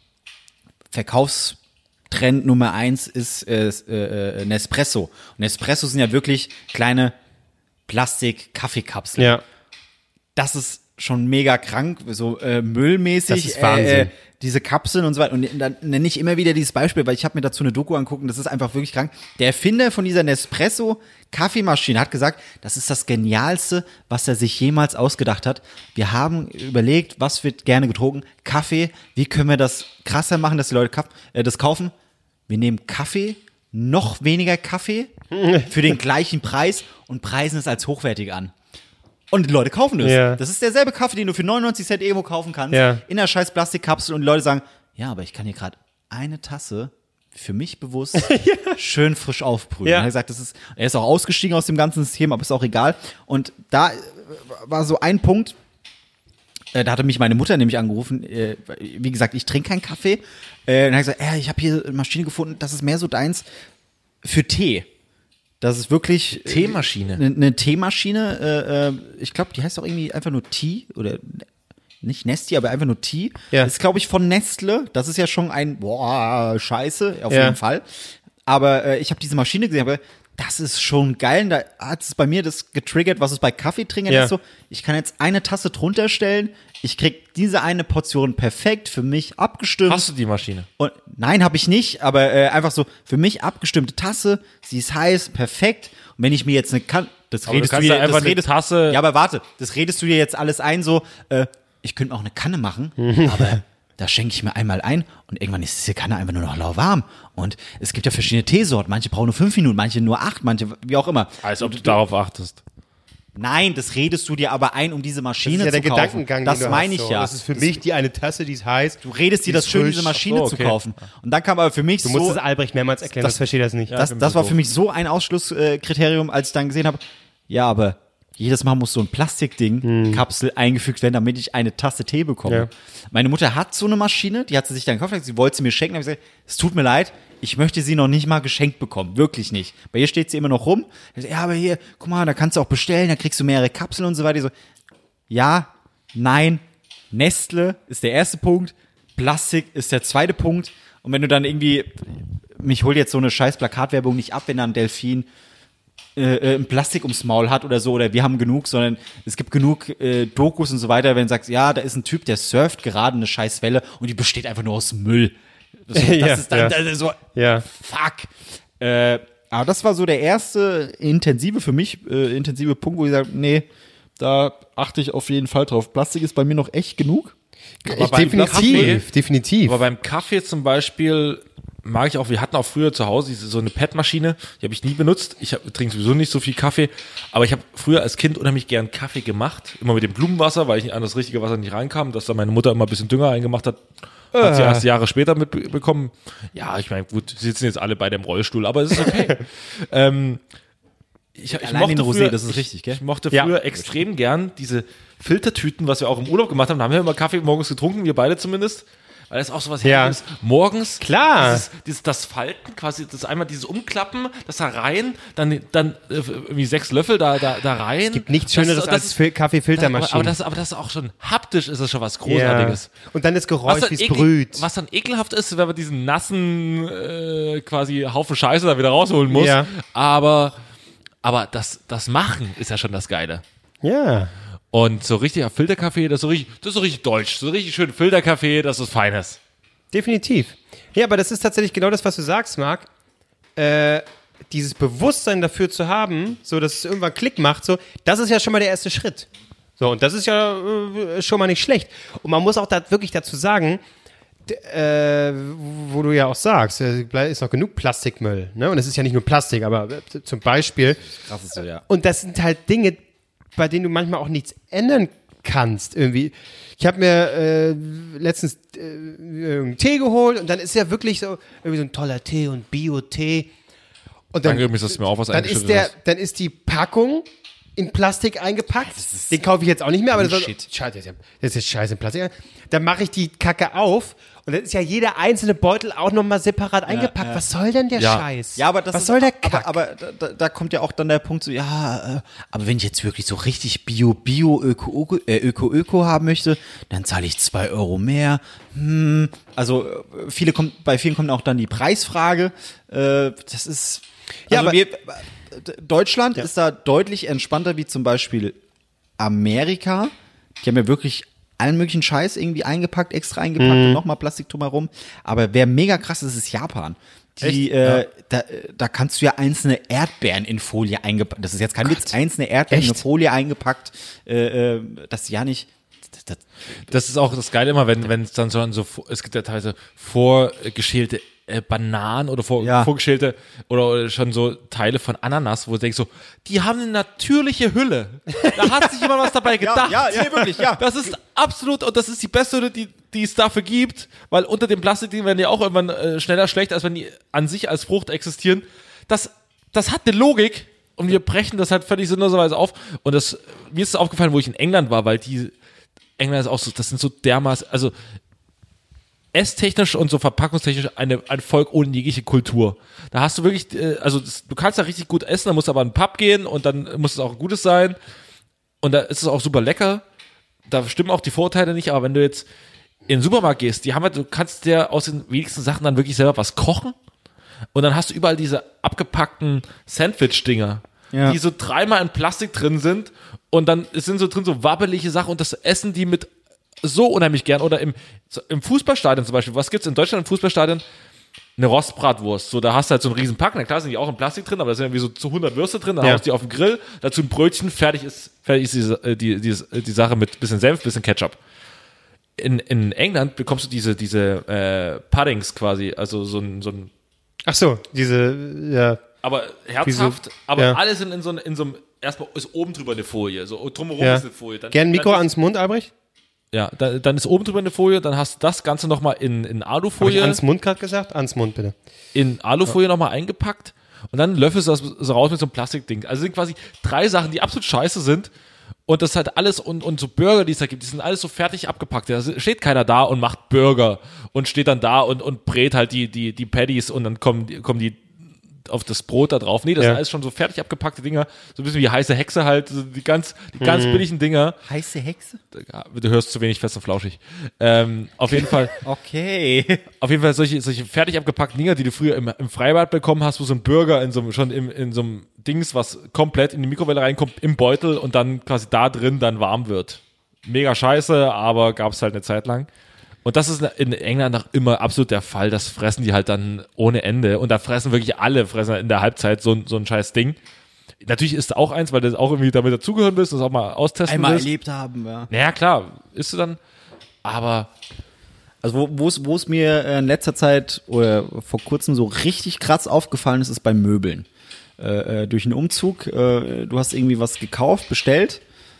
[SPEAKER 2] Verkaufstrend Nummer eins ist äh, äh, Nespresso. Und Nespresso sind ja wirklich kleine Plastik-Kaffeekapseln.
[SPEAKER 1] Ja.
[SPEAKER 2] Das ist schon mega krank, so äh, müllmäßig.
[SPEAKER 1] Das ist Wahnsinn.
[SPEAKER 2] Äh, äh, diese Kapseln und so weiter. Und dann nenne ich immer wieder dieses Beispiel, weil ich habe mir dazu eine Doku anguckt und das ist einfach wirklich krank. Der Erfinder von dieser Nespresso-Kaffeemaschine hat gesagt, das ist das Genialste, was er sich jemals ausgedacht hat. Wir haben überlegt, was wird gerne getrunken? Kaffee. Wie können wir das krasser machen, dass die Leute Kaff- äh, das kaufen? Wir nehmen Kaffee, noch weniger Kaffee für den gleichen Preis und preisen es als hochwertig an. Und die Leute kaufen das.
[SPEAKER 1] Ja.
[SPEAKER 2] Das ist derselbe Kaffee, den du für neunundneunzig Cent irgendwo kaufen kannst,
[SPEAKER 1] Ja.
[SPEAKER 2] in einer scheiß Plastikkapsel und die Leute sagen, ja, aber ich kann hier gerade eine Tasse für mich bewusst schön frisch aufbrühen.
[SPEAKER 1] Ja.
[SPEAKER 2] Er hat gesagt, das ist, er ist auch ausgestiegen aus dem ganzen System, aber ist auch egal. Und da äh, war so ein Punkt, äh, da hatte mich meine Mutter nämlich angerufen, äh, wie gesagt, ich trinke keinen Kaffee. Äh, und hat gesagt, äh, ich habe hier eine Maschine gefunden, das ist mehr so deins für Tee. Das ist wirklich
[SPEAKER 3] Teemaschine.
[SPEAKER 2] Eine, eine Teemaschine. Äh, äh, ich glaube, die heißt auch irgendwie einfach nur Tea oder nicht Nesti, aber einfach nur Tea.
[SPEAKER 1] Ja.
[SPEAKER 2] Das ist, glaube ich, von Nestle. Das ist ja schon ein boah, Scheiße, auf
[SPEAKER 1] Ja.
[SPEAKER 2] jeden Fall. Aber äh, ich habe diese Maschine gesehen, aber das ist schon geil. Und da hat es bei mir das getriggert, was es bei Kaffeetrinkern
[SPEAKER 1] Ja.
[SPEAKER 2] ist. So, ich kann jetzt eine Tasse drunter stellen. Ich krieg diese eine Portion perfekt für mich abgestimmt.
[SPEAKER 3] Hast du die Maschine?
[SPEAKER 2] Und nein, habe ich nicht, aber äh, einfach so für mich abgestimmte Tasse, sie ist heiß, perfekt. Und wenn ich mir jetzt eine kan das
[SPEAKER 3] Aber
[SPEAKER 2] redest
[SPEAKER 3] du kannst
[SPEAKER 2] dir,
[SPEAKER 3] ja einfach
[SPEAKER 2] das
[SPEAKER 3] eine
[SPEAKER 2] redest,
[SPEAKER 3] Tasse-
[SPEAKER 2] Ja, aber warte, das redest du dir jetzt alles ein so, äh, ich könnte mir auch eine Kanne machen, aber da schenke ich mir einmal ein und irgendwann ist diese Kanne einfach nur noch lauwarm. Und es gibt ja verschiedene Teesorten, manche brauchen nur fünf Minuten, manche nur acht, manche wie auch immer.
[SPEAKER 3] Als ob du darauf achtest.
[SPEAKER 2] Nein, das redest du dir aber ein, um diese
[SPEAKER 1] Das
[SPEAKER 2] Maschine
[SPEAKER 1] ist ja der
[SPEAKER 2] zu kaufen.
[SPEAKER 1] Gedankengang,
[SPEAKER 2] Das
[SPEAKER 1] den du
[SPEAKER 2] meine
[SPEAKER 1] hast,
[SPEAKER 2] ich
[SPEAKER 1] so.
[SPEAKER 2] ja.
[SPEAKER 1] Das ist für mich die eine Tasse, die ist heiß.
[SPEAKER 2] Du redest dir
[SPEAKER 1] die
[SPEAKER 2] das
[SPEAKER 1] ist
[SPEAKER 2] schön,
[SPEAKER 1] frisch.
[SPEAKER 2] diese Maschine
[SPEAKER 3] Ach so,
[SPEAKER 2] zu
[SPEAKER 3] okay.
[SPEAKER 2] kaufen. Und dann kam aber für mich
[SPEAKER 1] Du musst
[SPEAKER 2] so
[SPEAKER 1] es Albrecht mehrmals erklären, das,
[SPEAKER 2] das-
[SPEAKER 1] versteht das nicht.
[SPEAKER 2] das,
[SPEAKER 3] ich bin
[SPEAKER 2] das
[SPEAKER 3] so
[SPEAKER 2] war
[SPEAKER 3] doof.
[SPEAKER 2] für mich so ein Ausschlusskriterium, als ich dann gesehen habe, ja, aber jedes Mal muss so ein Plastikding-Kapsel eingefügt werden, damit ich eine Tasse Tee bekomme.
[SPEAKER 1] Ja.
[SPEAKER 2] Meine Mutter hat so eine Maschine, die hat sie sich dann gekauft, sie wollte sie mir schenken, da habe ich gesagt, es tut mir leid, ich möchte sie noch nicht mal geschenkt bekommen, wirklich nicht. Bei ihr steht sie immer noch rum, ich so, ja, aber hier, guck mal, da kannst du auch bestellen, da kriegst du mehrere Kapseln und so weiter. Ich so, ja, nein, Nestle ist der erste Punkt, Plastik ist der zweite Punkt und wenn du dann irgendwie, mich holt jetzt so eine scheiß Plakatwerbung nicht ab, wenn da ein Delfin Äh, ein Plastik ums Maul hat oder so, oder wir haben genug, sondern es gibt genug äh, Dokus und so weiter, wenn du sagst, ja, da ist ein Typ, der surft gerade eine scheiß Welle und die besteht einfach nur aus Müll. Das, das
[SPEAKER 1] Ja,
[SPEAKER 2] ist dann
[SPEAKER 1] ja.
[SPEAKER 2] das ist so,
[SPEAKER 1] Ja.
[SPEAKER 2] fuck. Äh, aber das war so der erste intensive, für mich, äh, intensive Punkt, wo ich sage, nee, da achte ich auf jeden Fall drauf. Plastik ist bei mir noch echt genug.
[SPEAKER 1] Ich,
[SPEAKER 3] beim
[SPEAKER 1] definitiv,
[SPEAKER 3] Kaffee-
[SPEAKER 1] definitiv.
[SPEAKER 3] Aber beim Kaffee zum Beispiel mag ich auch, wir hatten auch früher zu Hause diese, so eine P E T-Maschine, die habe ich nie benutzt. Ich hab, trinke sowieso nicht so viel Kaffee, aber ich habe früher als Kind unheimlich gern Kaffee gemacht, immer mit dem Blumenwasser, weil ich an das richtige Wasser nicht reinkam, dass da meine Mutter immer ein bisschen Dünger eingemacht hat. Hat sie erst Jahre später mitbekommen. Ja, ich meine, gut, sie sitzen jetzt alle beide im Rollstuhl, aber es ist okay. ähm, ich, ich
[SPEAKER 2] Allein
[SPEAKER 3] mochte
[SPEAKER 2] den Rosé,
[SPEAKER 3] früher,
[SPEAKER 2] das ist richtig, gell?
[SPEAKER 3] Ich mochte
[SPEAKER 1] Ja.
[SPEAKER 3] früher extrem gern diese Filtertüten, was wir auch im Urlaub gemacht haben. Da haben wir immer Kaffee morgens getrunken, wir beide zumindest. Weil das auch so was
[SPEAKER 1] Ja.
[SPEAKER 3] Herrliches. Morgens,
[SPEAKER 1] Klar.
[SPEAKER 3] Dieses, dieses, das Falten, quasi, das einmal dieses Umklappen, das da rein, dann, dann äh, irgendwie sechs Löffel da, da, da rein. Es
[SPEAKER 1] gibt nichts Schöneres als
[SPEAKER 3] ist-
[SPEAKER 1] Fil- Kaffeefiltermaschine.
[SPEAKER 3] Aber, aber, das, aber das ist auch schon haptisch, ist das schon was
[SPEAKER 1] ja.
[SPEAKER 3] Großartiges.
[SPEAKER 1] Und dann das Geräusch,
[SPEAKER 3] dann
[SPEAKER 1] wie es
[SPEAKER 3] ekel-
[SPEAKER 1] brüht.
[SPEAKER 3] was dann ekelhaft ist, wenn man diesen nassen äh, quasi Haufen Scheiße da wieder rausholen muss.
[SPEAKER 1] Ja.
[SPEAKER 3] Aber, aber das, das Machen ist ja schon das Geile.
[SPEAKER 1] Ja.
[SPEAKER 3] Und so richtiger Filterkaffee, das ist so richtig, das ist so richtig deutsch. So richtig schön Filterkaffee, das ist Feines.
[SPEAKER 1] Definitiv. Ja, aber das ist tatsächlich genau das, was du sagst, Marc. Äh, dieses Bewusstsein dafür zu haben, so dass es irgendwann Klick macht, so, das ist ja schon mal der erste Schritt. So, und das ist ja äh, schon mal nicht schlecht. Und man muss auch da wirklich dazu sagen, d- äh, wo du ja auch sagst, äh, ist noch genug Plastikmüll. Ne? Und es ist ja nicht nur Plastik, aber äh, zum Beispiel.
[SPEAKER 2] Krass ist so, ja.
[SPEAKER 1] Und das sind halt Dinge, bei denen du manchmal auch nichts ändern kannst irgendwie. Ich habe mir äh, letztens äh, einen Tee geholt und dann ist ja wirklich so irgendwie so ein toller Tee und Bio-Tee. Und dann,
[SPEAKER 3] Danke übrigens, dass du mir auch was
[SPEAKER 1] dann ist
[SPEAKER 3] eingeschüttet
[SPEAKER 1] der,
[SPEAKER 3] hast.
[SPEAKER 1] dann ist die Packung in Plastik eingepackt. Den kaufe ich jetzt auch nicht mehr, aber das ist,
[SPEAKER 2] Bullshit.
[SPEAKER 1] scheiße, das ist jetzt scheiße in Plastik. Dann mache ich die Kacke auf und dann ist ja jeder einzelne Beutel auch nochmal separat eingepackt.
[SPEAKER 2] ja.
[SPEAKER 1] Was soll denn der
[SPEAKER 3] Ja.
[SPEAKER 1] Scheiß?
[SPEAKER 2] Ja, aber das
[SPEAKER 1] Was
[SPEAKER 2] ist,
[SPEAKER 1] soll der Kack?
[SPEAKER 2] Aber, aber da, da kommt ja auch dann der Punkt so, ja, äh, aber wenn ich jetzt wirklich so richtig Bio, Bio, Öko, Öko, äh, Öko, Öko haben möchte, dann zahle ich zwei Euro mehr. Hm, also äh, viele kommt, bei vielen kommt auch dann die Preisfrage. Äh, das ist,
[SPEAKER 1] Ja,
[SPEAKER 2] also
[SPEAKER 1] aber-
[SPEAKER 2] wir, Deutschland ist da deutlich entspannter wie zum Beispiel Amerika. Die haben ja wirklich allen möglichen Scheiß irgendwie eingepackt, extra eingepackt und nochmal Plastik drumherum. Aber wer mega krass ist, ist Japan. Die, äh, da, da kannst du ja einzelne Erdbeeren in Folie eingepackt. Das ist jetzt kein Witz, einzelne Erdbeeren in
[SPEAKER 1] Echt?
[SPEAKER 2] eine Folie eingepackt, äh, äh, dass ja nicht. Das, das,
[SPEAKER 3] Das ist auch das Geile immer, wenn wenn es dann so, so es gibt ja teilweise vorgeschälte äh, Bananen oder vor,
[SPEAKER 2] Ja.
[SPEAKER 3] vorgeschälte oder, oder schon so Teile von Ananas, wo du denkst so, die haben eine natürliche Hülle. Da hat sich jemand was dabei gedacht.
[SPEAKER 2] ja, ja, wirklich, ja.
[SPEAKER 3] Das ist absolut, und das ist die beste Hülle, die, die es dafür gibt, weil unter dem Plastikding werden die auch irgendwann äh, schneller schlecht, als wenn die an sich als Frucht existieren. Das, das hat eine Logik und wir brechen das halt völlig sinnloserweise auf. Und das, mir ist es aufgefallen, wo ich in England war, weil die England ist auch so, das sind so dermaßen, also esstechnisch und so verpackungstechnisch eine, ein Volk ohne jegliche Kultur. Da hast du wirklich, äh, also das, du kannst da richtig gut essen, da musst du aber in den Pub gehen und dann muss es auch ein gutes sein. Und da ist es auch super lecker. Da stimmen auch die Vorteile nicht, aber wenn du jetzt in den Supermarkt gehst, die haben halt, du kannst dir aus den wenigsten Sachen dann wirklich selber was kochen und dann hast du überall diese abgepackten Sandwich-Dinger,
[SPEAKER 2] Ja.
[SPEAKER 3] die so dreimal in Plastik drin sind und dann sind so drin so wabbelige Sachen und das essen die mit so unheimlich gern. Oder im, so im Fußballstadion zum Beispiel, was gibt's in Deutschland im Fußballstadion? Eine Rostbratwurst. So, da hast du halt so einen riesen Pack. Na klar sind die auch in Plastik drin, aber da sind irgendwie so zu hundert Würste drin. Dann
[SPEAKER 1] Ja.
[SPEAKER 3] haust du die auf den Grill, dazu ein Brötchen, fertig ist, fertig ist die, die, die, die Sache mit bisschen Senf, bisschen Ketchup. In, in England bekommst du diese, diese äh, Puddings quasi, also so ein, so ein
[SPEAKER 1] Ach so, diese, ja.
[SPEAKER 3] aber herzhaft,
[SPEAKER 1] Wieso?
[SPEAKER 3] aber
[SPEAKER 1] Ja.
[SPEAKER 3] alle sind in so, in so einem, erstmal ist oben drüber eine Folie, so drumherum
[SPEAKER 1] ja.
[SPEAKER 3] ist eine Folie. Dann,
[SPEAKER 1] Gern Mikro
[SPEAKER 3] dann,
[SPEAKER 1] ans Mund, Albrecht?
[SPEAKER 3] Ja, dann, dann ist oben drüber eine Folie, dann hast du das Ganze nochmal in, in
[SPEAKER 1] Habe ich
[SPEAKER 3] Alufolie,
[SPEAKER 1] ans Mund gerade gesagt? Ans Mund, bitte.
[SPEAKER 3] in Alufolie nochmal eingepackt Und dann löffelst du das so raus mit so einem Plastikding. Also sind quasi drei Sachen, die absolut scheiße sind. Und das halt alles, und, und so Burger, die es da gibt, die sind alles so fertig abgepackt. Da steht keiner da und macht Burger und steht dann da und, und brät halt die, die, die Patties und dann kommen, kommen die auf das Brot da drauf. Nee, das
[SPEAKER 1] Ja.
[SPEAKER 3] sind alles schon so fertig abgepackte Dinger. So ein bisschen wie heiße Hexe halt, so die ganz, die ganz
[SPEAKER 1] Mhm.
[SPEAKER 3] billigen Dinger.
[SPEAKER 2] Heiße Hexe?
[SPEAKER 3] Du hörst zu wenig fest und flauschig. Ähm, auf jeden Fall,
[SPEAKER 2] Okay.
[SPEAKER 3] auf jeden Fall solche, solche fertig abgepackten Dinger, die du früher im, im Freibad bekommen hast, wo so ein Burger in so einem, schon im, in so einem Dings, was komplett in die Mikrowelle reinkommt, im Beutel und dann quasi da drin dann warm wird. Mega scheiße, aber gab es halt eine Zeit lang. Und das ist in England noch immer absolut der Fall. Das fressen die halt dann ohne Ende. Und da fressen wirklich alle, fressen in der Halbzeit so, so ein scheiß Ding. Natürlich ist es auch eins, weil du auch irgendwie damit dazugehören willst, das auch mal austesten
[SPEAKER 2] Einmal
[SPEAKER 3] willst.
[SPEAKER 2] erlebt haben, ja.
[SPEAKER 3] Naja, klar, isst du dann. Aber
[SPEAKER 2] Also wo- wo es wo es mir äh, in letzter Zeit oder vor kurzem so richtig krass aufgefallen ist, ist bei Möbeln. Äh, äh, durch einen Umzug, äh, du hast irgendwie was gekauft, bestellt.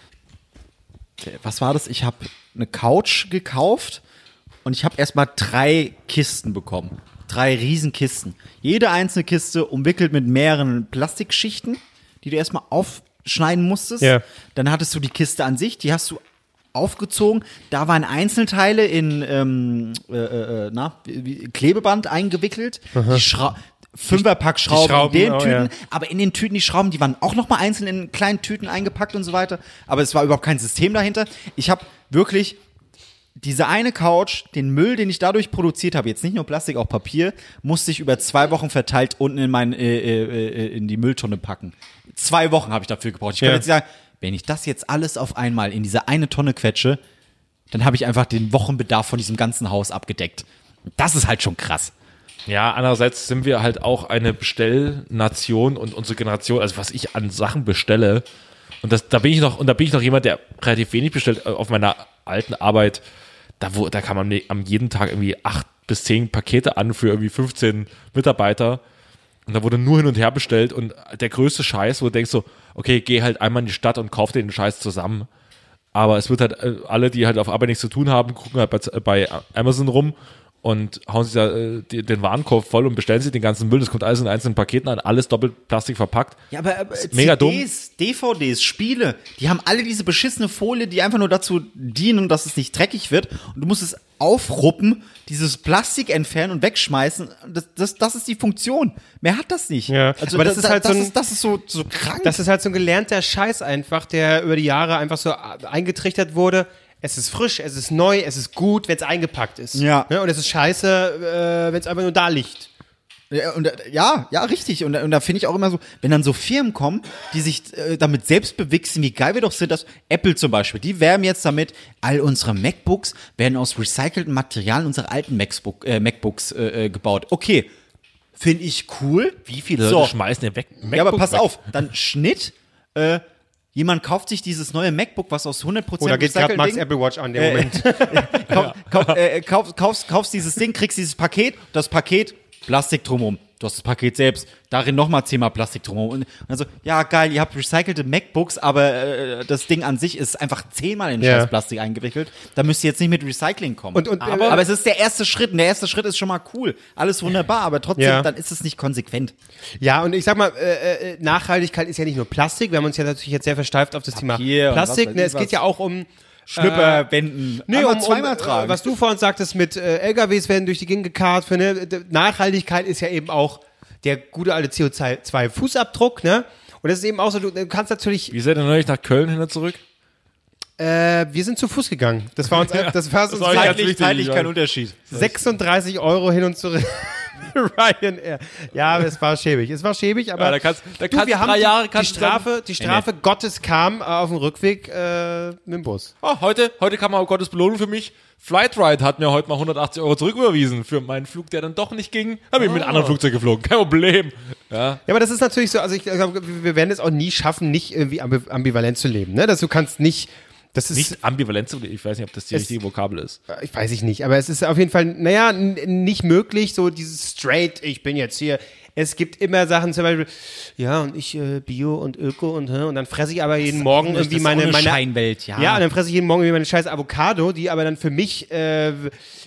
[SPEAKER 2] Äh, Was war das? Ich habe eine Couch gekauft und ich habe erstmal drei Kisten bekommen. Drei Riesenkisten. Jede einzelne Kiste umwickelt mit mehreren Plastikschichten, die du erstmal aufschneiden musstest.
[SPEAKER 1] Ja.
[SPEAKER 2] Dann hattest du die Kiste an sich, die hast du aufgezogen. Da waren Einzelteile in ähm, äh, äh, na, wie, wie, Klebeband eingewickelt. Die Schra Fünferpack Schrauben,
[SPEAKER 1] die Schrauben,
[SPEAKER 2] in den
[SPEAKER 1] oh,
[SPEAKER 2] Tüten.
[SPEAKER 1] ja.
[SPEAKER 2] Aber in den Tüten, die Schrauben, die waren auch nochmal einzeln in kleinen Tüten eingepackt und so weiter. Aber es war überhaupt kein System dahinter. Ich habe wirklich diese eine Couch, den Müll, den ich dadurch produziert habe, jetzt nicht nur Plastik, auch Papier, musste ich über zwei Wochen verteilt unten in, mein, äh, äh, in die Mülltonne packen. Zwei Wochen habe ich dafür gebraucht. Ich könnte
[SPEAKER 1] Ja.
[SPEAKER 2] jetzt sagen, wenn ich das jetzt alles auf einmal in diese eine Tonne quetsche, dann habe ich einfach den Wochenbedarf von diesem ganzen Haus abgedeckt. Das ist halt schon krass.
[SPEAKER 3] ja, andererseits sind wir halt auch eine Bestellnation und unsere Generation, also was ich an Sachen bestelle, und das, da bin ich noch, und da bin ich noch jemand, der relativ wenig bestellt auf meiner alten Arbeit. Da, wo, da kam am, am jeden Tag irgendwie acht bis zehn Pakete an für irgendwie fünfzehn Mitarbeiter. Und da wurde nur hin und her bestellt und der größte Scheiß, wo du denkst so, okay, geh halt einmal in die Stadt und kauf dir den Scheiß zusammen. Aber es wird halt, äh, alle, die halt auf Arbeit nichts zu tun haben, gucken halt bei, bei Amazon rum und hauen sich da äh, die, den Warenkorb voll und bestellen sich den ganzen Müll. Das kommt alles in einzelnen Paketen an, alles doppelt Plastik verpackt.
[SPEAKER 2] Ja, aber, aber
[SPEAKER 3] mega
[SPEAKER 2] C Ds, D V Ds, Spiele, die haben alle diese beschissene Folie, die einfach nur dazu dienen, dass es nicht dreckig wird. Und du musst es aufruppen, dieses Plastik entfernen und wegschmeißen. Das, das, das ist die Funktion. Mehr hat das nicht.
[SPEAKER 1] Ja,
[SPEAKER 2] also
[SPEAKER 1] aber das ist halt
[SPEAKER 2] das
[SPEAKER 1] so ein-
[SPEAKER 2] ist, das ist so, so krank.
[SPEAKER 1] Das ist halt so ein gelernter Scheiß einfach, der über die Jahre einfach so eingetrichtert wurde. Es ist frisch, es ist neu, es ist gut, wenn es eingepackt ist.
[SPEAKER 2] Ja.
[SPEAKER 1] Ne? Und es ist scheiße, äh, wenn es einfach nur da liegt.
[SPEAKER 2] Ja, und, äh, ja, ja, richtig. Und, und da finde ich auch immer so, wenn dann so Firmen kommen, die sich äh, damit selbst bewichsen, wie geil wir doch sind, dass Apple zum Beispiel, die werben jetzt damit, all unsere MacBooks werden aus recycelten Materialien unserer alten MacBook, äh, MacBooks äh, äh, gebaut. Okay, finde ich cool.
[SPEAKER 3] Wie viele
[SPEAKER 2] So.
[SPEAKER 3] Leute schmeißen den weg?
[SPEAKER 2] Ja, aber
[SPEAKER 3] MacBook
[SPEAKER 2] pass
[SPEAKER 3] weg?
[SPEAKER 2] auf, dann Schnitt, äh, jemand kauft sich dieses neue MacBook, was aus hundert Prozent
[SPEAKER 1] Oder geht gerade
[SPEAKER 2] recycelten
[SPEAKER 1] Max
[SPEAKER 2] Ding-
[SPEAKER 1] Apple Watch an dem
[SPEAKER 2] Äh,
[SPEAKER 1] Moment.
[SPEAKER 2] kauf, kauf, äh, kauf, kaufst, kaufst dieses Ding, kriegst dieses Paket, das Paket, Plastik drumherum. Du hast das Paket selbst, darin nochmal zehnmal Plastik drumherum. Und also, ja, geil, ihr habt recycelte MacBooks, aber äh, das Ding an sich ist einfach zehnmal in
[SPEAKER 1] Ja.
[SPEAKER 2] scheiß Plastik eingewickelt. Da müsst ihr jetzt nicht mit Recycling kommen.
[SPEAKER 1] Und- und-
[SPEAKER 2] aber, aber es ist der erste Schritt und der erste Schritt ist schon mal cool. Alles wunderbar, aber trotzdem,
[SPEAKER 1] Ja.
[SPEAKER 2] dann ist es nicht konsequent.
[SPEAKER 1] Ja, und ich sag mal, äh, äh, Nachhaltigkeit ist ja nicht nur Plastik. Wir haben uns ja natürlich jetzt sehr versteift auf das
[SPEAKER 2] Papier
[SPEAKER 1] Thema
[SPEAKER 2] und
[SPEAKER 1] Plastik.
[SPEAKER 2] was weiß
[SPEAKER 1] Ne,
[SPEAKER 2] ich
[SPEAKER 1] es geht
[SPEAKER 2] was.
[SPEAKER 1] ja auch um
[SPEAKER 2] Schlüpper, Wenden,
[SPEAKER 1] Nee,
[SPEAKER 2] einmal
[SPEAKER 1] um, um
[SPEAKER 2] zweimal
[SPEAKER 1] äh,
[SPEAKER 2] tragen.
[SPEAKER 1] was du vorhin sagtest mit äh, L K Ws werden durch die Gegend gekarrt. Für, ne, d- Nachhaltigkeit ist ja eben auch der gute alte C O zwei Fußabdruck, ne? Und das ist eben auch so, du, du kannst natürlich,
[SPEAKER 3] Wie seid ihr neulich nach Köln hin und zurück?
[SPEAKER 1] äh, wir sind zu Fuß gegangen. Das war uns, das war uns
[SPEAKER 3] war euch ganz
[SPEAKER 1] zeitlich,
[SPEAKER 3] wichtig.
[SPEAKER 2] zeitlich
[SPEAKER 3] ja.
[SPEAKER 2] kein Unterschied.
[SPEAKER 1] sechsunddreißig Euro hin und zurück. Ryanair. Ja, es war schäbig. Es war schäbig, aber
[SPEAKER 3] Ja, da kannst- da
[SPEAKER 1] du,
[SPEAKER 3] kannst
[SPEAKER 1] wir
[SPEAKER 3] du
[SPEAKER 1] haben
[SPEAKER 3] drei
[SPEAKER 1] die,
[SPEAKER 3] Jahre
[SPEAKER 1] die
[SPEAKER 3] kannst du
[SPEAKER 1] Strafe, die Strafe Gottes kam äh, auf dem Rückweg äh, mit dem Bus.
[SPEAKER 3] Oh, heute, heute kam mal Gottes Belohnung für mich. Flightride hat mir heute mal hundertachtzig Euro zurücküberwiesen für meinen Flug, der dann doch nicht ging. Habe ich mit einem anderen Flugzeug geflogen. Kein Problem. Ja.
[SPEAKER 1] Ja, aber das ist natürlich so, also ich glaube, wir werden es auch nie schaffen, nicht irgendwie ambi- ambivalent zu leben, ne? Dass du kannst nicht, das ist,
[SPEAKER 3] Nicht ambivalent zu ich weiß nicht, ob das die
[SPEAKER 1] Es-
[SPEAKER 3] richtige Vokabel ist.
[SPEAKER 1] ich weiß ich nicht, aber es ist auf jeden Fall, naja, n- nicht möglich, so dieses straight, ich bin jetzt hier. Es gibt immer Sachen, zum Beispiel, ja, und ich äh, Bio und Öko und, hä, und dann fresse ich aber jeden Morgen
[SPEAKER 2] Das ist
[SPEAKER 1] irgendwie
[SPEAKER 2] auch
[SPEAKER 1] meine,
[SPEAKER 2] eine
[SPEAKER 1] meine
[SPEAKER 2] Scheinwelt, ja.
[SPEAKER 1] Ja, und dann fresse ich jeden Morgen irgendwie meine scheiß Avocado, die aber dann für mich äh,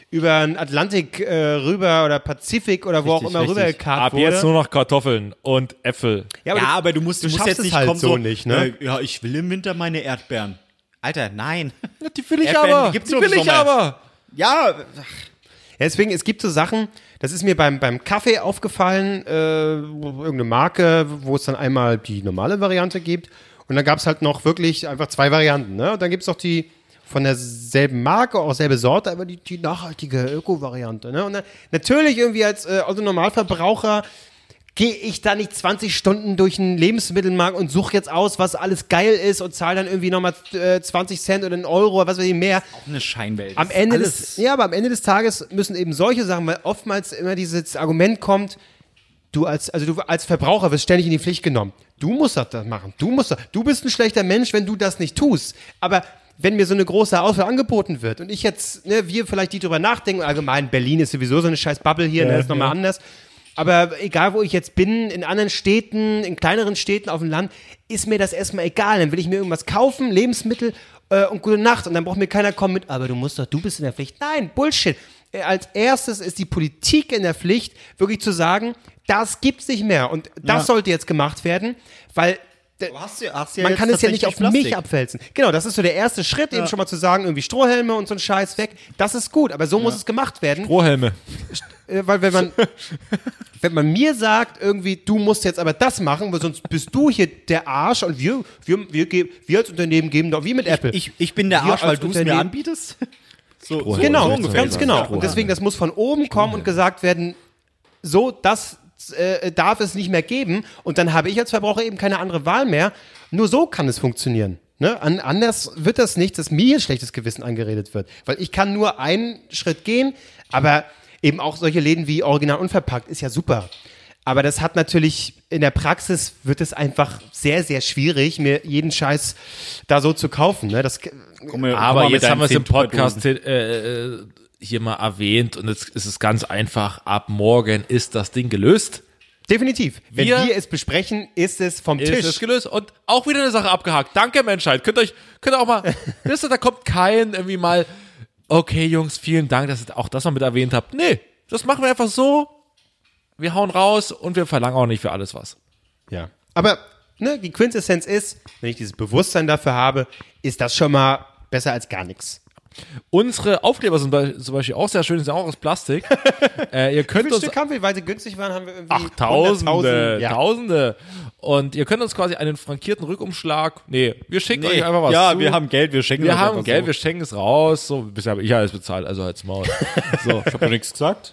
[SPEAKER 1] über den Atlantik äh, rüber oder Pazifik oder wo
[SPEAKER 2] Richtig,
[SPEAKER 1] auch immer
[SPEAKER 2] richtig.
[SPEAKER 1] rüber gekarrt
[SPEAKER 3] Ab
[SPEAKER 1] wurde.
[SPEAKER 3] jetzt nur noch Kartoffeln und Äpfel.
[SPEAKER 2] Ja,
[SPEAKER 1] du-
[SPEAKER 2] aber du musst, du musst
[SPEAKER 1] schaffst
[SPEAKER 2] jetzt
[SPEAKER 1] es
[SPEAKER 2] nicht
[SPEAKER 1] halt
[SPEAKER 2] kommen
[SPEAKER 1] so
[SPEAKER 2] so,
[SPEAKER 1] nicht, ne?
[SPEAKER 2] Äh, ja, ich will im Winter meine Erdbeeren. Alter, nein.
[SPEAKER 3] Ja, die will ich
[SPEAKER 2] Erdbeeren,
[SPEAKER 3] aber.
[SPEAKER 2] die gibt's
[SPEAKER 3] die
[SPEAKER 2] nur im
[SPEAKER 3] will ich
[SPEAKER 2] Sommer.
[SPEAKER 3] aber.
[SPEAKER 2] Ja,
[SPEAKER 1] Ja, deswegen, es gibt so Sachen, das ist mir beim, beim Kaffee aufgefallen, äh, irgendeine Marke, wo es dann einmal die normale Variante gibt und dann gab es halt noch wirklich einfach zwei Varianten. Ne? Und dann gibt es noch die von derselben Marke, auch selbe Sorte, aber die, die nachhaltige Öko-Variante. Ne? Und dann, natürlich irgendwie als äh, Autonormalverbraucher gehe ich da nicht zwanzig Stunden durch einen Lebensmittelmarkt und suche jetzt aus, was alles geil ist und zahle dann irgendwie nochmal äh, zwanzig Cent oder einen Euro oder was weiß ich mehr.
[SPEAKER 2] eine Scheinwelt.
[SPEAKER 1] Am
[SPEAKER 2] Das ist
[SPEAKER 1] Ende
[SPEAKER 2] alles-
[SPEAKER 1] des, ja, aber am Ende des Tages müssen eben solche Sachen, weil oftmals immer dieses Argument kommt, du als, also du als Verbraucher wirst ständig in die Pflicht genommen. Du musst das machen. Du musst das. Du bist ein schlechter Mensch, wenn du das nicht tust. Aber wenn mir so eine große Auswahl angeboten wird und ich jetzt, ne, wir vielleicht die drüber nachdenken, allgemein Berlin ist sowieso so eine scheiß Bubble hier, ja, ne, ist nochmal anders. Aber egal, wo ich jetzt bin, in anderen Städten, in kleineren Städten auf dem Land, ist mir das erstmal egal. Dann will ich mir irgendwas kaufen, Lebensmittel äh, und gute Nacht. Und dann braucht mir keiner kommen mit, aber du musst doch, du bist in der Pflicht. Nein, Bullshit. Äh, Als erstes ist die Politik in der Pflicht, wirklich zu sagen, das gibt's nicht mehr. Und das
[SPEAKER 2] Ja.
[SPEAKER 1] sollte jetzt gemacht werden, weil d-
[SPEAKER 2] Du hast ja, hast ja
[SPEAKER 1] man
[SPEAKER 2] jetzt
[SPEAKER 1] kann es ja nicht auf
[SPEAKER 2] tatsächlich
[SPEAKER 1] mich
[SPEAKER 2] Plastik.
[SPEAKER 1] abwälzen. Genau, das ist so der erste Schritt, eben schon mal zu sagen, irgendwie Strohhelme und so ein Scheiß weg. Das ist gut, aber so muss es gemacht werden.
[SPEAKER 3] Strohhelme.
[SPEAKER 1] Äh, weil wenn man, wenn man mir sagt, irgendwie, du musst jetzt aber das machen, weil sonst bist du hier der Arsch und wir, wir, wir, ge- wir als Unternehmen geben doch, wie mit Apple.
[SPEAKER 2] Ich, ich bin der
[SPEAKER 1] Wir
[SPEAKER 2] Arsch, weil
[SPEAKER 1] als
[SPEAKER 2] du es mir
[SPEAKER 1] Unternehmen-
[SPEAKER 2] anbietest. So, so,
[SPEAKER 1] Genau,
[SPEAKER 2] so ungefähr
[SPEAKER 1] ganz
[SPEAKER 2] ist das.
[SPEAKER 1] genau.
[SPEAKER 2] Ja.
[SPEAKER 1] Und deswegen, das muss von oben kommen und gesagt werden, so, das äh, darf es nicht mehr geben. Und dann habe ich als Verbraucher eben keine andere Wahl mehr. Nur so kann es funktionieren. Ne? An, anders wird das nicht, dass mir schlechtes Gewissen angeredet wird. Weil ich kann nur einen Schritt gehen, aber eben auch solche Läden wie Original Unverpackt ist ja super. Aber das hat natürlich, in der Praxis wird es einfach sehr, sehr schwierig, mir jeden Scheiß da so zu kaufen. Ne? Das,
[SPEAKER 2] Komm mal- komm
[SPEAKER 3] Aber
[SPEAKER 2] mal mit
[SPEAKER 3] jetzt haben wir es
[SPEAKER 2] deinen
[SPEAKER 3] im Podcast
[SPEAKER 2] zehn
[SPEAKER 3] äh, äh, hier mal erwähnt und jetzt ist es ganz einfach. Ab morgen ist das Ding gelöst.
[SPEAKER 1] definitiv. Wenn
[SPEAKER 3] Wir-
[SPEAKER 1] wir es besprechen, ist es vom
[SPEAKER 3] Ist
[SPEAKER 1] Tisch.
[SPEAKER 3] es gelöst und auch wieder eine Sache abgehakt. Danke, Menschheit. Könnt ihr euch, könnt ihr auch mal, wisst ihr, da kommt kein irgendwie mal, okay, Jungs, vielen Dank, dass ihr auch das mal mit erwähnt habt. Nee, das machen wir einfach so. Wir hauen raus und wir verlangen auch nicht für alles was.
[SPEAKER 1] Ja. Aber ne, die Quintessenz ist, wenn ich dieses Bewusstsein dafür habe, ist das schon mal besser als gar nichts.
[SPEAKER 3] Unsere Aufkleber sind bei- zum Beispiel auch sehr schön, die sind auch aus Plastik. äh, ihr
[SPEAKER 1] Wie
[SPEAKER 3] könnt
[SPEAKER 1] viel
[SPEAKER 3] uns
[SPEAKER 1] Stück haben wir? Weil sie günstig waren, haben wir irgendwie
[SPEAKER 3] Ach, Tausende,
[SPEAKER 1] hunderttausend. Ja.
[SPEAKER 3] Tausende. Und ihr könnt uns quasi einen frankierten Rückumschlag, nee, wir schicken euch einfach was
[SPEAKER 2] ja,
[SPEAKER 3] zu.
[SPEAKER 2] wir haben Geld, wir schenken
[SPEAKER 3] wir
[SPEAKER 2] das
[SPEAKER 3] haben
[SPEAKER 2] einfach
[SPEAKER 3] Geld,
[SPEAKER 2] so.
[SPEAKER 3] wir schenken es raus. So, bisher habe ich alles bezahlt, also halt's Maul. So,
[SPEAKER 2] Ich hab doch nichts gesagt.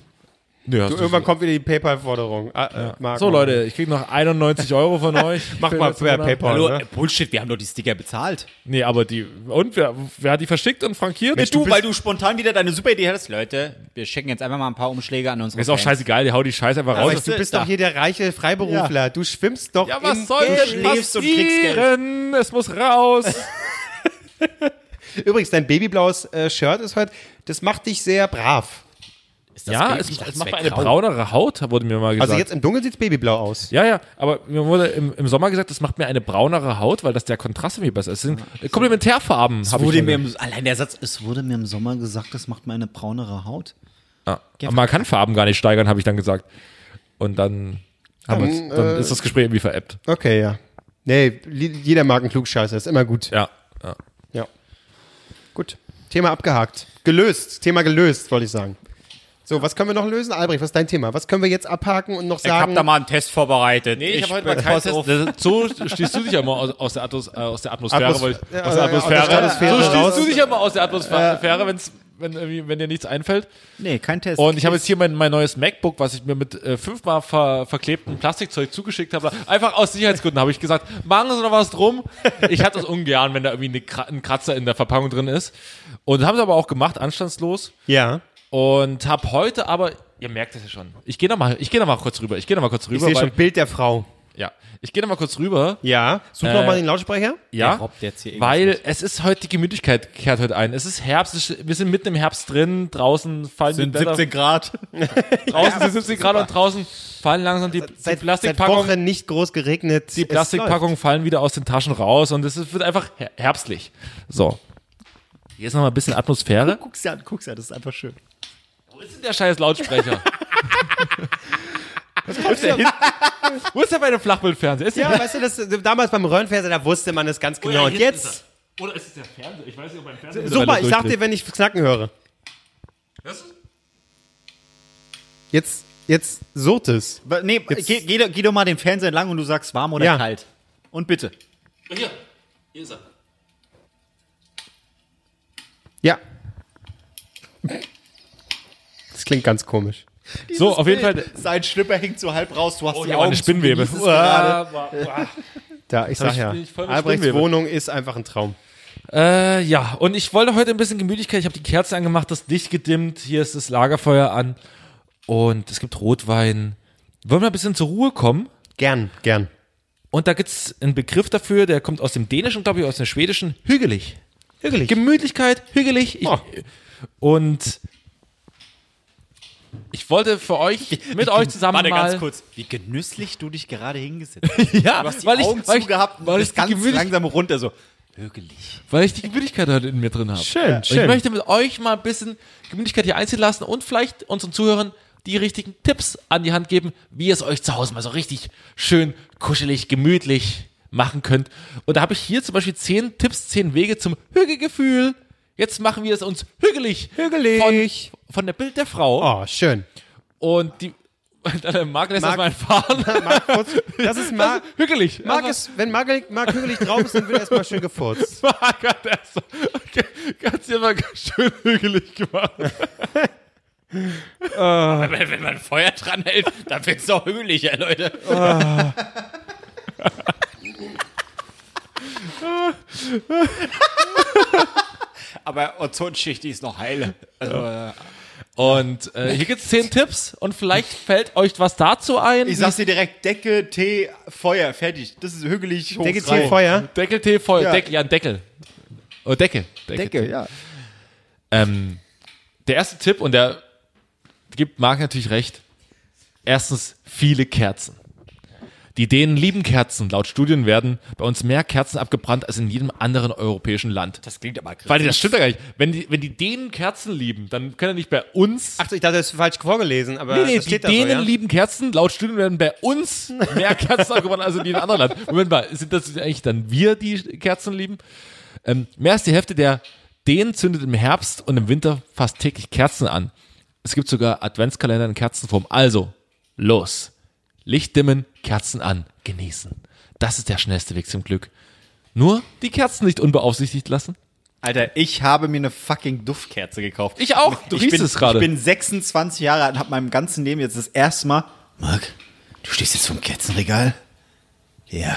[SPEAKER 3] nee, hast
[SPEAKER 1] Du,
[SPEAKER 3] du
[SPEAKER 1] irgendwann kommt wieder die PayPal-Forderung. Ah, äh, Marc,
[SPEAKER 3] so,
[SPEAKER 1] mach
[SPEAKER 3] Leute, ich krieg noch einundneunzig Euro von euch.
[SPEAKER 1] Mach
[SPEAKER 3] Für
[SPEAKER 1] mal
[SPEAKER 3] letzten
[SPEAKER 1] per
[SPEAKER 3] Monat.
[SPEAKER 1] PayPal.
[SPEAKER 2] Hallo,
[SPEAKER 1] ne?
[SPEAKER 2] äh, Bullshit, wir haben doch die Sticker bezahlt.
[SPEAKER 3] Nee, aber die, und wer, wer hat die verschickt und frankiert?
[SPEAKER 2] Mensch, du,
[SPEAKER 3] bist-
[SPEAKER 2] weil du spontan wieder deine super Idee hattest. Leute, wir schenken jetzt einfach mal ein paar Umschläge an unsere
[SPEAKER 3] ist auch
[SPEAKER 2] Fans.
[SPEAKER 3] scheißegal, die hau die Scheiße einfach raus.
[SPEAKER 2] weißt
[SPEAKER 1] Du bist
[SPEAKER 2] da.
[SPEAKER 1] doch hier der reiche Freiberufler. Du schwimmst doch
[SPEAKER 3] Ja, was
[SPEAKER 1] im
[SPEAKER 3] soll
[SPEAKER 1] Geld.
[SPEAKER 3] denn
[SPEAKER 2] schläfst und kriegst Geld.
[SPEAKER 3] passieren? Es muss raus.
[SPEAKER 1] Übrigens, dein babyblaues äh, Shirt ist heute, das macht dich sehr brav.
[SPEAKER 2] Ist das
[SPEAKER 3] Ja,
[SPEAKER 2] Baby?
[SPEAKER 3] es,
[SPEAKER 2] Ich dachte,
[SPEAKER 3] es
[SPEAKER 2] es
[SPEAKER 3] macht
[SPEAKER 2] wär
[SPEAKER 3] eine
[SPEAKER 2] grau.
[SPEAKER 3] braunere Haut, wurde mir mal gesagt.
[SPEAKER 1] Also jetzt im Dunkeln sieht's babyblau aus.
[SPEAKER 3] Ja, ja, aber mir wurde im, im Sommer gesagt, das macht mir eine braunere Haut, weil das der Kontrast irgendwie besser ist. Es sind Komplementärfarben.
[SPEAKER 2] Es
[SPEAKER 3] hab ich
[SPEAKER 2] wurde
[SPEAKER 3] schon
[SPEAKER 2] mir
[SPEAKER 3] gehört.
[SPEAKER 2] im, allein der Satz, es wurde mir im Sommer gesagt, das macht mir eine braunere Haut.
[SPEAKER 3] Ja. Aber man kann Farben gar nicht steigern, habe ich dann gesagt. Und dann, haben
[SPEAKER 1] Dann,
[SPEAKER 3] wir's- dann
[SPEAKER 1] äh,
[SPEAKER 3] ist das Gespräch irgendwie veräppt.
[SPEAKER 1] Okay, ja. Nee, li- jeder mag einen Klugscheißer, ist immer gut.
[SPEAKER 3] Ja. ja.
[SPEAKER 1] Ja. Gut. Thema abgehakt. Gelöst. Thema gelöst, wollte ich sagen. So, was können wir noch lösen? Albrecht, was ist dein Thema? Was können wir jetzt abhaken und noch
[SPEAKER 2] Ich hab
[SPEAKER 1] sagen?
[SPEAKER 2] da mal einen Test vorbereitet.
[SPEAKER 3] Nee, ich, habe heute
[SPEAKER 2] bin-
[SPEAKER 3] mal keinen
[SPEAKER 2] pass
[SPEAKER 3] Test.
[SPEAKER 2] auf.
[SPEAKER 3] Das- So stehst du dich ja immer aus, aus, der, Atmos, äh, aus der Atmosphäre.
[SPEAKER 1] Atmos-
[SPEAKER 3] wollte ich-
[SPEAKER 1] ja,
[SPEAKER 3] aus der
[SPEAKER 1] ja, ja, aus der
[SPEAKER 3] Atmosphäre.
[SPEAKER 1] Stratosphäre
[SPEAKER 3] so
[SPEAKER 1] raus.
[SPEAKER 3] stehst du dich ja immer aus der Atmosphäre, wenn's, wenn, irgendwie, wenn dir nichts einfällt.
[SPEAKER 2] Nee, kein Test.
[SPEAKER 3] Und ich habe jetzt hier mein, mein neues MacBook, was ich mir mit äh, fünfmal ver, verklebtem Plastikzeug zugeschickt habe. Einfach aus Sicherheitsgründen habe ich gesagt, machen Sie noch was drum. Ich hatte das ungern, wenn da irgendwie eine, Kra- ein Kratzer in der Verpackung drin ist. Und haben sie aber auch gemacht, anstandslos.
[SPEAKER 1] Ja.
[SPEAKER 3] Und habe heute aber, ihr merkt es ja schon, ich gehe noch mal, ich gehe noch mal kurz rüber. Ich gehe noch mal kurz
[SPEAKER 1] Ich
[SPEAKER 3] rüber.
[SPEAKER 1] sehe
[SPEAKER 3] weil,
[SPEAKER 1] schon Bild der Frau.
[SPEAKER 3] ja, ich gehe noch mal kurz rüber.
[SPEAKER 1] Ja. Such
[SPEAKER 3] Äh,
[SPEAKER 1] noch mal den Lautsprecher.
[SPEAKER 3] Ja,
[SPEAKER 2] Der robbt jetzt hier irgendwas
[SPEAKER 3] weil
[SPEAKER 2] mit.
[SPEAKER 3] es ist heute, die Gemütlichkeit kehrt heute ein. Es ist Herbst, es ist, wir sind mitten im Herbst drin, draußen fallen
[SPEAKER 2] Sind
[SPEAKER 3] die Blätter,
[SPEAKER 2] siebzehn Grad.
[SPEAKER 3] draußen sind siebzehn Grad und draußen fallen langsam die, die
[SPEAKER 1] Seit, seit
[SPEAKER 3] Plastikpackungen.
[SPEAKER 1] Wochen nicht groß geregnet.
[SPEAKER 3] Die
[SPEAKER 1] Es
[SPEAKER 3] Plastikpackungen fallen wieder aus den Taschen raus und es ist- wird einfach her- herbstlich. So. Hier ist noch mal ein bisschen Atmosphäre.
[SPEAKER 2] Guck's dir an, guck's dir an, das ist einfach schön.
[SPEAKER 3] ist denn der scheiß Lautsprecher? Was ist der hin? Wo ist der bei dem Flachbildfernseher? Ist
[SPEAKER 1] Ja,
[SPEAKER 3] der
[SPEAKER 1] weißt du, das, damals beim Röhrenfernseher, da wusste man das ganz genau. Und jetzt,
[SPEAKER 3] Oder ist es der Fernseher? Ich weiß nicht, ob mein Fernseher.
[SPEAKER 1] such mal, ich sag dir, wenn ich Knacken höre.
[SPEAKER 3] Was?
[SPEAKER 1] Jetzt, jetzt surrt es.
[SPEAKER 2] Nee,
[SPEAKER 1] Jetzt-
[SPEAKER 2] geh, geh, geh doch mal den Fernseher lang und du sagst warm oder
[SPEAKER 1] Ja.
[SPEAKER 2] kalt. Und bitte.
[SPEAKER 3] Hier, hier ist er.
[SPEAKER 1] Ja. Das klingt ganz komisch.
[SPEAKER 3] So, auf jeden Fall.
[SPEAKER 2] Sein Schlipper hängt so halb raus, du hast
[SPEAKER 3] Oh,
[SPEAKER 2] die
[SPEAKER 3] hier war
[SPEAKER 2] Augen
[SPEAKER 3] eine Spinnwebe.
[SPEAKER 2] zu, genießt es gerade.
[SPEAKER 3] Uah.
[SPEAKER 1] Da, ich
[SPEAKER 3] Hab
[SPEAKER 1] sag
[SPEAKER 3] ich-
[SPEAKER 1] ja,
[SPEAKER 3] bin ich voll mit
[SPEAKER 1] Albrechts
[SPEAKER 3] Spinnwebe.
[SPEAKER 1] Wohnung ist einfach ein Traum.
[SPEAKER 3] Äh, ja, und ich wollte heute ein bisschen Gemütlichkeit. Ich habe die Kerze angemacht, das Licht gedimmt. Hier ist das Lagerfeuer an. Und es gibt Rotwein. Wollen wir ein bisschen zur Ruhe kommen?
[SPEAKER 1] Gern, gern.
[SPEAKER 3] Und da gibt's einen Begriff dafür, der kommt aus dem Dänischen, glaube ich, aus dem Schwedischen. Hügelig.
[SPEAKER 1] Hügelig.
[SPEAKER 3] Gemütlichkeit, hügelig. Ich,
[SPEAKER 1] Oh.
[SPEAKER 3] Und ich wollte für euch, mit euch zusammen
[SPEAKER 2] Warte
[SPEAKER 3] mal...
[SPEAKER 2] ganz kurz. Wie genüsslich du dich gerade hingesetzt hast.
[SPEAKER 3] Ja,
[SPEAKER 2] Du hast die
[SPEAKER 3] weil ich,
[SPEAKER 2] Augen
[SPEAKER 3] weil ich,
[SPEAKER 2] zugehabt und
[SPEAKER 3] weil ich
[SPEAKER 2] bist
[SPEAKER 3] die
[SPEAKER 2] ganz
[SPEAKER 3] Gemütlich-
[SPEAKER 2] langsam runter so. Hügelig.
[SPEAKER 3] weil ich die Gemütlichkeit heute in mir drin habe.
[SPEAKER 1] Schön,
[SPEAKER 3] Und
[SPEAKER 1] schön.
[SPEAKER 3] ich möchte mit euch mal ein bisschen Gemütlichkeit hier einziehen lassen und vielleicht unseren Zuhörern die richtigen Tipps an die Hand geben, wie ihr es euch zu Hause mal so richtig schön, kuschelig, gemütlich machen könnt. Und da habe ich hier zum Beispiel zehn Tipps, zehn Wege zum Hügelgefühl. Jetzt machen wir es uns hügelig.
[SPEAKER 1] Hügelig.
[SPEAKER 3] Von, von der Bild der Frau.
[SPEAKER 1] Oh, schön.
[SPEAKER 3] Und die. Dann Marc lässt das
[SPEAKER 1] Marc-
[SPEAKER 3] mal fahren.
[SPEAKER 1] Marc Furz, das ist Marc.
[SPEAKER 3] Hügelig.
[SPEAKER 1] Marc ist, wenn Marc, Marc Hügelig drauf ist, dann wird erstmal schön gefurzt.
[SPEAKER 3] Marc hat das so. Okay, ganz immer ganz schön hügelig gemacht.
[SPEAKER 2] Wenn, wenn man Feuer dran hält, dann wird's doch hügeliger, Leute. Aber Ozonschicht, die ist noch heile. Also, äh,
[SPEAKER 3] Und äh, hier gibt's zehn Tipps und vielleicht fällt euch was dazu ein.
[SPEAKER 2] ich sag's dir direkt, Decke, Tee, Feuer, fertig. Das ist hügelig hoch.
[SPEAKER 1] Decke, Tee, Feuer.
[SPEAKER 3] Deckel, Tee, voll.
[SPEAKER 2] Ja.
[SPEAKER 3] Deckel, ja, ein Deckel. Oh, Decke. Decke.
[SPEAKER 2] Decke, ja.
[SPEAKER 3] Ähm, der erste Tipp, und der gibt Marc natürlich recht. Erstens, viele Kerzen. Die Dänen lieben Kerzen. Laut Studien werden bei uns mehr Kerzen abgebrannt als in jedem anderen europäischen Land.
[SPEAKER 2] Das klingt aber krass.
[SPEAKER 3] Weil das stimmt ja gar nicht. Wenn die, wenn die Dänen Kerzen lieben, dann können ja nicht bei uns.
[SPEAKER 1] Ach so, ich dachte, das ist falsch vorgelesen, aber
[SPEAKER 3] nee, nee,
[SPEAKER 1] das
[SPEAKER 3] die
[SPEAKER 1] steht da
[SPEAKER 3] Dänen
[SPEAKER 1] so, ja?
[SPEAKER 3] lieben Kerzen. Laut Studien werden bei uns mehr Kerzen abgebrannt als in jedem anderen Land. Moment mal, sind das eigentlich dann wir, die Kerzen lieben? Ähm, mehr als die Hälfte der Dänen zündet im Herbst und im Winter fast täglich Kerzen an. Es gibt sogar Adventskalender in Kerzenform. Also, los. Licht dimmen, Kerzen an, genießen. Das ist der schnellste Weg zum Glück. Nur die Kerzen nicht unbeaufsichtigt lassen.
[SPEAKER 2] Alter, ich habe mir eine fucking Duftkerze gekauft.
[SPEAKER 3] Ich auch. Du
[SPEAKER 2] ich
[SPEAKER 3] riechst
[SPEAKER 2] bin,
[SPEAKER 3] es gerade.
[SPEAKER 2] Ich bin sechsundzwanzig Jahre alt und habe meinem ganzen Leben jetzt das erste Mal. Marc, du stehst jetzt vom Kerzenregal? Ja.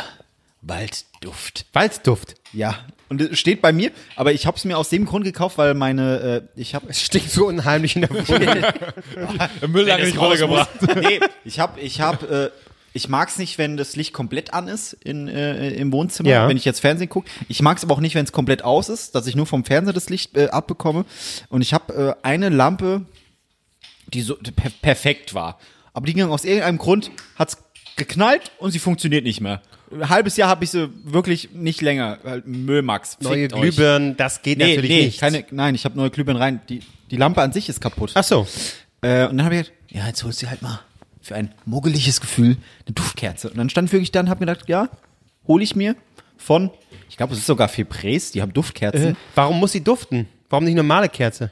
[SPEAKER 2] Waldduft.
[SPEAKER 1] Waldduft.
[SPEAKER 2] Ja. Und es steht bei mir, aber ich habe es mir aus dem Grund gekauft, weil meine, äh, ich habe
[SPEAKER 1] Es stinkt so unheimlich in der Wohnung.
[SPEAKER 3] Der Müll lange nicht runtergebracht.
[SPEAKER 2] Nee, ich habe, ich habe, äh, ich mag's nicht, wenn das Licht komplett an ist in, äh, im Wohnzimmer,
[SPEAKER 1] Ja.
[SPEAKER 2] wenn ich jetzt Fernsehen gucke. Ich mag's aber auch nicht, wenn es komplett aus ist, dass ich nur vom Fernseher das Licht äh, abbekomme. Und ich habe äh, eine Lampe, die so per perfekt war. Aber die ging aus irgendeinem Grund, hat's geknallt und sie funktioniert nicht mehr. Ein halbes Jahr habe ich sie wirklich nicht länger. Halt Müllmax.
[SPEAKER 1] Neue
[SPEAKER 2] fickt euch.
[SPEAKER 1] Glühbirnen, das geht
[SPEAKER 2] Nee,
[SPEAKER 1] natürlich
[SPEAKER 2] nee,
[SPEAKER 1] nicht.
[SPEAKER 2] keine, nein, ich habe neue Glühbirnen rein. Die, die Lampe an sich ist kaputt.
[SPEAKER 1] Ach so.
[SPEAKER 2] Äh, und dann habe ich gedacht, ja, jetzt holst du halt mal für ein muggeliges Gefühl eine Duftkerze. Und dann stand ich wirklich da und habe mir gedacht, ja, hole ich mir von, ich glaube, es ist sogar Febrés, die haben Duftkerzen,
[SPEAKER 1] Warum muss sie duften? Warum nicht normale Kerze?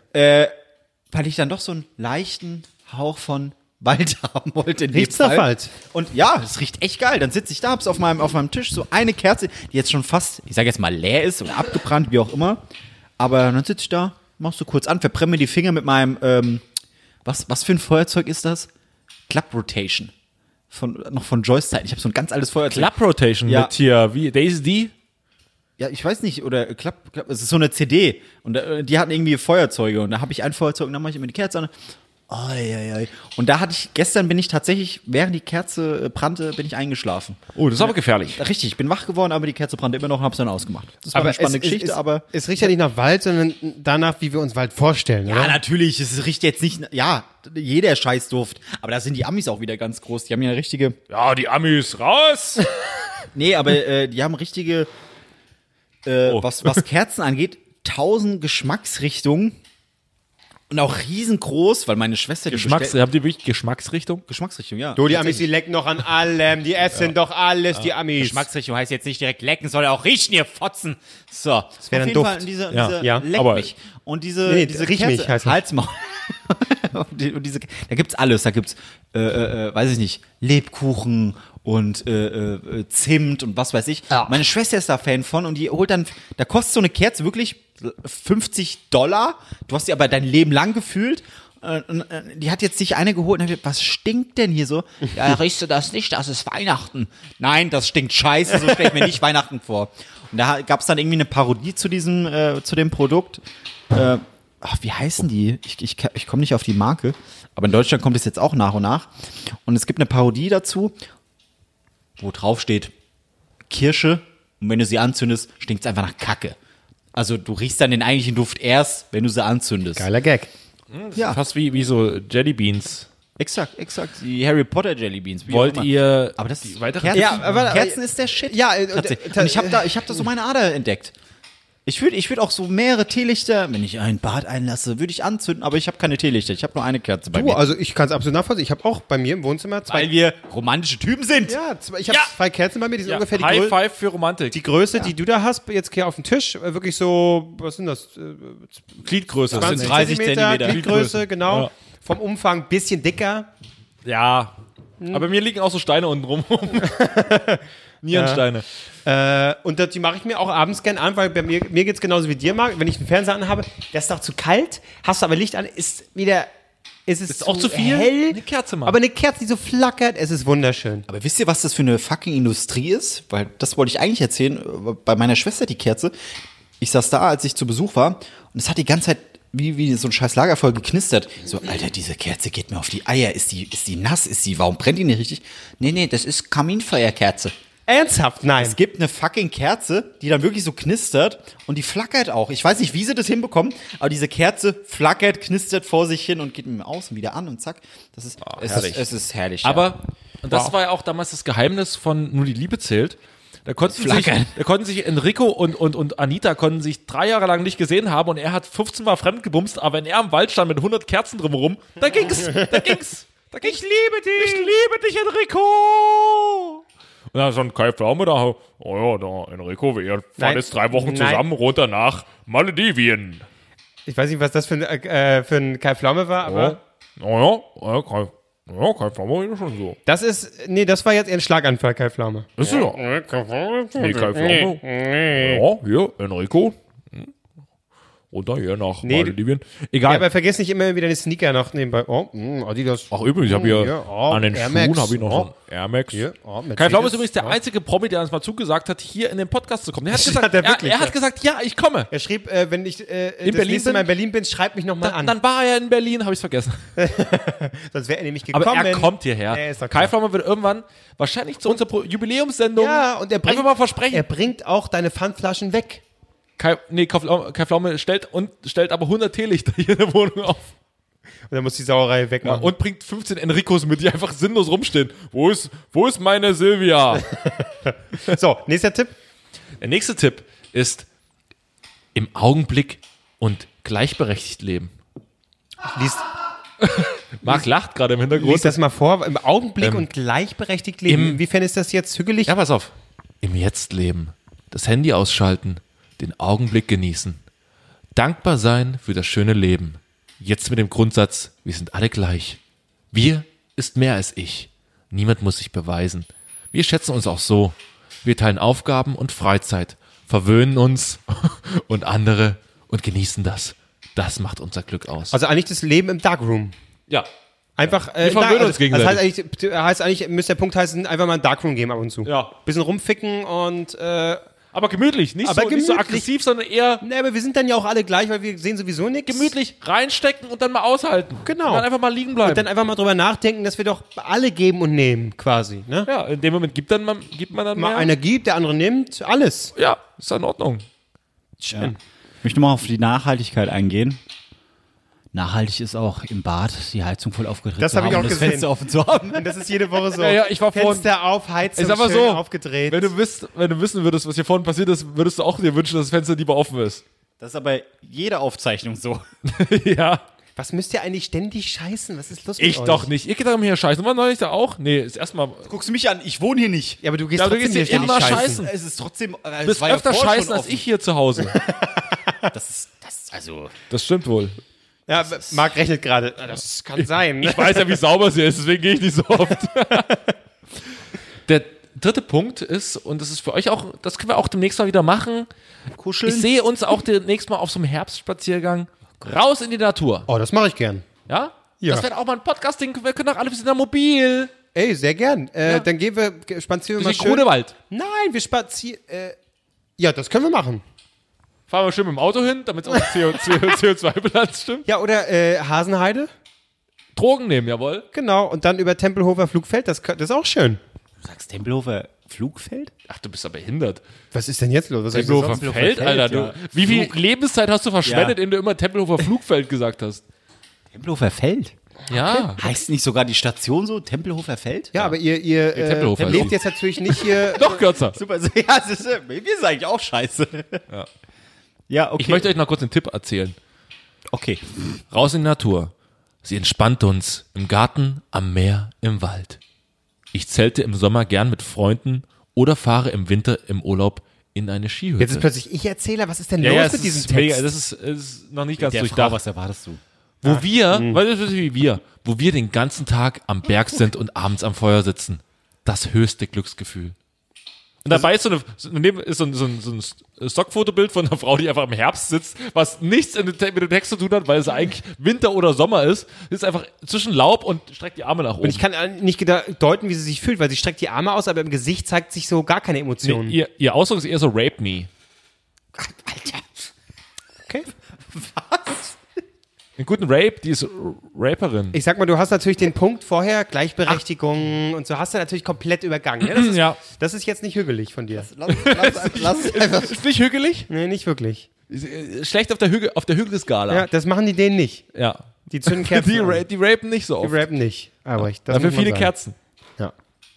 [SPEAKER 2] weil ich dann doch so einen leichten Hauch von Wald haben wollte. In dem
[SPEAKER 1] Riecht's nach
[SPEAKER 2] Fall.
[SPEAKER 1] Wald?
[SPEAKER 2] Und ja, es riecht echt geil. Dann sitze ich da, hab's auf meinem, auf meinem Tisch, so eine Kerze, die jetzt schon fast, ich sage jetzt mal leer ist oder abgebrannt, wie auch immer. Aber dann sitze ich da, machst du kurz an, verbrenne mir die Finger mit meinem, ähm, was, was für ein Feuerzeug ist das? Club Rotation. Von, noch von Joyce Zeit. Ich habe so ein ganz altes Feuerzeug.
[SPEAKER 3] Club Rotation
[SPEAKER 2] Ja.
[SPEAKER 3] mit hier, wie, Daisy D?
[SPEAKER 2] Ja, ich weiß nicht, oder Club, Club, es ist so eine C D. Und äh, die hatten irgendwie Feuerzeuge. Und da habe ich ein Feuerzeug und dann mache ich immer die Kerze an. Oi, oi, oi. Und da hatte ich, gestern bin ich tatsächlich, während die Kerze äh, brannte, bin ich eingeschlafen.
[SPEAKER 3] Oh, das ist aber gefährlich.
[SPEAKER 2] Richtig, ich bin wach geworden, aber die Kerze brannte immer noch und hab's dann ausgemacht. Das war
[SPEAKER 1] Aber
[SPEAKER 2] eine spannende
[SPEAKER 1] es,
[SPEAKER 2] Geschichte,
[SPEAKER 1] es, es,
[SPEAKER 2] aber.
[SPEAKER 1] es riecht ja nicht nach Wald, sondern danach, wie wir uns Wald vorstellen,
[SPEAKER 2] Ja,
[SPEAKER 1] oder?
[SPEAKER 2] natürlich, es riecht jetzt nicht, ja, jeder Scheißduft. Aber da sind die Amis auch wieder ganz groß. Die haben ja richtige,
[SPEAKER 3] Ja, die Amis, raus!
[SPEAKER 2] nee, aber äh, die haben richtige, äh,
[SPEAKER 3] Oh.
[SPEAKER 2] was, was Kerzen angeht, tausend Geschmacksrichtungen. Und auch riesengroß, weil meine Schwester die
[SPEAKER 3] Geschmacks,
[SPEAKER 2] bestellt-
[SPEAKER 3] habt ihr wirklich Geschmacksrichtung?
[SPEAKER 2] Geschmacksrichtung, ja.
[SPEAKER 1] Du, die Amis, die lecken noch an allem, die essen doch alles, die Amis.
[SPEAKER 2] Geschmacksrichtung heißt jetzt nicht direkt lecken, soll auch riechen, ihr Fotzen. So, das
[SPEAKER 1] wär
[SPEAKER 2] auf
[SPEAKER 1] dann
[SPEAKER 2] jeden
[SPEAKER 1] Duft.
[SPEAKER 2] Fall diese,
[SPEAKER 3] Ja.
[SPEAKER 2] diese
[SPEAKER 1] Ja.
[SPEAKER 2] leck
[SPEAKER 3] Aber-
[SPEAKER 2] mich. Und diese,
[SPEAKER 1] Nee,
[SPEAKER 2] diese
[SPEAKER 1] riech mich
[SPEAKER 2] Kerze,
[SPEAKER 1] heißt das.
[SPEAKER 2] Halsmaul. und, die, und diese, da gibt's alles, da gibt's, äh, äh, weiß ich nicht, Lebkuchen und äh, äh, Zimt und was weiß ich.
[SPEAKER 1] Ja.
[SPEAKER 2] Meine Schwester ist da Fan von und die holt dann, da kostet so eine Kerze wirklich fünfzig Dollar. Du hast die aber dein Leben lang gefühlt. Äh, und, äh, Die hat jetzt sich eine geholt und hat gesagt, was stinkt denn hier so? Ja, riechst du das nicht? Das ist Weihnachten. Nein, das stinkt scheiße, so stelle ich mir nicht Weihnachten vor. Und da gab es dann irgendwie eine Parodie zu diesem, äh, zu dem Produkt. Äh, ach, wie heißen die? Ich, ich, ich komme nicht auf die Marke. Aber in Deutschland kommt es jetzt auch nach und nach. Und es gibt eine Parodie dazu, wo drauf steht Kirsche. Und wenn du sie anzündest, stinkt es einfach nach Kacke. Also du riechst dann den eigentlichen Duft erst, wenn du sie anzündest.
[SPEAKER 1] Geiler Gag.
[SPEAKER 2] Ja,
[SPEAKER 3] Fast wie, wie so Jellybeans.
[SPEAKER 2] exakt, exakt. Die Harry Potter Jellybeans. wie auch
[SPEAKER 3] Wollt
[SPEAKER 2] immer.
[SPEAKER 3] ihr
[SPEAKER 2] Aber das
[SPEAKER 3] die weitere
[SPEAKER 2] Kerzen,
[SPEAKER 1] Ja, aber-
[SPEAKER 2] Kerzen ist der Shit.
[SPEAKER 1] Ja, äh,
[SPEAKER 2] Tatsächlich.
[SPEAKER 1] äh,
[SPEAKER 2] Und ich habe da, ich habe da so meine Ader entdeckt. Ich würde, ich würde auch so mehrere Teelichter, wenn ich ein Bad einlasse, würde ich anzünden, aber ich habe keine Teelichter. Ich habe nur eine Kerze bei
[SPEAKER 1] Du,
[SPEAKER 2] mir.
[SPEAKER 1] also ich kann es absolut nachvollziehen. Ich habe auch bei mir im Wohnzimmer zwei.
[SPEAKER 2] Weil wir romantische Typen sind.
[SPEAKER 1] Ja, zwei, ich habe
[SPEAKER 2] Ja.
[SPEAKER 1] zwei Kerzen bei mir, die sind
[SPEAKER 3] ja,
[SPEAKER 1] ungefähr die,
[SPEAKER 3] High
[SPEAKER 1] Grö
[SPEAKER 3] Five für Romantik.
[SPEAKER 1] die Größe, die du da hast, jetzt hier auf dem Tisch. Äh, Wirklich so, was sind das? Äh,
[SPEAKER 3] Gliedgröße.
[SPEAKER 1] zwanzig
[SPEAKER 2] sind dreißig Zentimeter.
[SPEAKER 1] Gliedgröße, genau.
[SPEAKER 3] Ja.
[SPEAKER 1] Vom Umfang ein bisschen dicker.
[SPEAKER 3] Ja. Aber bei mir liegen auch so Steine unten rum. Nierensteine.
[SPEAKER 1] Äh, und das, die mache ich mir auch abends gern an, weil bei mir, mir geht es genauso wie dir, Marc. Wenn ich einen Fernseher anhabe, das ist doch zu kalt, hast du aber Licht an, ist wieder, ist es
[SPEAKER 3] Ist auch zu viel?
[SPEAKER 1] hell.
[SPEAKER 3] Eine Kerze mal.
[SPEAKER 1] Aber eine Kerze, die so flackert, es ist wunderschön.
[SPEAKER 2] Aber wisst ihr, was das für eine fucking Industrie ist? Weil das wollte ich eigentlich erzählen. Bei meiner Schwester die Kerze. Ich saß da, als ich zu Besuch war, und es hat die ganze Zeit wie, wie so ein scheiß Lagerfeuer geknistert. So, Alter, diese Kerze geht mir auf die Eier. Ist die, ist die nass? Ist die, warum brennt die nicht richtig? Nee, nee, das ist Kaminfeuerkerze.
[SPEAKER 1] Ernsthaft? Nein.
[SPEAKER 2] Es gibt eine fucking Kerze, die dann wirklich so knistert und die flackert auch. Ich weiß nicht, wie sie das hinbekommen, aber diese Kerze flackert, knistert vor sich hin und geht mir aus und wieder an und zack. Das ist, es,
[SPEAKER 3] herrlich.
[SPEAKER 2] ist es ist herrlich.
[SPEAKER 3] Aber, und das
[SPEAKER 1] Wow.
[SPEAKER 3] war ja auch damals das Geheimnis von Nur die Liebe zählt. Da konnten, sich,
[SPEAKER 2] Flackern.
[SPEAKER 3] da konnten sich Enrico und, und, und Anita konnten sich drei Jahre lang nicht gesehen haben und er hat fünfzehn Mal fremd gebumst, aber wenn er im Wald stand mit hundert Kerzen drumherum, da ging's, da ging's. Da ging's. Ich liebe dich. Ich liebe dich, Enrico. Und dann stand Kai Pflaume da, oh ja, da, Enrico, wir fahren
[SPEAKER 1] Nein.
[SPEAKER 3] jetzt drei Wochen
[SPEAKER 1] Nein.
[SPEAKER 3] zusammen runter nach Maledivien.
[SPEAKER 1] Ich weiß nicht, was das für ein, äh, für ein Kai Pflaume war, aber
[SPEAKER 3] Ja, oh ja, ja, Kai, ja, Kai Pflaume ist schon so.
[SPEAKER 1] das ist, nee, das war jetzt eher ein Schlaganfall, Kai Pflaume.
[SPEAKER 3] Ist ja. Nee, Kai Pflaume. Ja, hier, Enrico. Hm. Runter hier nach
[SPEAKER 1] Nee,
[SPEAKER 3] Maledivien.
[SPEAKER 1] Ja,
[SPEAKER 3] Egal.
[SPEAKER 1] aber vergiss nicht immer wieder den Sneaker noch nebenbei. Oh, mh, Adidas.
[SPEAKER 3] Ach übrigens, ich habe hier
[SPEAKER 1] Ja, oh,
[SPEAKER 3] an den
[SPEAKER 1] Air
[SPEAKER 3] Schuhen
[SPEAKER 1] Max.
[SPEAKER 3] habe ich noch
[SPEAKER 1] Oh.
[SPEAKER 3] so ein Air Max.
[SPEAKER 1] Hier, oh, Mercedes.
[SPEAKER 3] Kai Pflaume ist übrigens der
[SPEAKER 1] Oh.
[SPEAKER 3] einzige Promi, der uns mal zugesagt hat, hier in den Podcast zu kommen. Der hat
[SPEAKER 1] Das
[SPEAKER 3] gesagt,
[SPEAKER 1] hat er
[SPEAKER 3] er,
[SPEAKER 1] wirklich,
[SPEAKER 3] er hat
[SPEAKER 1] ja.
[SPEAKER 3] gesagt, ja, ich komme.
[SPEAKER 1] Er schrieb, äh, wenn ich äh, das
[SPEAKER 3] Berlin
[SPEAKER 1] nächste Mal in
[SPEAKER 3] bin?
[SPEAKER 1] Berlin bin, schreib mich nochmal
[SPEAKER 3] Dann,
[SPEAKER 1] an.
[SPEAKER 3] dann war er in Berlin, habe ich es vergessen.
[SPEAKER 1] Sonst wäre er nämlich gekommen.
[SPEAKER 3] Aber er kommt hierher.
[SPEAKER 1] Ja, ist doch klar.
[SPEAKER 3] Kai Pflaume wird irgendwann wahrscheinlich zu unserer Pro- Jubiläumssendung
[SPEAKER 1] Ja, und er bringt,
[SPEAKER 3] einfach mal versprechen.
[SPEAKER 1] er bringt auch deine Pfandflaschen weg.
[SPEAKER 3] Kai, nee, Kai Pflaume, Kai Pflaume stellt, und, stellt aber hundert Teelichter hier in der Wohnung auf.
[SPEAKER 1] Und dann muss die Sauerei wegmachen.
[SPEAKER 3] Und bringt fünfzehn Enricos mit, die einfach sinnlos rumstehen. Wo ist, wo ist meine Silvia?
[SPEAKER 1] So, nächster Tipp.
[SPEAKER 3] Der nächste Tipp ist im Augenblick und gleichberechtigt leben.
[SPEAKER 1] Lies,
[SPEAKER 3] Marc lacht gerade im Hintergrund.
[SPEAKER 1] lies das mal vor. Im Augenblick
[SPEAKER 3] Ähm,
[SPEAKER 1] und gleichberechtigt leben.
[SPEAKER 3] im-
[SPEAKER 1] Inwiefern ist das jetzt hügelig?
[SPEAKER 3] Ja, pass auf. Im Jetzt leben. Das Handy ausschalten. Den Augenblick genießen. Dankbar sein für das schöne Leben. Jetzt mit dem Grundsatz, wir sind alle gleich. Wir ist mehr als ich. Niemand muss sich beweisen. Wir schätzen uns auch so. Wir teilen Aufgaben und Freizeit, verwöhnen uns und andere und genießen das. Das macht unser Glück aus.
[SPEAKER 1] Also eigentlich das Leben im Darkroom.
[SPEAKER 3] ja.
[SPEAKER 1] Einfach, äh,
[SPEAKER 3] Wir verwöhnen
[SPEAKER 1] da-
[SPEAKER 3] uns gegenseitig.
[SPEAKER 1] Das heißt eigentlich, heißt eigentlich, müsste der Punkt heißen, einfach mal ein Darkroom geben ab und zu.
[SPEAKER 3] Ja.
[SPEAKER 1] Bisschen rumficken und, äh,
[SPEAKER 3] Aber gemütlich, nicht,
[SPEAKER 1] Aber
[SPEAKER 3] so, nicht so
[SPEAKER 1] gemütlich.
[SPEAKER 3] aggressiv, sondern eher
[SPEAKER 1] ne, aber wir sind dann ja auch alle gleich, weil wir sehen sowieso nichts.
[SPEAKER 3] gemütlich reinstecken und dann mal aushalten.
[SPEAKER 1] Genau.
[SPEAKER 3] Und dann einfach mal liegen bleiben.
[SPEAKER 1] Und dann einfach mal drüber nachdenken, dass wir doch alle geben und nehmen, quasi, ne?
[SPEAKER 3] ja, in dem Moment gibt, dann man, gibt man dann
[SPEAKER 1] Mal
[SPEAKER 3] mehr.
[SPEAKER 1] einer gibt, der andere nimmt, alles.
[SPEAKER 3] Ja, ist in Ordnung.
[SPEAKER 1] Schön.
[SPEAKER 2] Ich möchte mal auf die Nachhaltigkeit eingehen. Nachhaltig ist auch im Bad die Heizung voll aufgedreht
[SPEAKER 1] Das
[SPEAKER 2] zu
[SPEAKER 1] hab ich
[SPEAKER 2] haben
[SPEAKER 1] auch
[SPEAKER 2] und das
[SPEAKER 1] gesehen.
[SPEAKER 2] Fenster offen zu haben.
[SPEAKER 1] Und das ist jede Woche so.
[SPEAKER 3] Ja, ja, ich war vorhin-
[SPEAKER 1] Fenster auf, Heizung
[SPEAKER 3] Ich sag mal
[SPEAKER 1] schön
[SPEAKER 3] so,
[SPEAKER 1] aufgedreht.
[SPEAKER 3] Wenn du, wisst, wenn du wissen würdest, was hier vorne passiert ist, würdest du auch dir wünschen, dass das Fenster lieber offen ist.
[SPEAKER 2] Das ist aber jede Aufzeichnung so.
[SPEAKER 3] ja.
[SPEAKER 1] Was müsst ihr eigentlich ständig scheißen? Was ist los mit
[SPEAKER 3] Ich
[SPEAKER 1] euch?
[SPEAKER 3] doch nicht. Ihr geht doch hier scheißen. War neulich da auch? Nee, ist erstmal.
[SPEAKER 2] Guckst du mich an? Ich wohne hier nicht.
[SPEAKER 1] Ja, aber du gehst
[SPEAKER 3] Ja, aber du
[SPEAKER 1] trotzdem
[SPEAKER 3] gehst
[SPEAKER 1] hier
[SPEAKER 3] hier
[SPEAKER 1] ständig
[SPEAKER 3] immer
[SPEAKER 1] scheißen.
[SPEAKER 3] scheißen.
[SPEAKER 2] Es ist trotzdem. äh,
[SPEAKER 3] Du
[SPEAKER 2] es
[SPEAKER 3] bist
[SPEAKER 2] war ja
[SPEAKER 3] öfter
[SPEAKER 2] vorher schon
[SPEAKER 3] scheißen als
[SPEAKER 2] offen.
[SPEAKER 3] ich hier zu Hause.
[SPEAKER 2] Das ist, das, also.
[SPEAKER 3] Das stimmt wohl.
[SPEAKER 1] Ja, Marc rechnet gerade. Das kann sein.
[SPEAKER 3] Ich weiß ja, wie sauber sie ist, deswegen gehe ich nicht so oft. Der dritte Punkt ist, und das ist für euch auch, das können wir auch demnächst mal wieder machen.
[SPEAKER 2] Kuscheln.
[SPEAKER 3] Ich sehe uns auch demnächst mal auf so einem Herbstspaziergang raus in die Natur.
[SPEAKER 1] Oh, das mache ich gern.
[SPEAKER 3] Ja?
[SPEAKER 1] Ja.
[SPEAKER 3] Das wäre auch mal ein Podcast-Ding. Wir können doch alle, wir sind da mobil.
[SPEAKER 1] Ey, sehr gern. Äh,
[SPEAKER 3] Ja.
[SPEAKER 1] Dann gehen wir, ge- spazieren wir mal
[SPEAKER 3] Durch den
[SPEAKER 1] schön.
[SPEAKER 3] Grunewald.
[SPEAKER 1] Nein, wir spazieren. Äh, ja, das können wir machen.
[SPEAKER 3] Fahren wir schön mit dem Auto hin, damit es auch C O zwei Bilanz stimmt.
[SPEAKER 1] Ja, oder äh, Hasenheide.
[SPEAKER 3] Drogen nehmen, jawohl.
[SPEAKER 1] Genau. Und dann über Tempelhofer Flugfeld. Das, kö- das ist auch schön.
[SPEAKER 2] Du sagst Tempelhofer Flugfeld?
[SPEAKER 3] Ach, du bist aber behindert.
[SPEAKER 1] Was ist denn jetzt los? Was soll ich
[SPEAKER 3] Tempelhofer
[SPEAKER 1] sonst-
[SPEAKER 3] Feld, Alter. Du,
[SPEAKER 2] ja.
[SPEAKER 3] wie viel Lebenszeit hast du verschwendet,
[SPEAKER 2] Ja.
[SPEAKER 3] indem du immer Tempelhofer Flugfeld gesagt hast?
[SPEAKER 2] Tempelhofer Feld?
[SPEAKER 3] Ja.
[SPEAKER 2] Heißt nicht sogar die Station so? Tempelhofer Feld?
[SPEAKER 1] Ja, aber ihr, ihr äh,
[SPEAKER 3] Tempelhofer
[SPEAKER 1] lebt
[SPEAKER 3] ist
[SPEAKER 1] jetzt natürlich nicht hier.
[SPEAKER 3] Noch kürzer.
[SPEAKER 2] Super. so- Ja, das ist, wir sind eigentlich auch scheiße.
[SPEAKER 3] Ja.
[SPEAKER 2] Ja, okay.
[SPEAKER 3] Ich möchte euch noch kurz einen Tipp erzählen.
[SPEAKER 2] okay.
[SPEAKER 3] Raus in die Natur. Sie entspannt uns im Garten, am Meer, im Wald. Ich zelte im Sommer gern mit Freunden oder fahre im Winter im Urlaub in eine Skihütte.
[SPEAKER 1] Jetzt ist plötzlich ich Erzähler. Was ist denn
[SPEAKER 3] ja,
[SPEAKER 1] los
[SPEAKER 3] ja,
[SPEAKER 1] mit
[SPEAKER 3] es
[SPEAKER 1] diesem
[SPEAKER 3] ist
[SPEAKER 1] Text?
[SPEAKER 3] mega, das ist, es ist noch nicht ganz
[SPEAKER 2] Der Frau,
[SPEAKER 3] durchdacht.
[SPEAKER 2] was erwartest du?
[SPEAKER 3] Wo wir, weißt du, wie wir, wo wir den ganzen Tag am Berg sind und abends am Feuer sitzen. Das höchste Glücksgefühl. Und dabei ist so eine, so neben- ist so ein, so ein, so ein Stockfotobild von einer Frau, die einfach im Herbst sitzt, was nichts in den Te- mit dem Text zu tun hat, weil es eigentlich Winter oder Sommer ist. Sie ist einfach zwischen Laub und streckt die Arme nach oben.
[SPEAKER 1] Und ich kann nicht geda- deuten, wie sie sich fühlt, weil sie streckt die Arme aus, aber im Gesicht zeigt sich so gar keine Emotionen.
[SPEAKER 3] nee, ihr, ihr Ausdruck ist eher so Rape Me.
[SPEAKER 1] Alter. Okay.
[SPEAKER 3] Einen guten Rape, die ist R- Raperin.
[SPEAKER 1] Ich sag mal, du hast natürlich den Punkt vorher, Gleichberechtigung und so, hast du natürlich komplett übergangen. Ja, das, ist,
[SPEAKER 3] Ja.
[SPEAKER 1] das ist jetzt nicht hügelig von dir.
[SPEAKER 2] Lass, lass, lass einfach.
[SPEAKER 3] Ist nicht hügelig?
[SPEAKER 1] Nee, nicht wirklich.
[SPEAKER 3] Ist, äh, Schlecht auf der Hügel, auf der Hügelskala.
[SPEAKER 1] Ja, das machen die denen nicht.
[SPEAKER 3] Ja.
[SPEAKER 1] Die zünden Kerzen
[SPEAKER 3] Die,
[SPEAKER 1] an.
[SPEAKER 3] ra die rapen nicht so
[SPEAKER 1] Die
[SPEAKER 3] oft.
[SPEAKER 1] rappen nicht. Aber ich, das
[SPEAKER 3] Dafür
[SPEAKER 1] muss man
[SPEAKER 3] viele
[SPEAKER 1] sagen.
[SPEAKER 3] Kerzen.
[SPEAKER 1] Ja.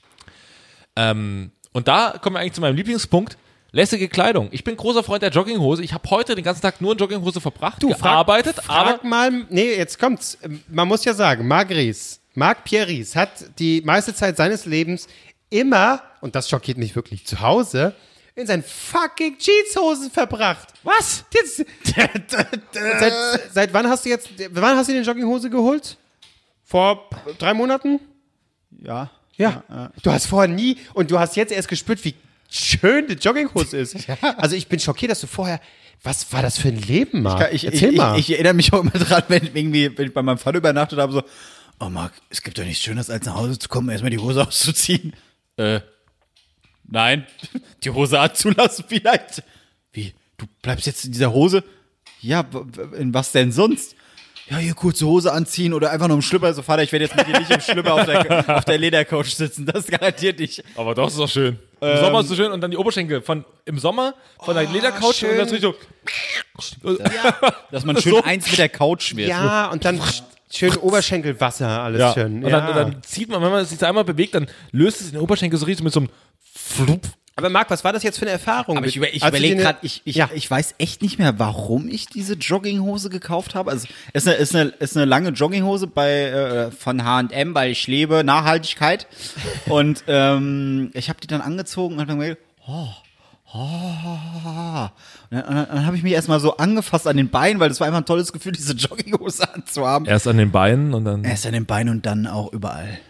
[SPEAKER 3] Ähm, und da kommen wir eigentlich zu meinem Lieblingspunkt. Lässige Kleidung. Ich bin großer Freund der Jogginghose. Ich habe heute den ganzen Tag nur in Jogginghose verbracht,
[SPEAKER 1] Du, frag-
[SPEAKER 3] gearbeitet,
[SPEAKER 1] Frag
[SPEAKER 3] aber
[SPEAKER 1] mal, nee, jetzt kommt's. Man muss ja sagen, Marc Ries, Marc Pierre Ries hat die meiste Zeit seines Lebens immer, und das schockiert mich wirklich, zu Hause in seinen fucking Jeanshosen verbracht. Was? Jetzt, seit, seit wann hast du jetzt, wann hast du die Jogginghose geholt? Vor drei Monaten?
[SPEAKER 2] Ja.
[SPEAKER 1] Ja. Du hast vorher nie, und du hast jetzt erst gespürt, wie schön die Jogginghose ist. Also ich bin schockiert, dass du vorher, was war das für ein Leben, Marc?
[SPEAKER 2] Ich, ich,
[SPEAKER 1] Erzähl
[SPEAKER 2] ich,
[SPEAKER 1] mal.
[SPEAKER 2] ich, ich erinnere mich auch immer dran, wenn, irgendwie, wenn ich bei meinem Vater übernachtet habe, so, oh Marc, es gibt doch nichts Schöneres, als nach Hause zu kommen, erstmal die Hose auszuziehen. Äh, nein, die Hose anzulassen vielleicht. Wie, du bleibst jetzt in dieser Hose? Ja, w- w- in was denn sonst? Ja, hier kurze Hose anziehen oder einfach nur im Schlüpper. So, Vater, ich werde jetzt mit dir nicht im Schlüpper auf der, auf der Ledercouch sitzen, das garantiert nicht.
[SPEAKER 3] aber doch ist doch schön. Im Sommer ist so schön und dann die Oberschenkel von im Sommer von der Ledercouch
[SPEAKER 1] schön.
[SPEAKER 3] und dann so
[SPEAKER 2] Dass man schön
[SPEAKER 3] So.
[SPEAKER 2] eins mit der Couch wird.
[SPEAKER 1] Ja, und dann schön Oberschenkelwasser, alles
[SPEAKER 3] ja.
[SPEAKER 1] schön.
[SPEAKER 3] Und
[SPEAKER 1] Ja.
[SPEAKER 3] dann, dann zieht man, wenn man sich da einmal bewegt, dann löst es den Oberschenkel so richtig mit so einem Flup.
[SPEAKER 1] Aber Marc, was war das jetzt für eine Erfahrung?
[SPEAKER 2] Aber ich, über, ich
[SPEAKER 1] Als du
[SPEAKER 2] überlege
[SPEAKER 1] dir eine-
[SPEAKER 2] gerade, ich, ich,
[SPEAKER 1] ja.
[SPEAKER 2] ich weiß echt nicht mehr, warum ich diese Jogginghose gekauft habe. Also es ist eine, ist eine, ist eine lange Jogginghose bei äh, von H und M, weil ich lebe Nachhaltigkeit. Und ähm, ich habe die dann angezogen und habe dann gedacht, oh, oh. Und dann, und dann, dann habe ich mich erstmal so angefasst an den Beinen, weil das war einfach ein tolles Gefühl, diese Jogginghose anzuhaben.
[SPEAKER 3] Erst an den Beinen und dann.
[SPEAKER 2] Erst an den Beinen und dann auch überall.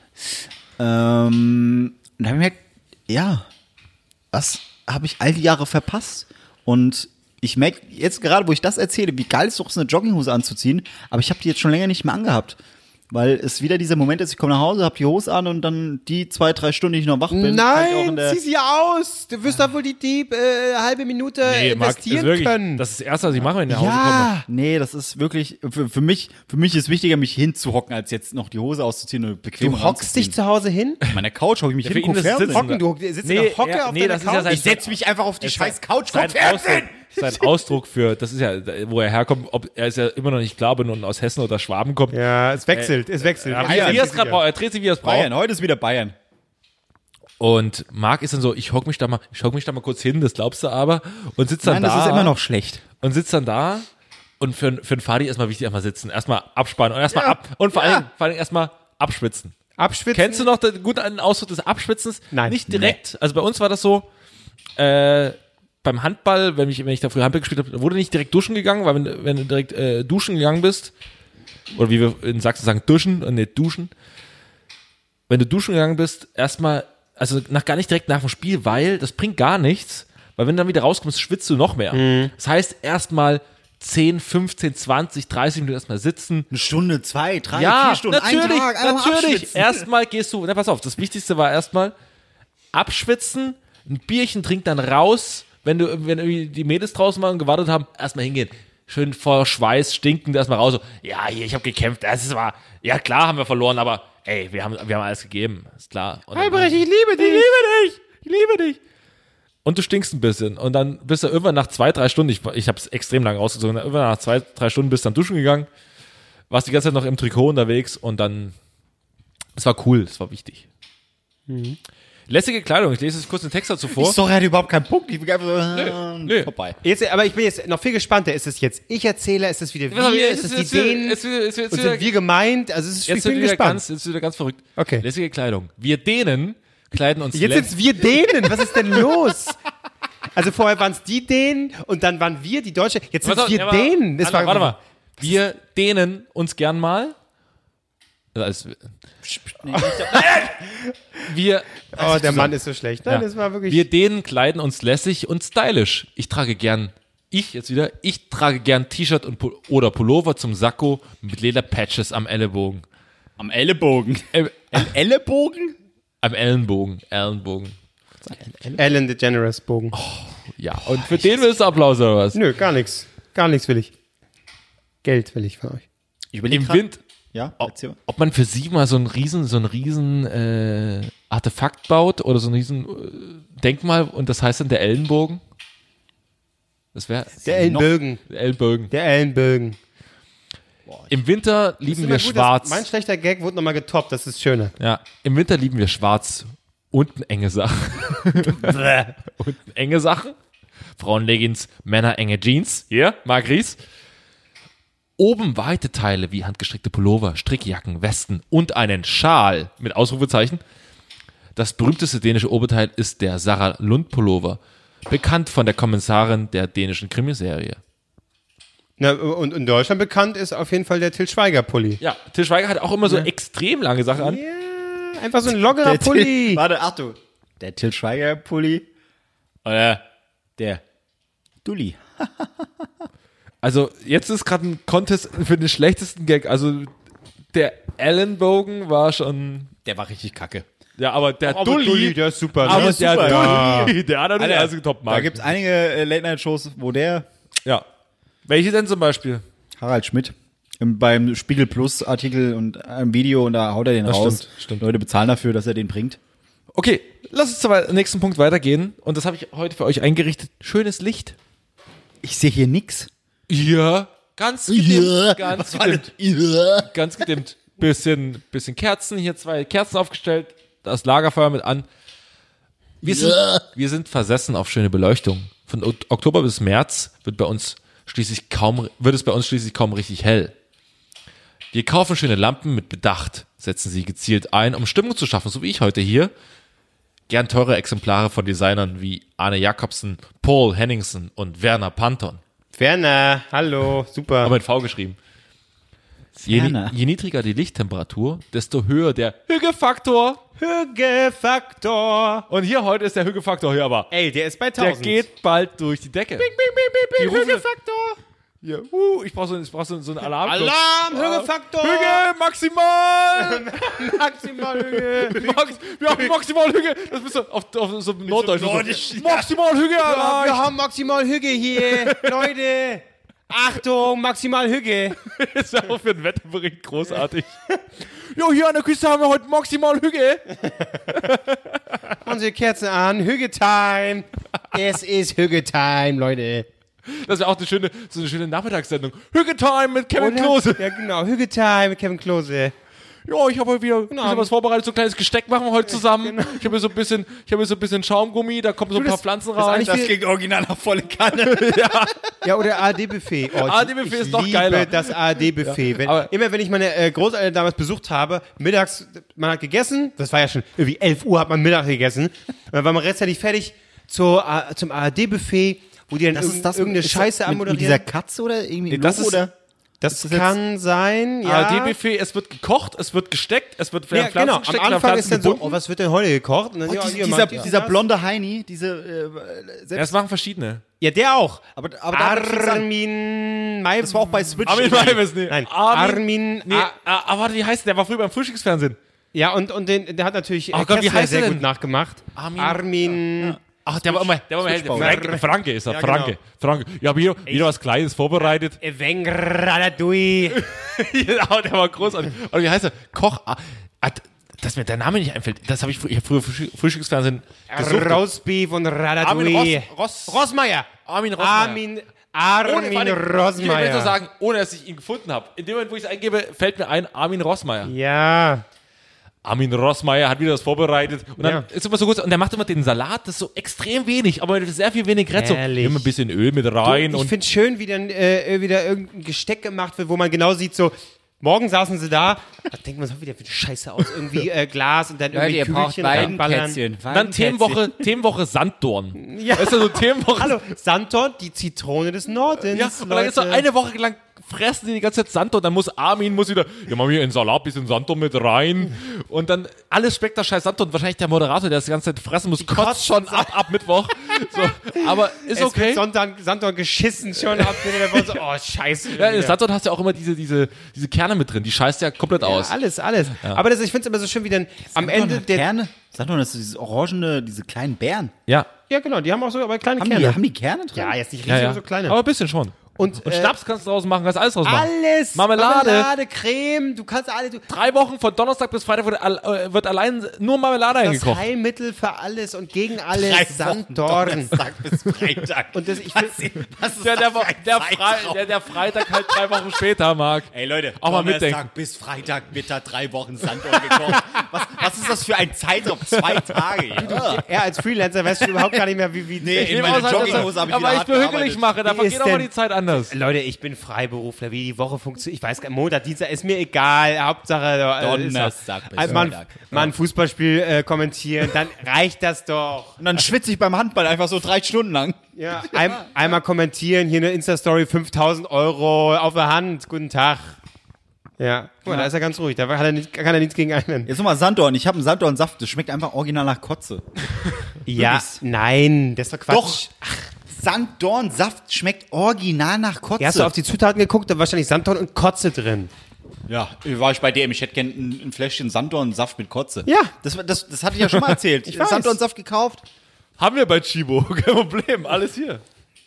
[SPEAKER 2] Ähm, und da habe ich mir gedacht, ja, was habe ich all die Jahre verpasst? Und ich merke jetzt gerade, wo ich das erzähle, wie geil es doch ist, eine Jogginghose anzuziehen, aber ich habe die jetzt schon länger nicht mehr angehabt. Weil es wieder dieser Moment ist, ich komme nach Hause, habe die Hose an und dann die zwei, drei Stunden, die ich noch wach bin, kann ich auch in
[SPEAKER 1] Nein,
[SPEAKER 2] der
[SPEAKER 1] zieh sie aus. Du wirst da wohl die, die äh, halbe Minute
[SPEAKER 3] Nee, Marc,
[SPEAKER 1] investieren
[SPEAKER 3] ist wirklich,
[SPEAKER 1] können.
[SPEAKER 3] das ist das Erste, was ich mache, wenn ich nach Hause komme.
[SPEAKER 1] ja.
[SPEAKER 2] Nee, das ist wirklich, für, für mich, für mich ist wichtiger, mich hinzuhocken, als jetzt noch die Hose auszuziehen und bequem
[SPEAKER 1] Du hockst dich zu Hause hin?
[SPEAKER 2] An meiner Couch hocke ich mich
[SPEAKER 3] Ja,
[SPEAKER 2] hin,
[SPEAKER 3] für ihn
[SPEAKER 2] guck
[SPEAKER 3] ist es
[SPEAKER 2] Fernsehen.
[SPEAKER 3] Sitzen.
[SPEAKER 1] Hocken, du sitzt
[SPEAKER 3] Nee,
[SPEAKER 1] in der Hocke
[SPEAKER 3] ja,
[SPEAKER 1] auf
[SPEAKER 3] nee,
[SPEAKER 1] deiner
[SPEAKER 3] das ist ja
[SPEAKER 1] Couch?
[SPEAKER 3] sein-
[SPEAKER 2] Ich setze mich einfach auf die scheiß Couch,
[SPEAKER 3] Sein
[SPEAKER 2] guck Fernsehen!
[SPEAKER 3] Ausdruck, sein Ausdruck für, das ist ja, wo er herkommt, ob er ist ja immer noch nicht klar, ob er nun aus Hessen oder Schwaben kommt.
[SPEAKER 1] Ja, es wechselt, es wechselt.
[SPEAKER 3] Ja,
[SPEAKER 1] Ja,
[SPEAKER 3] wie er es gerade braucht, er dreht sich, wie er es braucht.
[SPEAKER 2] Bayern, heute ist wieder Bayern.
[SPEAKER 3] Und Marc ist dann so, ich hock mich da mal, ich hock mich da mal kurz hin, das glaubst du aber, und sitzt dann
[SPEAKER 2] Nein,
[SPEAKER 3] da.
[SPEAKER 2] das ist immer noch schlecht.
[SPEAKER 3] Und sitzt dann da Und für, für einen Fadi erstmal wichtig, erstmal sitzen, erstmal abspannen und erstmal ab und vor allem, vor allem erstmal abschwitzen.
[SPEAKER 1] Abschwitzen.
[SPEAKER 3] Kennst du noch den guten Ausdruck des Abschwitzens?
[SPEAKER 1] Nein.
[SPEAKER 3] Nicht direkt. Nee. Also bei uns war das so, äh, beim Handball, wenn ich, wenn ich da früher Handball gespielt habe, wurde nicht direkt duschen gegangen, weil wenn, wenn du direkt äh, duschen gegangen bist, oder wie wir in Sachsen sagen, duschen und nicht duschen, wenn du duschen gegangen bist, erstmal, also nach, gar nicht direkt nach dem Spiel, weil das bringt gar nichts, weil wenn du dann wieder rauskommst, schwitzt du noch mehr. Mhm. Das heißt, erstmal zehn, fünfzehn, zwanzig, dreißig Minuten erstmal sitzen.
[SPEAKER 2] Eine Stunde, zwei, drei,
[SPEAKER 3] ja,
[SPEAKER 2] vier Stunden,
[SPEAKER 3] natürlich,
[SPEAKER 2] einen Tag, einfach
[SPEAKER 3] natürlich.
[SPEAKER 2] abschwitzen.
[SPEAKER 3] Erstmal gehst du, na pass auf, das Wichtigste war erstmal abschwitzen, ein Bierchen trinken, dann raus, wenn du, wenn irgendwie die Mädels draußen waren und gewartet haben, erstmal hingehen. Schön vor Schweiß, stinkend erstmal raus. So, ja, hier, ich habe gekämpft. Das war, ja klar haben wir verloren, aber ey, wir haben, wir haben alles gegeben. Ist klar.
[SPEAKER 1] Albrecht, ich liebe dich.
[SPEAKER 3] Ich liebe dich. Ich liebe dich. Und du stinkst ein bisschen. Und dann bist du irgendwann nach zwei, drei Stunden, ich, ich habe es extrem lang rausgezogen, irgendwann nach zwei, drei Stunden bist du dann duschen gegangen, warst die ganze Zeit noch im Trikot unterwegs und dann, es war cool, es war wichtig. Mhm. Lässige Kleidung, ich lese jetzt kurz den Text dazu vor.
[SPEAKER 2] Die Story hat überhaupt keinen Punkt, ich bin einfach so,
[SPEAKER 3] nö, nö.
[SPEAKER 2] vorbei.
[SPEAKER 1] Jetzt, aber ich bin jetzt noch viel gespannter. Ist es jetzt ich erzähle, ist es wieder wir,
[SPEAKER 3] wir,
[SPEAKER 1] ist es die
[SPEAKER 3] jetzt wieder-
[SPEAKER 1] denen
[SPEAKER 3] jetzt wieder- jetzt wieder-
[SPEAKER 1] und sind wir gemeint? Also es ist,
[SPEAKER 3] Jetzt
[SPEAKER 1] ich
[SPEAKER 3] wird
[SPEAKER 1] bin
[SPEAKER 3] wieder
[SPEAKER 1] gespannt.
[SPEAKER 3] ganz, jetzt wieder ganz verrückt.
[SPEAKER 1] Okay.
[SPEAKER 3] Lässige Kleidung. Wir Dänen kleiden uns
[SPEAKER 1] Jetzt
[SPEAKER 3] lä-
[SPEAKER 1] sind wir denen. Was ist denn los? Also vorher waren es die Dänen und dann waren wir die Deutsche. Jetzt sind
[SPEAKER 3] Warte,
[SPEAKER 1] es wir
[SPEAKER 3] ja, warte,
[SPEAKER 1] denen. Das
[SPEAKER 3] warte,
[SPEAKER 1] war,
[SPEAKER 3] warte mal. Wir dehnen uns gern mal. Also, wir,
[SPEAKER 1] Oh, der Mann ist so schlecht. Nein,
[SPEAKER 3] ja.
[SPEAKER 1] das war wirklich.
[SPEAKER 3] wir Dänen kleiden uns lässig und stylisch. Ich trage gern, ich jetzt wieder, ich trage gern T-Shirt und Pul- oder Pullover zum Sakko mit Lederpatches am Ellenbogen.
[SPEAKER 2] Am Ellenbogen.
[SPEAKER 3] Äh,
[SPEAKER 2] Am Ellenbogen?
[SPEAKER 3] am Ellenbogen, Ellenbogen.
[SPEAKER 1] Ellen DeGeneres Bogen.
[SPEAKER 3] Ja, und für den willst du Applaus oder was?
[SPEAKER 1] Nö, gar nichts. Gar nichts will ich. Geld will ich von euch.
[SPEAKER 2] Ich überlege
[SPEAKER 3] Im
[SPEAKER 2] grad-
[SPEAKER 3] Wind,
[SPEAKER 2] Ja,
[SPEAKER 3] ob,
[SPEAKER 2] erzähl mal.
[SPEAKER 3] ob man für sie mal so ein riesen, so ein riesen äh, Artefakt baut oder so ein riesen äh, Denkmal und das heißt dann der Ellenbogen. Das wäre
[SPEAKER 1] Der Ellenbögen.
[SPEAKER 3] der Ellenbogen.
[SPEAKER 1] Der Ellenbögen.
[SPEAKER 3] Im Winter
[SPEAKER 1] Ist
[SPEAKER 3] lieben
[SPEAKER 1] immer
[SPEAKER 3] wir
[SPEAKER 1] gut, dass
[SPEAKER 3] schwarz.
[SPEAKER 1] Mein schlechter Gag wurde nochmal getoppt, das ist schöner.
[SPEAKER 3] Ja, im Winter lieben wir schwarz. Unten enge Sachen. Unten enge Sachen. Frauenleggings, Männer enge Jeans. Hier, Marc Ries. Oben weite Teile wie handgestrickte Pullover, Strickjacken, Westen und einen Schal mit Ausrufezeichen. Das berühmteste dänische Oberteil ist der Sarah Lund Pullover, bekannt von der Kommissarin der dänischen Krimiserie.
[SPEAKER 1] Na, und in Deutschland bekannt ist auf jeden Fall der Till Schweiger Pulli.
[SPEAKER 3] Ja, Til Schweiger hat auch immer so extrem lange Sachen an.
[SPEAKER 1] Ja, einfach so ein lockerer Pulli.
[SPEAKER 2] Warte, Achtung. Der Til Schweiger Pulli.
[SPEAKER 3] Oder
[SPEAKER 2] Der Dulli.
[SPEAKER 3] Also, jetzt ist gerade ein Contest für den schlechtesten Gag. Also, der Ellenbogen war schon.
[SPEAKER 2] Der war richtig kacke.
[SPEAKER 3] Ja, aber der
[SPEAKER 1] Aber
[SPEAKER 3] Dulli.
[SPEAKER 1] Dulli, der ist super.
[SPEAKER 3] aber
[SPEAKER 1] ne?
[SPEAKER 3] der
[SPEAKER 2] super.
[SPEAKER 3] Dulli, der hat natürlich also top
[SPEAKER 2] Da gibt es einige äh, Late-Night-Shows, wo der
[SPEAKER 3] Ja. Welche denn zum Beispiel?
[SPEAKER 2] Harald Schmidt im, beim Spiegel Plus Artikel und einem Video und da haut er den
[SPEAKER 3] Das
[SPEAKER 2] raus.
[SPEAKER 3] stimmt, stimmt.
[SPEAKER 2] Leute bezahlen dafür, dass er den bringt.
[SPEAKER 3] Okay, lass uns zum nächsten Punkt weitergehen. Und das habe ich heute für euch eingerichtet. Schönes Licht.
[SPEAKER 2] Ich sehe hier nix.
[SPEAKER 3] Ja. Ganz gedimmt.
[SPEAKER 2] Ja.
[SPEAKER 3] Ganz
[SPEAKER 2] Was war
[SPEAKER 3] gedimmt.
[SPEAKER 2] Ja.
[SPEAKER 3] Ganz gedimmt. Bisschen, bisschen Kerzen. Hier zwei Kerzen aufgestellt. Das Lagerfeuer mit an. Wir sind,
[SPEAKER 2] Ja.
[SPEAKER 3] wir sind versessen auf schöne Beleuchtung. Von Ok- Oktober bis März wird bei uns schließlich kaum, wird es bei uns schließlich kaum richtig hell. Wir kaufen schöne Lampen mit Bedacht, setzen sie gezielt ein, um Stimmung zu schaffen, so wie ich heute hier. Gern teure Exemplare von Designern wie Arne Jacobsen, Paul Henningsen und Werner Panton.
[SPEAKER 1] Werner, hallo, super.
[SPEAKER 3] Aber mit V geschrieben. Je,
[SPEAKER 2] Werner.
[SPEAKER 3] je niedriger die Lichttemperatur, desto höher der Hügefaktor.
[SPEAKER 1] Hügefaktor.
[SPEAKER 3] Und hier heute ist der Hügefaktor hier aber.
[SPEAKER 1] Ey, der ist bei
[SPEAKER 3] Der
[SPEAKER 1] tausend.
[SPEAKER 3] geht bald durch die Decke.
[SPEAKER 1] Die
[SPEAKER 3] rufen-
[SPEAKER 1] Hügefaktor.
[SPEAKER 3] Hier, uh, ich brauche so, ich brauch so, so einen Alarm.
[SPEAKER 1] Alarm, Hügefaktor.
[SPEAKER 3] Hüge, maximal!
[SPEAKER 1] Maximal Hüge.
[SPEAKER 3] Max, wir haben maximal Hüge. Das bist du auf, auf so Norddeutsch.
[SPEAKER 2] Nordisch,
[SPEAKER 3] So, maximal Hüge
[SPEAKER 1] Wir
[SPEAKER 3] erreicht.
[SPEAKER 1] haben maximal Hüge hier. Leute. Achtung, maximal Hüge.
[SPEAKER 3] Das ist ja auch für einen Wetterbericht großartig. Jo, hier an der Küste haben wir heute maximal Hüge.
[SPEAKER 1] Unsere Kerzen an. Hüge-Time. Es ist Hüge-Time, Leute.
[SPEAKER 3] Das wäre auch eine schöne, so eine schöne Nachmittagssendung. Hüge-Time mit Kevin Klose.
[SPEAKER 1] Ja, genau. Hüge-Time mit Kevin Klose.
[SPEAKER 3] ja, ich habe heute wieder ein bisschen was vorbereitet, so ein kleines Gesteck machen wir heute zusammen. Ich habe hier so ein bisschen, ich habe hier so ein bisschen Schaumgummi, da kommen so ein paar
[SPEAKER 1] das-
[SPEAKER 3] Pflanzen
[SPEAKER 1] das ist
[SPEAKER 3] rein.
[SPEAKER 1] eigentlich
[SPEAKER 2] Das
[SPEAKER 1] wie-
[SPEAKER 2] klingt original nach volle Kanne.
[SPEAKER 1] Ja, oder A R D-Buffet. Oh,
[SPEAKER 3] A R D-Buffet
[SPEAKER 1] ich
[SPEAKER 3] ist noch
[SPEAKER 1] liebe
[SPEAKER 3] geiler.
[SPEAKER 1] das A R D-Buffet. Wenn,
[SPEAKER 3] aber-
[SPEAKER 1] immer wenn ich meine äh, Großeltern damals besucht habe, mittags, man hat gegessen, das war ja schon irgendwie elf Uhr hat man Mittag gegessen, und dann war man rechtzeitig fertig zur, äh, zum A R D-Buffet, wo die dann
[SPEAKER 2] Das
[SPEAKER 1] irgend,
[SPEAKER 2] ist das
[SPEAKER 1] irgendeine
[SPEAKER 2] ist
[SPEAKER 1] Scheiße
[SPEAKER 2] das mit, mit
[SPEAKER 1] anmoderieren.
[SPEAKER 2] dieser Katze oder irgendwie ein
[SPEAKER 3] das
[SPEAKER 2] Logo
[SPEAKER 3] ist-
[SPEAKER 2] oder?
[SPEAKER 1] Das
[SPEAKER 2] ist das
[SPEAKER 1] kann sein, ja.
[SPEAKER 3] A R D-Buffet, es wird gekocht, es wird gesteckt, es wird
[SPEAKER 1] Ja,
[SPEAKER 3] Pflanzen
[SPEAKER 1] genau. Am
[SPEAKER 3] gesteckt, werden
[SPEAKER 1] Anfang ist
[SPEAKER 3] Pflanzen
[SPEAKER 1] dann so,
[SPEAKER 3] gebunden.
[SPEAKER 1] oh, was wird denn heute gekocht? Und dann,
[SPEAKER 2] Oh,
[SPEAKER 1] ja,
[SPEAKER 2] dies-
[SPEAKER 1] hier,
[SPEAKER 2] dieser
[SPEAKER 1] macht ihr
[SPEAKER 2] dieser
[SPEAKER 1] das.
[SPEAKER 2] blonde Heini, diese äh,
[SPEAKER 3] Ja,
[SPEAKER 2] selbst,
[SPEAKER 3] das machen verschiedene.
[SPEAKER 1] Ja, der auch.
[SPEAKER 2] aber, aber da
[SPEAKER 1] Armin May.
[SPEAKER 2] das war auch bei Switch.
[SPEAKER 3] Armin Maivis, nee.
[SPEAKER 1] Nein,
[SPEAKER 3] Armin,
[SPEAKER 1] Armin.
[SPEAKER 3] nee,
[SPEAKER 1] A-
[SPEAKER 3] ah, aber warte, wie heißt der? Der war früher beim Frühstücksfernsehen.
[SPEAKER 1] ja, und, und den, der hat natürlich
[SPEAKER 3] Oh
[SPEAKER 1] äh,
[SPEAKER 3] Gott, wie
[SPEAKER 1] Kessler
[SPEAKER 3] heißt
[SPEAKER 1] sehr
[SPEAKER 3] er
[SPEAKER 1] gut
[SPEAKER 3] denn?
[SPEAKER 1] nachgemacht.
[SPEAKER 3] Armin-
[SPEAKER 1] Armin.
[SPEAKER 3] Ach, der war immer, der war immer
[SPEAKER 2] Switchbau.
[SPEAKER 3] Franke, Franke ist er,
[SPEAKER 1] Ja,
[SPEAKER 3] Franke,
[SPEAKER 1] genau.
[SPEAKER 3] Franke. Ja, aber hier, wieder was Kleines vorbereitet.
[SPEAKER 1] Wengradatui.
[SPEAKER 3] Ja, der war großartig. Oder wie heißt er? Koch, ah, ah, dass mir der Name nicht einfällt. Das habe ich, frü- ich hab früher Frühstück- Frühstücksfernsehen gesucht.
[SPEAKER 1] Roastbeef und Ratatouille.
[SPEAKER 3] Armin Ross, Ross,
[SPEAKER 1] Rossmeier.
[SPEAKER 3] Armin Rossmeier.
[SPEAKER 1] Armin,
[SPEAKER 3] Ohne,
[SPEAKER 1] Armin
[SPEAKER 3] vor allem, Ich will
[SPEAKER 1] Rossmeier.
[SPEAKER 3] nur sagen, ohne dass ich ihn gefunden habe. In dem Moment, wo ich es eingebe, fällt mir ein, Armin Rossmeier.
[SPEAKER 1] Ja.
[SPEAKER 3] Armin Rossmeier hat wieder das vorbereitet. Und dann
[SPEAKER 1] Ja.
[SPEAKER 3] ist immer so gut. Und der macht immer den Salat, das ist so extrem wenig, aber mit sehr viel Vinaigrette. So,
[SPEAKER 1] Ehrlich.
[SPEAKER 3] immer ein bisschen Öl mit rein.
[SPEAKER 1] Ich
[SPEAKER 3] und
[SPEAKER 1] finde schön, wie dann äh, wieder irgendein Gesteck gemacht wird, wo man genau sieht, so, morgen saßen sie da, da denkt man so wieder, wie Scheiße aus, irgendwie äh, Glas und dann irgendwie Kügelchen reinballern.
[SPEAKER 3] dann Themenwoche, Themenwoche Sanddorn.
[SPEAKER 1] Ja.
[SPEAKER 3] Weißt du, so Themenwoche.
[SPEAKER 1] Hallo, Sanddorn, die Zitrone des Nordens,
[SPEAKER 3] Ja, und dann ist so
[SPEAKER 1] Leute.
[SPEAKER 3] eine Woche lang fressen die die ganze Zeit Sanddorn, dann muss Armin muss wieder, ja, machen wir in Salat bisschen Sanddorn mit rein und dann alles schmeckt nach scheiß Sanddorn. Wahrscheinlich der Moderator, der das die ganze Zeit fressen muss, kotzt schon ab, ab Mittwoch. So, aber ist
[SPEAKER 1] Es
[SPEAKER 3] okay.
[SPEAKER 1] wird Sonntag, Sanddorn geschissen schon ab. Der war so, oh, scheiße.
[SPEAKER 3] Ja, in
[SPEAKER 1] wieder.
[SPEAKER 3] Sanddorn hast du ja auch immer diese, diese, diese Kerne mit drin, die scheißt ja komplett aus.
[SPEAKER 1] Ja, alles, alles. Aber das, ich finde es immer so schön, wie dann am Ende der...
[SPEAKER 2] Kerne? Sag doch, das ist dieses orangene, diese kleinen Beeren.
[SPEAKER 3] Ja.
[SPEAKER 1] Ja, genau, die haben auch so aber kleine
[SPEAKER 2] Haben
[SPEAKER 1] Kerne.
[SPEAKER 2] die, haben die Kerne drin?
[SPEAKER 1] ja, jetzt nicht riesig,
[SPEAKER 3] Ja, ja.
[SPEAKER 1] aber so kleine.
[SPEAKER 3] Aber ein bisschen schon.
[SPEAKER 1] und
[SPEAKER 3] Und
[SPEAKER 1] äh,
[SPEAKER 3] Schnaps kannst du draus machen, kannst alles draus machen.
[SPEAKER 1] alles.
[SPEAKER 3] Marmelade.
[SPEAKER 1] Marmelade, Creme, du kannst alle... Du,
[SPEAKER 3] Drei Wochen von Donnerstag bis Freitag wird, al- äh, wird allein nur Marmelade
[SPEAKER 1] das
[SPEAKER 3] eingekocht.
[SPEAKER 1] Heilmittel für alles und gegen alles.
[SPEAKER 2] Drei Wochen,
[SPEAKER 1] Sanddorn.
[SPEAKER 2] Donnerstag bis Freitag.
[SPEAKER 1] Und das, ich will,
[SPEAKER 2] Was ist
[SPEAKER 3] Der, der,
[SPEAKER 2] das für ein
[SPEAKER 3] der, Fre
[SPEAKER 2] Zeitraum?
[SPEAKER 3] der, der Freitag halt drei Wochen später, Marc.
[SPEAKER 2] Ey Leute,
[SPEAKER 3] Auch mal
[SPEAKER 2] Donnerstag
[SPEAKER 3] mitdenken.
[SPEAKER 2] bis Freitag Mittag drei Wochen Sanddorn gekocht. was, was ist das für ein Zeitraum? Zwei Tage. Ja.
[SPEAKER 1] er als Freelancer weiß schon überhaupt gar nicht mehr, wie... wie
[SPEAKER 2] Nee,
[SPEAKER 3] Ich
[SPEAKER 2] in
[SPEAKER 3] nehme
[SPEAKER 2] meine
[SPEAKER 3] aus, dass-
[SPEAKER 2] Jogginghose habe ich
[SPEAKER 3] aber
[SPEAKER 2] wieder
[SPEAKER 3] ich
[SPEAKER 2] hart
[SPEAKER 3] behügelig
[SPEAKER 2] gearbeitet.
[SPEAKER 3] mache, da
[SPEAKER 1] Wie
[SPEAKER 3] vergeht
[SPEAKER 1] ist
[SPEAKER 3] auch mal
[SPEAKER 1] denn-
[SPEAKER 3] die Zeit anders.
[SPEAKER 1] Leute, ich bin Freiberufler, wie die Woche funktioniert. Ich weiß gar nicht, Montag, Dienstag, ist mir egal. Hauptsache, äh,
[SPEAKER 2] Donnerstag
[SPEAKER 1] ist
[SPEAKER 2] bis
[SPEAKER 1] doch- mal, ein-
[SPEAKER 2] Freitag.
[SPEAKER 1] mal ein Fußballspiel äh, kommentieren, dann reicht das doch.
[SPEAKER 2] Und dann schwitze ich beim Handball einfach so drei Stunden lang.
[SPEAKER 1] Ja, ein, einmal kommentieren, hier eine Insta-Story, fünftausend Euro auf der Hand, guten Tag. Ja, guck mal, da ist er ganz ruhig, da hat er nicht, kann er nichts gegen einen.
[SPEAKER 2] Jetzt nochmal Sanddorn. Ich habe einen Sanddornsaft. Das schmeckt einfach original nach Kotze.
[SPEAKER 1] Ja,
[SPEAKER 2] Wirklich?
[SPEAKER 1] nein, das ist doch Quatsch.
[SPEAKER 2] Doch. Sanddornsaft schmeckt original nach Kotze.
[SPEAKER 1] Ja, hast du auf die Zutaten geguckt, da war wahrscheinlich Sanddorn und Kotze drin.
[SPEAKER 2] Ja, war ich bei D M. Ich hätte gern ein, ein Fläschchen Sanddornsaft mit Kotze.
[SPEAKER 1] Ja.
[SPEAKER 2] Das, war- das, das hatte ich ja schon mal erzählt.
[SPEAKER 1] Ich weiß.
[SPEAKER 2] Sanddornsaft gekauft.
[SPEAKER 3] Haben wir bei Chibo, kein Problem, alles hier.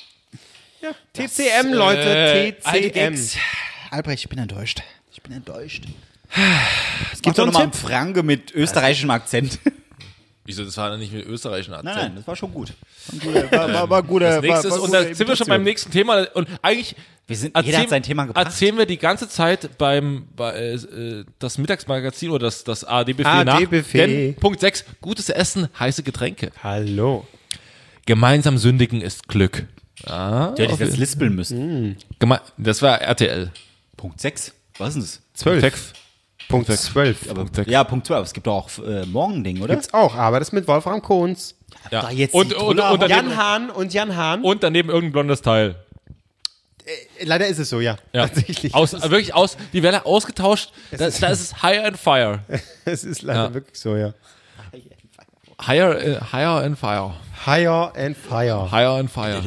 [SPEAKER 1] T C M, Leute,
[SPEAKER 2] Äh,
[SPEAKER 1] T
[SPEAKER 2] alte
[SPEAKER 1] C M.
[SPEAKER 2] Gags. Albrecht, ich bin enttäuscht. Ich bin enttäuscht. Es
[SPEAKER 1] gibt
[SPEAKER 2] gibt
[SPEAKER 1] doch
[SPEAKER 2] doch
[SPEAKER 1] einen
[SPEAKER 2] nochmal einen
[SPEAKER 1] Tipp.
[SPEAKER 2] Franke mit österreichischem Akzent.
[SPEAKER 3] Wieso, das war dann nicht mit österreichischen Akzent?
[SPEAKER 2] Nein, nein, das war schon gut. War, ein guter, war, war, war guter.
[SPEAKER 3] Das nächste
[SPEAKER 2] war,
[SPEAKER 3] ist,
[SPEAKER 2] war
[SPEAKER 3] und da
[SPEAKER 2] gute
[SPEAKER 3] sind wir schon beim nächsten Thema. Und eigentlich
[SPEAKER 2] Wir sind, jeder hat sein Thema gebracht.
[SPEAKER 3] erzählen wir die ganze Zeit beim bei, äh, das Mittagsmagazin oder das, das A R D-Buffet
[SPEAKER 1] A R
[SPEAKER 3] nach.
[SPEAKER 1] D-Buffet.
[SPEAKER 3] Denn Punkt sechs, gutes Essen, heiße Getränke.
[SPEAKER 1] Hallo.
[SPEAKER 3] Gemeinsam sündigen ist Glück. Ah,
[SPEAKER 2] Du hättest
[SPEAKER 3] okay.
[SPEAKER 2] jetzt lispeln müssen.
[SPEAKER 3] Geme das war R T L.
[SPEAKER 2] Punkt sechs. Was ist denn das?
[SPEAKER 1] zwölf. Punkt zwölf.
[SPEAKER 2] Aber,
[SPEAKER 3] sechs.
[SPEAKER 2] ja, Punkt zwei. Aber es gibt doch auch äh, Morgending, oder?
[SPEAKER 1] Gibt's auch, aber das mit Wolfram Kohns.
[SPEAKER 3] Ja.
[SPEAKER 2] Da jetzt
[SPEAKER 3] und,
[SPEAKER 2] die
[SPEAKER 3] und,
[SPEAKER 2] Troller-
[SPEAKER 3] und, daneben,
[SPEAKER 1] Jan Hahn und Jan Hahn.
[SPEAKER 3] und daneben irgendein blondes Teil.
[SPEAKER 1] Äh, Leider ist es so, ja.
[SPEAKER 3] Ja.
[SPEAKER 1] Tatsächlich.
[SPEAKER 3] Aus, wirklich aus, die werden ausgetauscht. Da, da ist es Higher and Fire.
[SPEAKER 1] Es ist leider
[SPEAKER 3] Ja.
[SPEAKER 1] wirklich so, ja.
[SPEAKER 3] Higher, äh, higher and Fire.
[SPEAKER 1] Higher and Fire.
[SPEAKER 3] Higher and Fire.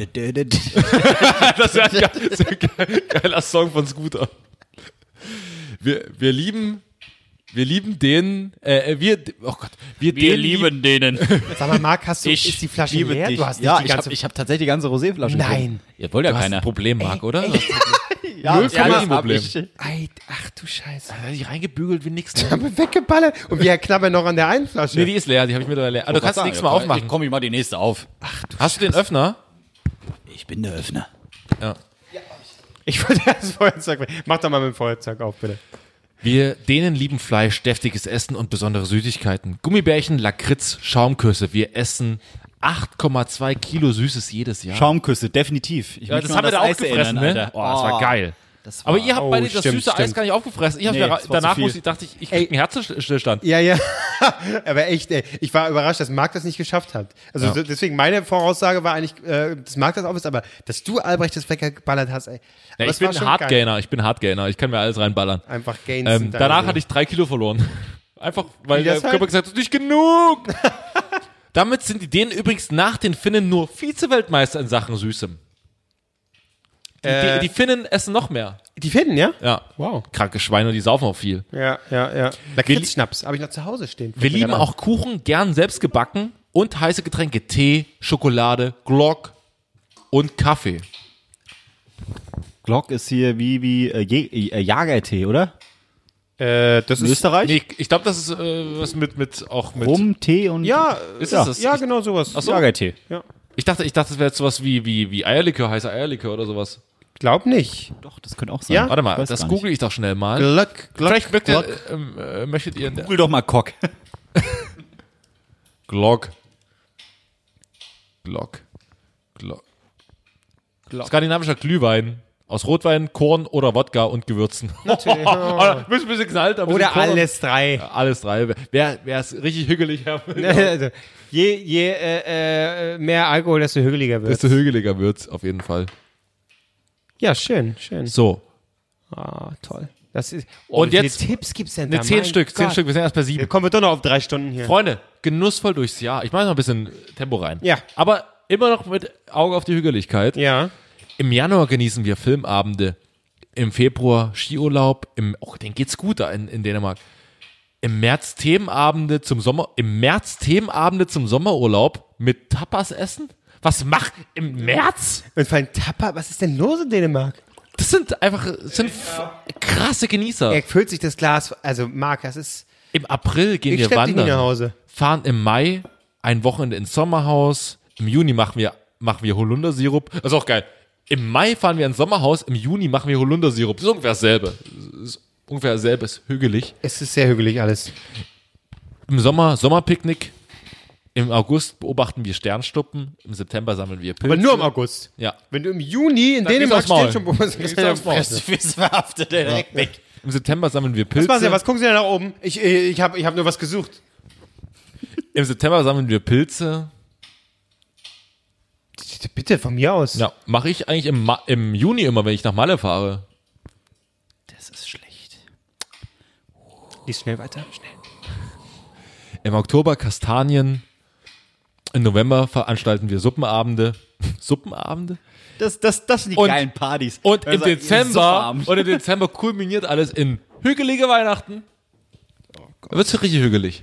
[SPEAKER 3] Das wäre ein ge sehr ge geiler Song von Scooter. Wir, wir lieben, wir lieben den, äh, wir, oh Gott, wir,
[SPEAKER 2] Wir
[SPEAKER 3] den
[SPEAKER 2] lieben denen.
[SPEAKER 1] Sag mal, Marc, hast du,
[SPEAKER 2] Ich
[SPEAKER 1] ist die Flasche
[SPEAKER 2] liebe
[SPEAKER 1] leer?
[SPEAKER 2] dich.
[SPEAKER 1] Du hast nicht
[SPEAKER 2] ja,
[SPEAKER 1] die
[SPEAKER 2] ich
[SPEAKER 1] ganze...
[SPEAKER 2] habe hab tatsächlich die ganze Roséflasche.
[SPEAKER 1] Nein.
[SPEAKER 2] Ihr wollt ja
[SPEAKER 3] Du hast
[SPEAKER 2] keiner.
[SPEAKER 3] ein Problem, Marc, oder?
[SPEAKER 2] Ja,
[SPEAKER 3] Null Komma
[SPEAKER 2] das
[SPEAKER 3] ein
[SPEAKER 2] hab
[SPEAKER 3] Problem.
[SPEAKER 2] ich.
[SPEAKER 1] Ei, ach du Scheiße.
[SPEAKER 3] Da hab ich reingebügelt wie nix. Ne?
[SPEAKER 1] Haben wir weggeballert. Und wir knabbern noch an der einen Flasche.
[SPEAKER 3] Nee, die ist leer, die habe ich mittlerweile leer. Aber du kannst nächstes Mal aufmachen.
[SPEAKER 2] Komm ich mal die nächste auf.
[SPEAKER 3] Hast du den Öffner?
[SPEAKER 2] Ich bin der Öffner.
[SPEAKER 3] Ja.
[SPEAKER 1] Ich wollte das Feuerzeug... Mach doch mal mit dem Feuerzeug auf, bitte.
[SPEAKER 3] Wir denen lieben Fleisch, deftiges Essen und besondere Süßigkeiten. Gummibärchen, Lakritz, Schaumküsse. Wir essen acht Komma zwei Kilo Süßes jedes Jahr.
[SPEAKER 2] Schaumküsse, definitiv. Ich
[SPEAKER 3] Ja,
[SPEAKER 2] möchte
[SPEAKER 3] das
[SPEAKER 2] nur
[SPEAKER 3] haben wir
[SPEAKER 2] an
[SPEAKER 3] da auch
[SPEAKER 2] Eis
[SPEAKER 3] gefressen,
[SPEAKER 2] erinnern,
[SPEAKER 3] ne?
[SPEAKER 2] Alter.
[SPEAKER 3] Oh, das war geil.
[SPEAKER 2] Das war,
[SPEAKER 3] Aber ihr habt
[SPEAKER 1] Oh,
[SPEAKER 3] beide das
[SPEAKER 1] stimmt,
[SPEAKER 3] süße Eis
[SPEAKER 1] stimmt.
[SPEAKER 3] gar nicht aufgefressen. Ich hab
[SPEAKER 2] Nee,
[SPEAKER 3] mir,
[SPEAKER 2] das war zu
[SPEAKER 3] danach
[SPEAKER 2] viel.
[SPEAKER 3] musste ich, dachte ich, ich krieg einen Herzstillstand.
[SPEAKER 1] Ja, ja. Aber echt, ey, ich war überrascht, dass Marc das nicht geschafft hat. Also
[SPEAKER 3] Ja.
[SPEAKER 1] so, deswegen meine Voraussage war eigentlich, äh, dass Marc das auf ist, aber dass du Albrecht das weggeballert hast, ey.
[SPEAKER 3] Ja,
[SPEAKER 1] Aber
[SPEAKER 3] ich
[SPEAKER 1] es
[SPEAKER 3] bin
[SPEAKER 1] war
[SPEAKER 3] ein
[SPEAKER 1] schon
[SPEAKER 3] Hardgainer, ich bin Hardgainer, ich kann mir alles reinballern.
[SPEAKER 1] geil. Einfach Gains.
[SPEAKER 3] Ähm,
[SPEAKER 1] sind da
[SPEAKER 3] danach
[SPEAKER 1] so.
[SPEAKER 3] hatte ich drei Kilo verloren. Einfach, weil
[SPEAKER 1] Wie
[SPEAKER 3] der
[SPEAKER 1] das halt?
[SPEAKER 3] Körper gesagt hat, das ist nicht genug. Damit sind die Dänen übrigens nach den Finnen nur Vize-Weltmeister in Sachen Süßem. Die,
[SPEAKER 1] Äh.
[SPEAKER 3] die, die Finnen essen noch mehr.
[SPEAKER 1] Die finden, ja?
[SPEAKER 3] Ja.
[SPEAKER 1] Wow.
[SPEAKER 3] Kranke Schweine, die saufen auch viel.
[SPEAKER 1] Ja, ja, ja. Lakritzschnaps habe ich noch zu Hause stehen.
[SPEAKER 3] Wir lieben auch Kuchen, gern selbst gebacken und heiße Getränke, Tee, Schokolade, Glock und Kaffee.
[SPEAKER 2] Glock ist hier wie, wie äh, Je- äh, Jagertee, oder?
[SPEAKER 1] Äh, das
[SPEAKER 2] In
[SPEAKER 1] ist.
[SPEAKER 2] Österreich?
[SPEAKER 3] Nee, ich glaube, das ist äh, was mit, mit, auch mit.
[SPEAKER 2] Rum, Tee und
[SPEAKER 1] Ja,
[SPEAKER 3] Ist
[SPEAKER 1] ja,
[SPEAKER 3] es das?
[SPEAKER 1] ja,
[SPEAKER 3] Ich-
[SPEAKER 1] genau sowas.
[SPEAKER 3] Ach so.
[SPEAKER 2] Jagertee.
[SPEAKER 1] Ja.
[SPEAKER 3] Ich dachte, ich dachte, das wäre jetzt sowas wie, wie, wie Eierlikör, heißer Eierlikör oder sowas.
[SPEAKER 1] Glaub nicht.
[SPEAKER 2] Doch, das könnte auch sein.
[SPEAKER 1] Ja?
[SPEAKER 3] Warte mal,
[SPEAKER 2] Ich weiß
[SPEAKER 3] das
[SPEAKER 2] gar nicht.
[SPEAKER 3] google ich doch schnell mal.
[SPEAKER 1] Glöck, Glock,
[SPEAKER 3] Vielleicht mögt ihr,
[SPEAKER 1] Glock.
[SPEAKER 3] ähm, äh, möchtet ihr.
[SPEAKER 2] Google doch mal Cock.
[SPEAKER 3] Glock. Glock. Glock.
[SPEAKER 1] Glock.
[SPEAKER 3] Skandinavischer Glühwein. Aus Rotwein, Korn oder Wodka und Gewürzen.
[SPEAKER 1] Natürlich.
[SPEAKER 3] Ein bisschen, bisschen knallt, aber
[SPEAKER 1] Oder alles drei.
[SPEAKER 3] Alles drei. Wer, wer ist richtig hügelig haben will,
[SPEAKER 1] Also, je je äh, äh, mehr Alkohol, desto hügeliger wird.
[SPEAKER 3] desto hügeliger wird's auf jeden Fall.
[SPEAKER 1] Ja, schön, schön.
[SPEAKER 3] So,
[SPEAKER 1] Ah, toll. Das ist, oh,
[SPEAKER 3] Und
[SPEAKER 1] wie viele
[SPEAKER 3] jetzt
[SPEAKER 1] Tipps gibt's denn
[SPEAKER 3] ne,
[SPEAKER 1] da?
[SPEAKER 3] zehn
[SPEAKER 1] Mein
[SPEAKER 3] Stück, zehn
[SPEAKER 1] Gott.
[SPEAKER 3] Stück. Wir sind erst bei
[SPEAKER 1] Wir
[SPEAKER 3] sieben.
[SPEAKER 1] kommen doch noch auf drei Stunden hier.
[SPEAKER 3] Freunde, genussvoll durchs Jahr. Ich mache noch ein bisschen Tempo rein.
[SPEAKER 1] Ja.
[SPEAKER 3] Aber immer noch mit Auge auf die Hügeligkeit.
[SPEAKER 1] Ja.
[SPEAKER 3] Im Januar genießen wir Filmabende. Im Februar Skiurlaub. Im, oh, denen geht's gut da in, in Dänemark. Im März Themenabende zum Sommer. Im März Themenabende zum Sommerurlaub mit Tapas essen. Was macht im März?
[SPEAKER 1] Und vor allem Tapper, was ist denn los in Dänemark?
[SPEAKER 3] Das sind einfach das sind f- krasse Genießer.
[SPEAKER 1] Er füllt sich das Glas, also Marc, das ist,
[SPEAKER 3] Im April gehen
[SPEAKER 1] ich
[SPEAKER 3] wir
[SPEAKER 1] schlepp dich nie nach
[SPEAKER 3] wandern.
[SPEAKER 1] Hause.
[SPEAKER 3] Fahren im Mai ein Wochenende ins Sommerhaus. Im Juni machen wir, machen wir Holundersirup. Das ist auch geil. Im Mai fahren wir ins Sommerhaus, im Juni machen wir Holundersirup. Das ist ungefähr dasselbe. Das ist ungefähr dasselbe, ist hügelig.
[SPEAKER 1] Es ist sehr hügelig alles.
[SPEAKER 3] Im Sommer Sommerpicknick. Im August beobachten wir Sternschnuppen. Im September sammeln wir Pilze.
[SPEAKER 1] Aber nur im August.
[SPEAKER 3] Ja.
[SPEAKER 1] Wenn du im Juni in
[SPEAKER 3] Dann
[SPEAKER 1] Dänemark
[SPEAKER 3] gehst du aufs
[SPEAKER 1] stehst,
[SPEAKER 3] Maul.
[SPEAKER 1] schon
[SPEAKER 3] Dann gehst du aufs Maul.
[SPEAKER 2] Fürs verhaftet direkt weg.
[SPEAKER 3] Im September sammeln wir
[SPEAKER 1] Was
[SPEAKER 3] Pilze.
[SPEAKER 1] machst du, was guckst du denn nach oben? Ich, äh, ich habe ich hab nur was gesucht.
[SPEAKER 3] Im September sammeln wir Pilze.
[SPEAKER 1] Bitte, von mir aus.
[SPEAKER 3] Ja, mache ich eigentlich im, Ma- im Juni immer, wenn ich nach Malle fahre.
[SPEAKER 2] Das ist schlecht.
[SPEAKER 1] Lies schnell weiter. Schnell.
[SPEAKER 3] Im Oktober Kastanien. Im November veranstalten wir Suppenabende. Suppenabende?
[SPEAKER 2] Das, das, das sind die
[SPEAKER 3] Und-
[SPEAKER 2] geilen Partys.
[SPEAKER 3] Und im
[SPEAKER 2] Also,
[SPEAKER 3] Dezember,
[SPEAKER 2] Suppenabend.
[SPEAKER 3] und im Dezember kulminiert alles in hügelige Weihnachten. Da wird's richtig hügelig.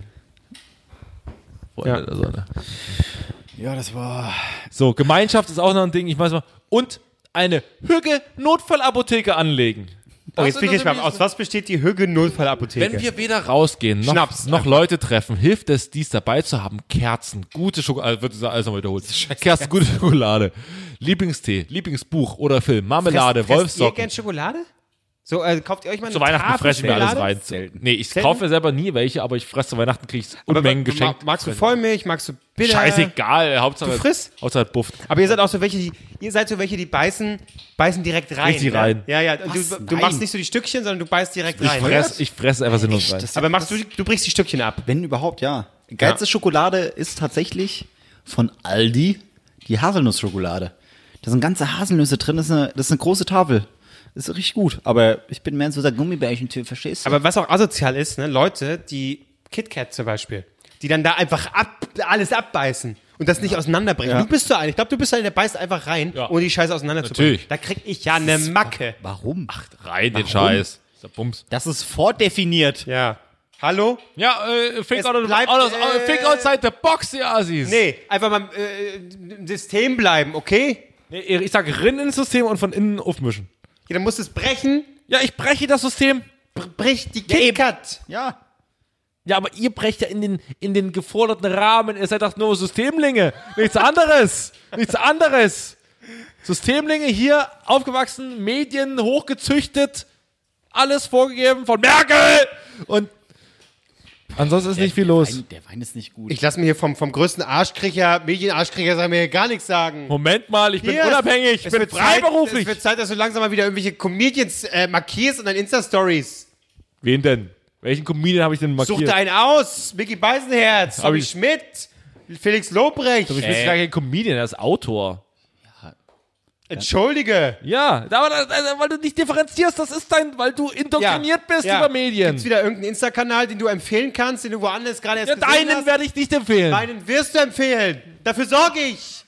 [SPEAKER 3] Freunde
[SPEAKER 1] Ja.
[SPEAKER 3] der Sonne.
[SPEAKER 2] Ja, das war.
[SPEAKER 3] So, Gemeinschaft ist auch noch ein Ding. Ich weiß mal. Und eine Hüge-Notfallapotheke anlegen.
[SPEAKER 1] Oh, jetzt
[SPEAKER 3] Das
[SPEAKER 1] bin ich
[SPEAKER 3] sind
[SPEAKER 1] gespannt.
[SPEAKER 3] nämlich-
[SPEAKER 1] Aus was besteht die Hügge-Notfallapotheke?
[SPEAKER 3] Wenn wir weder rausgehen, noch,
[SPEAKER 1] Schnaps.
[SPEAKER 3] noch Leute treffen, hilft es, dies dabei zu haben. Kerzen, gute Schokolade, wird das alles nochmal wiederholt. Kerzen, gute Schokolade, Lieblingstee, Lieblingsbuch oder Film, Marmelade,
[SPEAKER 1] Fresst- fresst ihr
[SPEAKER 3] Wolfssocken.
[SPEAKER 1] gern Schokolade? So, äh, kauft ihr euch mal eine
[SPEAKER 3] Zu Weihnachten
[SPEAKER 1] Tafel
[SPEAKER 3] fressen wir alles
[SPEAKER 1] Schokolade?
[SPEAKER 3] rein.
[SPEAKER 2] Selten.
[SPEAKER 3] Nee, ich
[SPEAKER 1] Selten?
[SPEAKER 3] kaufe mir selber nie welche, aber ich fresse zu Weihnachten, kriege ich
[SPEAKER 1] Aber
[SPEAKER 3] Unmengen
[SPEAKER 1] ma-
[SPEAKER 3] geschenkt.
[SPEAKER 1] Magst du Vollmilch? Magst du bitter?
[SPEAKER 3] Scheißegal, Hauptsache,
[SPEAKER 1] Du frisst?
[SPEAKER 3] Hauptsache bufft.
[SPEAKER 1] Aber ihr seid auch so welche, die, ihr seid so welche, die beißen, beißen direkt rein.
[SPEAKER 3] Richtig
[SPEAKER 1] ne?
[SPEAKER 3] rein.
[SPEAKER 1] Ja, ja. Und du,
[SPEAKER 2] Was?
[SPEAKER 1] du
[SPEAKER 2] Nein.
[SPEAKER 1] machst nicht so die Stückchen, sondern du beißt direkt
[SPEAKER 3] Ich
[SPEAKER 1] rein.
[SPEAKER 3] fresse ich fress einfach sinnlos rein.
[SPEAKER 2] Das-
[SPEAKER 1] Aber machst du, du brichst die Stückchen ab.
[SPEAKER 2] Wenn überhaupt, ja. Geilste Schokolade ist tatsächlich von Aldi die Haselnussschokolade. Da sind ganze Haselnüsse drin, das ist eine, das ist eine große Tafel. Das ist richtig gut. Aber ich bin mehr so der Gummibärchen-Typ, verstehst du?
[SPEAKER 1] Aber was auch asozial ist, ne, Leute, die KitKat zum Beispiel, die dann da einfach ab, alles abbeißen und das nicht auseinanderbringen.
[SPEAKER 2] Ja.
[SPEAKER 1] Du bist so ein, ich glaube, du bist einer, der beißt einfach rein,
[SPEAKER 3] Ja.
[SPEAKER 1] ohne die Scheiße auseinanderzubringen.
[SPEAKER 3] Natürlich.
[SPEAKER 1] Da krieg ich ja eine Macke.
[SPEAKER 2] Warum?
[SPEAKER 3] Rein den Scheiß. Ist der Bums.
[SPEAKER 2] Das ist vordefiniert.
[SPEAKER 1] Ja. Hallo?
[SPEAKER 3] Ja, äh, think,
[SPEAKER 1] Es
[SPEAKER 3] out of,
[SPEAKER 1] bleibt,
[SPEAKER 3] out of,
[SPEAKER 1] äh,
[SPEAKER 3] think outside the box, ihr Assis.
[SPEAKER 1] Nee, einfach mal äh, im System bleiben, okay?
[SPEAKER 3] Nee, ich sag rin ins System und von innen aufmischen.
[SPEAKER 1] Ja, dann musst du es brechen.
[SPEAKER 3] Ja, ich breche das System.
[SPEAKER 1] Br brich die KitKat.
[SPEAKER 2] Ja.
[SPEAKER 3] Ja, aber ihr brecht ja in den, in den geforderten Rahmen. Ihr seid doch nur Systemlinge. Nichts anderes. Nichts anderes. Systemlinge hier, aufgewachsen, Medien hochgezüchtet. alles vorgegeben von Merkel und ansonsten ist nicht viel los.
[SPEAKER 2] Wein, der Wein ist nicht gut.
[SPEAKER 1] Ich lasse mir hier vom, vom größten Arschkriecher, Medienarschkriecher, sagen mir hier gar nichts sagen.
[SPEAKER 3] Moment mal, ich bin
[SPEAKER 1] Hier,
[SPEAKER 3] unabhängig, ich
[SPEAKER 1] es
[SPEAKER 3] bin
[SPEAKER 1] wird Zeit,
[SPEAKER 3] freiberuflich.
[SPEAKER 1] es wird Zeit, dass du langsam mal wieder irgendwelche Comedians äh, markierst in deinen Insta-Stories.
[SPEAKER 3] Wen denn? Welchen Comedian habe ich denn markiert?
[SPEAKER 1] Such dir einen aus. Micky Beisenherz,
[SPEAKER 3] Hab
[SPEAKER 1] Tommy
[SPEAKER 3] ich-
[SPEAKER 1] Schmidt, Felix Lobrecht.
[SPEAKER 3] Ich bin gar kein Comedian, er ist Autor.
[SPEAKER 1] Entschuldige.
[SPEAKER 3] Ja, aber das, also, weil du nicht differenzierst, das ist dein, weil du indoktriniert bist über Medien.
[SPEAKER 1] Gibt's wieder irgendeinen Insta-Kanal, den du empfehlen kannst, den du woanders gerade erst
[SPEAKER 3] Ja,
[SPEAKER 1] gesehen
[SPEAKER 3] deinen
[SPEAKER 1] hast?
[SPEAKER 3] werde ich nicht empfehlen.
[SPEAKER 1] Meinen wirst du empfehlen. Dafür sorge ich.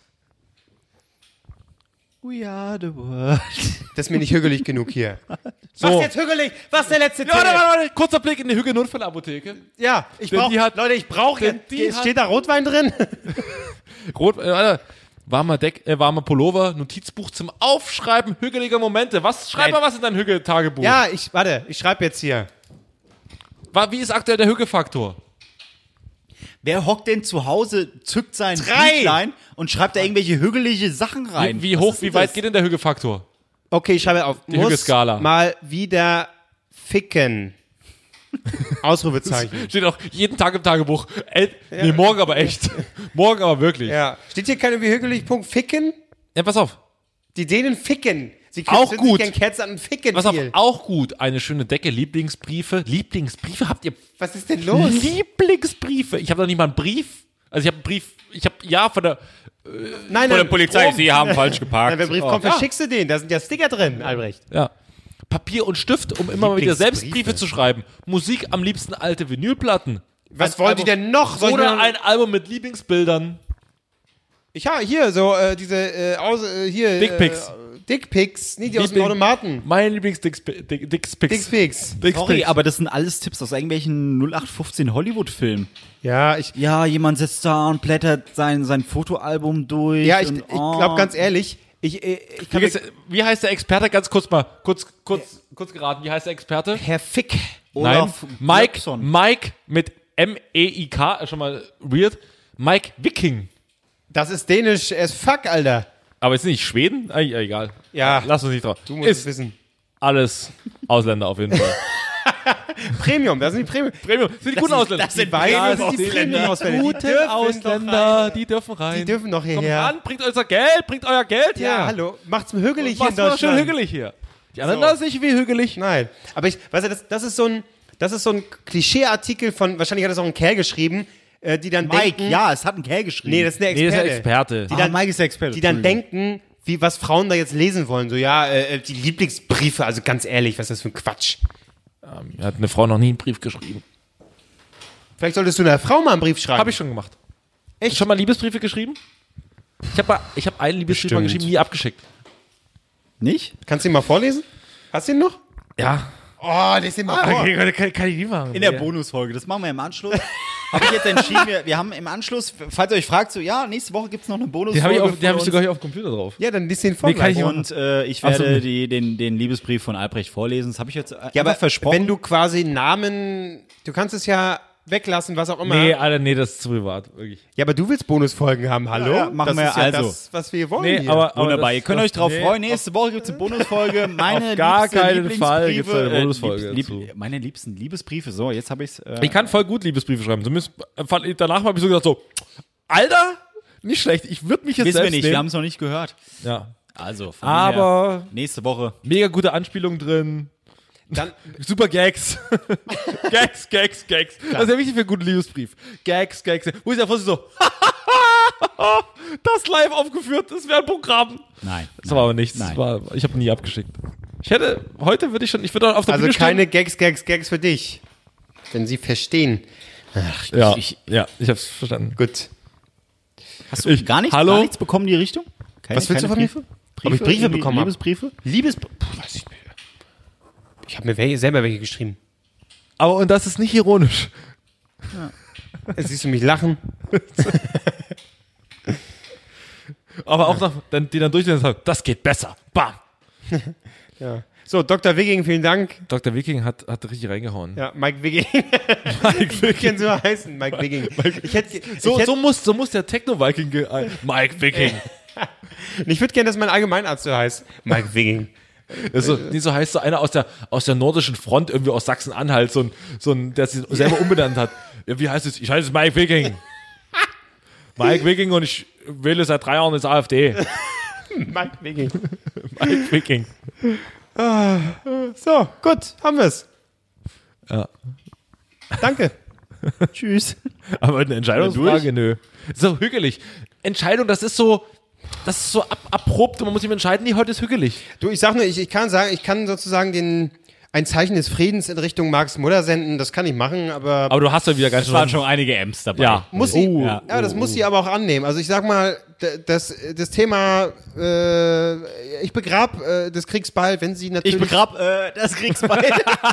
[SPEAKER 2] We are the world.
[SPEAKER 1] Das ist mir nicht hügelig genug hier.
[SPEAKER 3] So.
[SPEAKER 1] Was jetzt hügelig? Was ist der letzte
[SPEAKER 3] Ja, warte,
[SPEAKER 1] Tipp?
[SPEAKER 3] warte, warte, kurzer Blick in die Hügge-Notfallapotheke.
[SPEAKER 1] Ja, ich
[SPEAKER 3] Denn
[SPEAKER 1] brauche,
[SPEAKER 3] die hat-
[SPEAKER 1] Leute, ich brauche
[SPEAKER 3] denn
[SPEAKER 1] jetzt,
[SPEAKER 3] die hat-
[SPEAKER 1] steht da Rotwein drin?
[SPEAKER 3] Rot, äh, warte, warmer Deck, äh, warmer Pullover, Notizbuch zum Aufschreiben hügeliger Momente. Was, schreib
[SPEAKER 1] Nein.
[SPEAKER 3] mal was in dein Hügge-Tagebuch.
[SPEAKER 1] Ja, ich, warte, ich schreibe jetzt hier.
[SPEAKER 3] Wa- Wie ist aktuell der Hügge-Faktor?
[SPEAKER 2] Wer hockt denn zu Hause, zückt sein
[SPEAKER 1] Drei.
[SPEAKER 2] Büchlein und schreibt da irgendwelche hügelige Sachen rein?
[SPEAKER 3] Wie, wie
[SPEAKER 2] Was
[SPEAKER 3] hoch,
[SPEAKER 2] ist
[SPEAKER 3] wie
[SPEAKER 2] denn
[SPEAKER 3] weit
[SPEAKER 2] das?
[SPEAKER 3] geht denn der Hügge-Faktor?
[SPEAKER 1] Okay, ich schreibe auf.
[SPEAKER 3] Die
[SPEAKER 1] Muss
[SPEAKER 3] Hügge-Skala.
[SPEAKER 1] mal wieder ficken. Ausrufezeichen.
[SPEAKER 3] Steht auch jeden Tag im Tagebuch. Ey, nee, morgen aber echt. morgen aber wirklich. Ja,
[SPEAKER 1] Ja. Steht hier keine wie hügelig Punkt ficken?
[SPEAKER 3] pass auf.
[SPEAKER 1] Die Dänen ficken. Sie
[SPEAKER 3] Auch
[SPEAKER 1] zünden
[SPEAKER 3] gut.
[SPEAKER 1] sich gern Kerzen an und ficken
[SPEAKER 3] Pass auf,
[SPEAKER 1] viel.
[SPEAKER 3] auch gut. Eine schöne Decke, Lieblingsbriefe. Lieblingsbriefe? Habt ihr
[SPEAKER 1] Was ist denn los?
[SPEAKER 3] Lieblingsbriefe? Ich habe doch nicht mal einen Brief. Also ich habe einen Brief, ich habe, ja, von der,
[SPEAKER 1] Nein,
[SPEAKER 3] von der
[SPEAKER 1] nein.
[SPEAKER 3] Polizei, Sie haben falsch
[SPEAKER 1] Wenn
[SPEAKER 3] geparkt.
[SPEAKER 1] der Brief
[SPEAKER 3] Oh.
[SPEAKER 1] kommt,
[SPEAKER 3] ja.
[SPEAKER 1] verschickst du den. Da sind ja Sticker drin, Albrecht.
[SPEAKER 3] Ja. Papier und Stift, um immer mal wieder selbst
[SPEAKER 1] Lieblingsbriefe.
[SPEAKER 3] Briefe zu schreiben. Musik, am liebsten alte Vinylplatten.
[SPEAKER 1] Was
[SPEAKER 3] Ein
[SPEAKER 1] wollen die
[SPEAKER 3] Album-
[SPEAKER 1] denn noch? Soll ich
[SPEAKER 3] Oder
[SPEAKER 1] mir-
[SPEAKER 3] ein Album mit Lieblingsbildern.
[SPEAKER 1] Ich habe hier so äh, diese äh, aus, äh, hier
[SPEAKER 3] Dickpics.
[SPEAKER 1] Äh, Dickpics, nee, die aus dem
[SPEAKER 3] Liebling-
[SPEAKER 1] Automaten.
[SPEAKER 3] Mein Lieblings-Dickspics.
[SPEAKER 1] Dickpics.
[SPEAKER 2] Sorry, aber das sind alles Tipps aus irgendwelchen null acht fünfzehn Hollywood-Filmen.
[SPEAKER 1] Ja, ich
[SPEAKER 2] Ja, jemand sitzt da und blättert sein, sein Fotoalbum durch.
[SPEAKER 1] ja, ich,
[SPEAKER 2] und,
[SPEAKER 1] ich
[SPEAKER 2] oh.
[SPEAKER 1] glaube ganz ehrlich, ich, äh, ich
[SPEAKER 3] Wie,
[SPEAKER 1] kann
[SPEAKER 3] geht's-
[SPEAKER 1] mir,
[SPEAKER 3] wie heißt der Experte? Ganz kurz mal, kurz, kurz, kurz geraten. Wie heißt der Experte?
[SPEAKER 1] Herr Fick.
[SPEAKER 2] Olaf
[SPEAKER 3] Nein, Mike,
[SPEAKER 2] Glöckson.
[SPEAKER 3] Mike mit M E I K, ist schon mal weird. Mike Wiking.
[SPEAKER 1] Das ist dänisch as fuck, Alter.
[SPEAKER 3] Aber ist nicht Schweden? Ah, ja, egal.
[SPEAKER 1] Ja.
[SPEAKER 3] Lass uns nicht drauf.
[SPEAKER 1] Du musst es
[SPEAKER 3] Ist
[SPEAKER 1] wissen.
[SPEAKER 3] alles Ausländer auf jeden Fall.
[SPEAKER 1] Premium, das sind die Premium.
[SPEAKER 3] Premium. Sind die guten Ausländer?
[SPEAKER 1] Das sind beide sind die Premium-Ausländer. Die
[SPEAKER 3] Gute
[SPEAKER 1] dürfen
[SPEAKER 3] Ausländer, die dürfen rein.
[SPEAKER 1] Die dürfen noch
[SPEAKER 3] Kommt
[SPEAKER 1] hierher.
[SPEAKER 3] ran, bringt euer Geld, bringt euer Geld her.
[SPEAKER 1] Ja, hallo. Macht's mir hügelig hier in
[SPEAKER 3] Macht's mal schön
[SPEAKER 1] Deutschland.
[SPEAKER 3] hügelig hier. Die anderen
[SPEAKER 1] So.
[SPEAKER 3] da ist nicht wie hügelig.
[SPEAKER 1] Nein. Aber ich, weißt du, das, das ist so ein, das ist so ein Klischee-Artikel von, wahrscheinlich hat das auch ein Kerl geschrieben, äh, die dann
[SPEAKER 2] Mike,
[SPEAKER 1] denken,
[SPEAKER 2] ja, es hat ein Kerl geschrieben.
[SPEAKER 1] nee, das ist der
[SPEAKER 3] Nee, das
[SPEAKER 1] Experte.
[SPEAKER 3] ist der Experte.
[SPEAKER 1] Die
[SPEAKER 2] Ah,
[SPEAKER 1] dann,
[SPEAKER 2] Mike ist der Experte.
[SPEAKER 1] die dann
[SPEAKER 2] Entschuldigung.
[SPEAKER 1] denken, wie, was Frauen da jetzt lesen wollen. So, ja, äh, die Lieblingsbriefe, also ganz ehrlich, was ist das für ein Quatsch?
[SPEAKER 3] Mir hat eine Frau noch nie einen Brief geschrieben.
[SPEAKER 1] Vielleicht solltest du einer Frau mal einen Brief schreiben.
[SPEAKER 3] Habe ich schon gemacht. Echt? Schon mal Liebesbriefe geschrieben? Ich habe ich hab einen Liebesbrief mal
[SPEAKER 1] Bestimmt.
[SPEAKER 3] geschrieben, nie abgeschickt.
[SPEAKER 2] Nicht?
[SPEAKER 1] Kannst du ihn mal vorlesen? Hast du ihn noch?
[SPEAKER 3] Ja.
[SPEAKER 1] Oh, lies ihn mal vor.
[SPEAKER 3] Okay, kann, kann ich nie machen.
[SPEAKER 2] In der Bonusfolge. Das machen wir im Anschluss. Habe ich jetzt entschieden, wir, wir haben im Anschluss, falls ihr euch fragt, so, ja, nächste Woche gibt es noch eine
[SPEAKER 3] Den
[SPEAKER 2] Bonusfolge.
[SPEAKER 3] habe ich, auf-
[SPEAKER 2] von
[SPEAKER 3] den hab ich
[SPEAKER 2] uns.
[SPEAKER 3] sogar hier auf dem Computer drauf.
[SPEAKER 1] Ja, dann lies ihn vor.
[SPEAKER 3] Nee, kann
[SPEAKER 1] gleich.
[SPEAKER 3] ich-
[SPEAKER 2] Und äh, ich
[SPEAKER 3] Ach so.
[SPEAKER 2] werde die, den, den Liebesbrief von Albrecht vorlesen. Das habe ich jetzt äh,
[SPEAKER 1] ja, aber
[SPEAKER 2] einfach versprochen.
[SPEAKER 1] wenn du quasi Namen, du kannst es ja weglassen, was auch immer.
[SPEAKER 3] Nee, Alter, nee, das ist zu privat. Wirklich.
[SPEAKER 1] Ja, aber du willst Bonusfolgen haben, hallo?
[SPEAKER 2] Ja, ja, machen
[SPEAKER 1] das
[SPEAKER 2] wir
[SPEAKER 1] ist ja
[SPEAKER 2] also.
[SPEAKER 1] das, was wir wollen
[SPEAKER 3] Nee,
[SPEAKER 1] hier.
[SPEAKER 3] aber, aber
[SPEAKER 2] Wunderbar,
[SPEAKER 3] das-
[SPEAKER 2] ihr könnt
[SPEAKER 3] das-
[SPEAKER 2] euch drauf
[SPEAKER 3] nee,
[SPEAKER 2] freuen. Nächste Woche gibt es eine Bonusfolge. Meine
[SPEAKER 3] Auf gar
[SPEAKER 2] liebste
[SPEAKER 3] keinen Fall gibt's
[SPEAKER 2] Lieblingsbriefe,
[SPEAKER 3] eine Bonusfolge
[SPEAKER 2] äh, lieb,
[SPEAKER 3] dazu.
[SPEAKER 2] lieb, meine liebsten Liebesbriefe. So, jetzt habe ich es. Äh,
[SPEAKER 3] Ich kann voll gut Liebesbriefe schreiben. Zumindest fand ich- danach habe ich so gedacht, so, Alter, nicht schlecht. Ich würde mich jetzt
[SPEAKER 2] wissen wir
[SPEAKER 3] selbst
[SPEAKER 2] nicht, wir
[SPEAKER 3] nehmen.
[SPEAKER 2] haben es noch nicht gehört.
[SPEAKER 3] Ja.
[SPEAKER 2] Also, von
[SPEAKER 3] Aber
[SPEAKER 2] dem her, nächste Woche.
[SPEAKER 3] mega gute Anspielung drin.
[SPEAKER 1] Dann,
[SPEAKER 3] Super Gags. Gags, Gags, Gags. Das ist ja wichtig für einen guten Liebesbrief. Gags, Gags. Wo ist der Fuß so, das live aufgeführt, das wäre ein Programm.
[SPEAKER 2] Nein.
[SPEAKER 3] Das war aber nichts. Das
[SPEAKER 2] Nein.
[SPEAKER 3] war, ich habe nie abgeschickt. Ich hätte, heute würde ich schon, ich würde auf der
[SPEAKER 1] also
[SPEAKER 3] Bühne stehen.
[SPEAKER 1] keine Gags, Gags, Gags für dich. Denn sie verstehen.
[SPEAKER 3] Ja,
[SPEAKER 2] ich-
[SPEAKER 3] ja, ich hab's verstanden.
[SPEAKER 1] Gut.
[SPEAKER 2] Hast du
[SPEAKER 3] Ich-
[SPEAKER 2] gar, nichts,
[SPEAKER 3] Hallo?
[SPEAKER 2] gar nichts bekommen in die Richtung? Keine,
[SPEAKER 1] Was willst du
[SPEAKER 2] keine
[SPEAKER 1] von mir?
[SPEAKER 2] Briefe?
[SPEAKER 1] Ob ich Briefe
[SPEAKER 2] irgendwie
[SPEAKER 1] bekommen hab?
[SPEAKER 2] Liebesbriefe?
[SPEAKER 1] Liebes... Puh, weiß ich nicht. Ich habe mir welche, selber welche geschrieben.
[SPEAKER 3] Aber und das ist nicht ironisch.
[SPEAKER 1] Jetzt siehst du mich lachen.
[SPEAKER 3] Aber auch noch, dann, die dann durchlesen und sagen, das geht besser. Bam.
[SPEAKER 1] Ja. So, Doktor Wigging, vielen Dank.
[SPEAKER 3] Doktor Wiking hat, hat richtig reingehauen.
[SPEAKER 1] Ja, Mike Wigging.
[SPEAKER 3] Mike
[SPEAKER 1] Ich
[SPEAKER 3] Wiking.
[SPEAKER 1] kann so heißen, Mike Wigging. Ich, hätte,
[SPEAKER 3] So,
[SPEAKER 1] ich, hätte,
[SPEAKER 3] so, muss, so muss der Techno-Viking. Ge- äh, Mike Wiking.
[SPEAKER 1] ich würde gerne, dass mein Allgemeinarzt so heißt. Mike Wigging.
[SPEAKER 3] Also, nee, so heißt so einer aus der, aus der nordischen Front, irgendwie aus Sachsen-Anhalt, so ein, so ein, der sich selber umbenannt hat. Ja, wie heißt es? Ich heiße Mike Wiking. Mike Wiking und ich wähle seit drei Jahren das AfD.
[SPEAKER 1] Mike Wiking.
[SPEAKER 3] Mike Wiking.
[SPEAKER 1] So, gut, haben wir's.
[SPEAKER 3] Ja.
[SPEAKER 1] Danke.
[SPEAKER 2] Tschüss.
[SPEAKER 3] Aber eine Entscheidungsfrage, nö. So hügelig. Entscheidung, das ist so, das ist so ab, abrupt und man muss sich entscheiden, nee, heute ist hügelig.
[SPEAKER 1] Du, ich sag nur, ich, ich kann sagen, ich kann sozusagen den ein Zeichen des Friedens in Richtung Marks Mutter senden, das kann ich machen, aber,
[SPEAKER 3] Aber du hast ja wieder ganz
[SPEAKER 5] Es waren schon einige M's dabei.
[SPEAKER 3] Ja.
[SPEAKER 1] muss sie,
[SPEAKER 5] Oh,
[SPEAKER 1] ja,
[SPEAKER 5] ja.
[SPEAKER 1] das muss sie aber auch annehmen. Also ich sag mal, d- das, das Thema, äh, ich begrab äh, des Kriegs bald, wenn sie natürlich.
[SPEAKER 5] Ich begrab äh, das Kriegsbeil.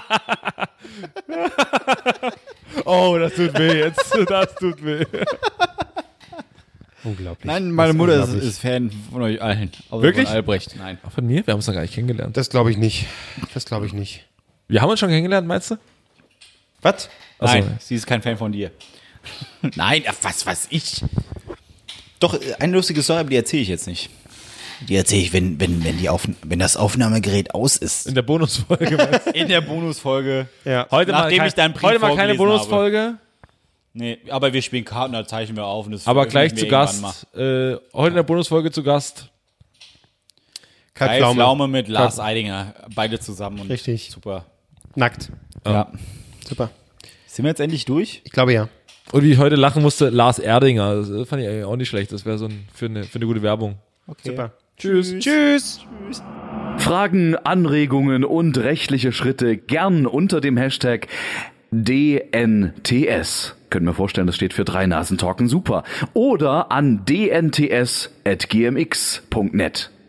[SPEAKER 3] Oh, das tut weh jetzt. Das tut weh.
[SPEAKER 1] Unglaublich.
[SPEAKER 2] Nein, meine
[SPEAKER 1] Das
[SPEAKER 2] Mutter ist,
[SPEAKER 1] unglaublich.
[SPEAKER 2] ist Fan von euch allen. Außer
[SPEAKER 3] Wirklich?
[SPEAKER 2] Von Albrecht. Nein.
[SPEAKER 3] Von mir? Wir haben uns noch gar nicht kennengelernt.
[SPEAKER 1] Das glaube ich nicht. Das glaube ich nicht.
[SPEAKER 3] Wir haben uns schon kennengelernt, meinst du?
[SPEAKER 1] Was?
[SPEAKER 3] Achso.
[SPEAKER 2] Nein, sie ist kein Fan von dir. Nein, ach, was weiß ich. Doch, äh, eine lustige Story, aber die erzähle ich jetzt nicht. Die erzähle ich, wenn, wenn, wenn, die Auf, wenn das Aufnahmegerät aus ist.
[SPEAKER 3] In der Bonusfolge. meinst du?
[SPEAKER 2] In der Bonusfolge.
[SPEAKER 1] Ja.
[SPEAKER 3] Heute
[SPEAKER 2] Nachdem
[SPEAKER 3] mal,
[SPEAKER 2] ich deinen Brief
[SPEAKER 3] heute mal keine
[SPEAKER 2] vorgelesen
[SPEAKER 3] Bonusfolge,
[SPEAKER 2] Nee, aber wir spielen Karten, da zeichnen wir auf. Und das
[SPEAKER 3] aber gleich zu
[SPEAKER 2] veröffentlichen
[SPEAKER 3] Gast. Äh, heute in der Bonusfolge zu Gast.
[SPEAKER 1] Kai
[SPEAKER 2] Kai
[SPEAKER 1] Pflaume.
[SPEAKER 2] Pflaume mit Lars Eidinger. Beide zusammen. Und
[SPEAKER 1] Richtig.
[SPEAKER 2] Super.
[SPEAKER 1] Nackt.
[SPEAKER 2] Ja.
[SPEAKER 1] Super.
[SPEAKER 2] Sind wir jetzt endlich durch?
[SPEAKER 1] Ich glaube ja.
[SPEAKER 3] Und wie ich heute lachen musste, Lars Erdinger. Das fand ich eigentlich auch nicht schlecht. Das wäre so ein, für, eine, für eine gute Werbung.
[SPEAKER 2] Okay.
[SPEAKER 1] Super.
[SPEAKER 2] Tschüss.
[SPEAKER 1] Tschüss.
[SPEAKER 6] Fragen, Anregungen und rechtliche Schritte gern unter dem Hashtag D N T S. Können wir vorstellen, das steht für drei Nasen Talken super. Oder an d n t s at g m x punkt net.